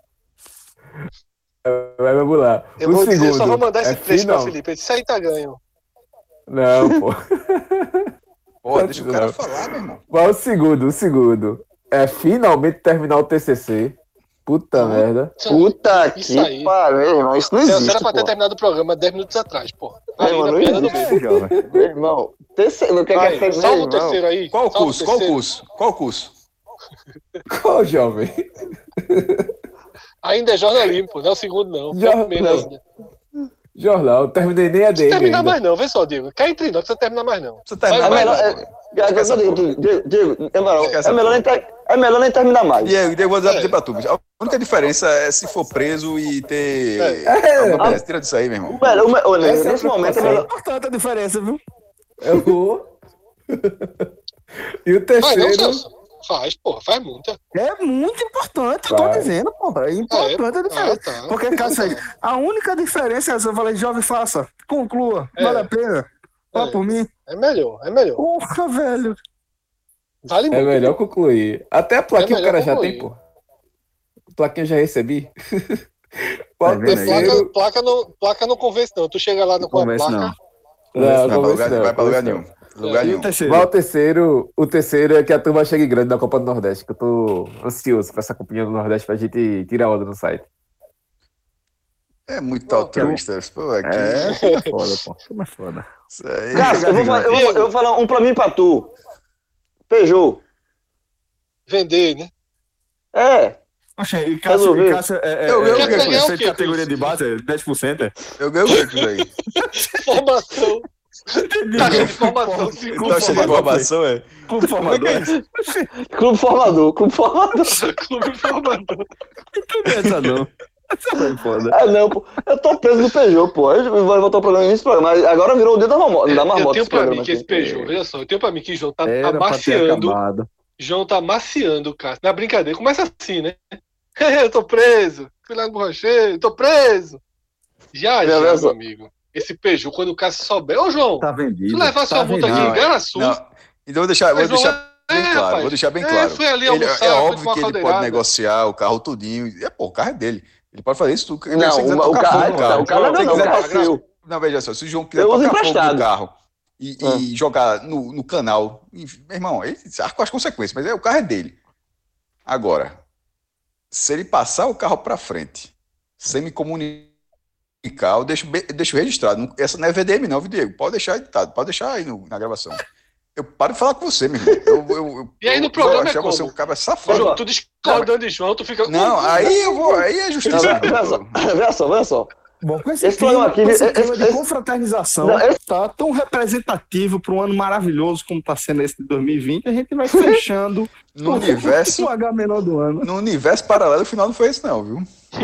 Vai, vamos lá. Eu, o vou segundo, dizer, só vou mandar esse é trecho pra final- Felipe. Isso aí tá ganho. Não, pô. Pô, deixa o cara Não. falar, meu irmão. Mas o segundo, o segundo. É finalmente terminar o T C C. Puta merda. Puta Isso que aí. pariu, irmão. Isso não Celso, existe, era pra ter pô. terminado o programa dez minutos atrás, pô. É, Aí mano, na não perna do existe, bebo. jovem. Meu irmão, terceiro, não quer Aí, que salva o irmão. terceiro aí. Qual o salva curso? Qual o terceiro. curso? Qual o curso? Qual jovem? Ainda é jornalismo, pô. Não é o segundo, não. Já- É o primeiro não. ainda. Jornal, eu terminei nem a Não D M termina ainda. mais não, vê só, Diego. Quer entre nós que você termina mais não. Você termina É Vai, mais melhor. não, É, pô. é, Esquece essa Diego, Diego, Diego, é melhor, Esquece é melhor, essa nem, ter- é melhor nem terminar mais. Diego, Diego, vou dizer, É. dizer pra tu, bicho. A única diferença é se for preso e ter. É. alguma coisa. Tira disso aí, meu irmão. O melhor, o me- olha, Essa é a nesse momento é preocupação. melhor. Importante a diferença, viu? Eu vou. E o Faz não, terceiro. Celso. Faz, porra, faz muita. É muito importante, eu tô Vai. dizendo, porra. É importante a diferença. Ah, tá. Porque, Cássio, a única diferença é essa. Eu falei, jovem, faça, conclua, É. vale a pena. Vá É. por mim. É melhor, é melhor. Porra, velho. Vale É muito. melhor concluir. Até a plaquinha É o cara melhor já concluir. tem, pô. Plaquinha eu já recebi. Qual Tá o vendo aí? Placa, terceiro? placa, não, placa não convence, não. Tu chega lá no, com a Convence, placa. não. Não, Vai pra convence lugar, não, vai pra lugar convence não. nenhum. Lugar E nenhum. o terceiro? Vai o terceiro. O terceiro é que a turma chegue grande na Copa do Nordeste, que eu tô ansioso pra essa Copinha do Nordeste pra gente tirar onda no site. É muito altruísta. Pô, aqui. É, fica foda, pô. Fica mais foda. Isso aí. Cássio, eu vou, fa- eu, vou, eu vou falar um pra mim e pra tu. Peugeot. Vender, né? É. Poxa, e Cássio, Resolveu. e Cássio é, é, Eu- eu- é, eu- é, eu- fez eu- categoria de base, é dez por cento. É? Eu ganhei o que com isso aí? Formação. Taxa de formação. Com Tá cheio de informação, é? Com formador. Clube formador, clube formador. Clube formador. Não é essa, não. Essa foi foda. Ah, não, pô. Eu tô preso do Peugeot, pô. A gente vai voltar o programa nesse programa. Mas agora virou o dedo da marmota. Da Eu marmota tenho esse pra mim programa que esse aqui. Peugeot, veja só, eu tenho pra mim que João tá Era pra ter amaciando. acabado. João tá amaciando o Cássio. Na brincadeira, começa assim, né? Eu tô preso. Fui lá no borracheiro, tô preso. Já, Já, já, olha meu só. amigo. Esse Peugeot, quando o Cássio souber. Ô, João, Tá vendido. tu levar tá sua multa aqui vendido. em Garaçu. Não, então eu vou deixar, vou Mas, João, deixar bem é, claro. rapaz. Vou deixar bem É, claro. fui ali Ele- almoçar, é fui óbvio tomar que ele pode caldeirada. negociar o carro tudinho. É, pô, o carro é dele. Ele pode fazer isso tudo. Não, Se quiser o, o tocar carro, fogo no carro. o carro não é Se meu, não, o quiser carro é tocar- seu. Não, veja só, se o João quiser Eu uso tocar fogo emprestado. no carro e, Ah. e jogar no, no canal, e, meu irmão, ele arca com as consequências, mas é, o carro é dele. Agora, se ele passar o carro para frente, sem me comunicar, eu deixo, be- deixo registrado. Não- Essa não é V D M, não, viu, Diego? Pode deixar editado, pode deixar aí no- na gravação. Eu paro de falar com você, meu irmão. Eu, eu, eu, E aí no eu programa vou achar é como? você um cara Ô, safado. João, tu discordando de João, tu fica. Não, aí eu vou, aí é Não, justiça. Olha só, olha só, olha só. Bom, com esse, Esse clima, programa aqui, com esse esse- clima de esse- confraternização, Não, esse- tá tão representativo para um ano maravilhoso como está sendo esse de dois mil e vinte, a gente vai fechando No o- universo, o H menor do ano. no universo paralelo, o final não foi esse, não, viu?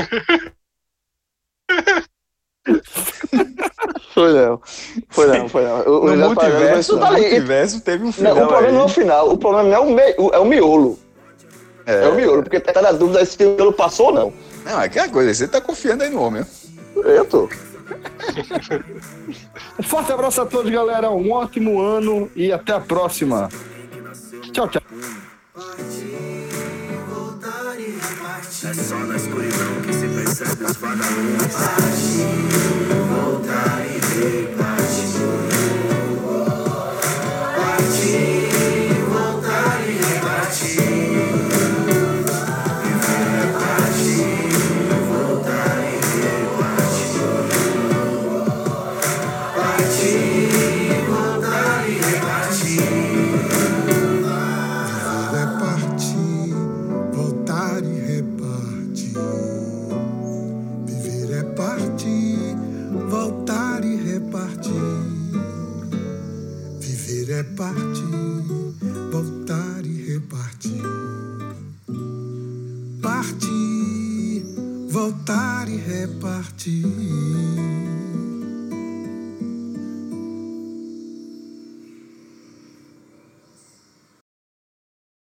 Foi não. Foi não, foi não. O, No o universo paralelo, multiverso, mas tu no tá ali. multiverso teve um final. Não, o problema não é o aí. final, o problema é o, me, o- é o miolo. É. o miolo, porque tá na dúvida se o miolo passou ou não. Não, é aquela coisa, você tá confiando aí no homem. Viu? Eu tô. Um forte abraço a todos, galera. Um ótimo ano e até a próxima. Tchau, tchau. É só na escuridão que se percebe os vagalumes. Voltar e repartir. Partir, voltar e repartir. Viver é partir, voltar e repartir. Partir, voltar e repartir. Viver é partir, voltar e repartir. Viver é partir, voltar e repartir. voltar e repartir.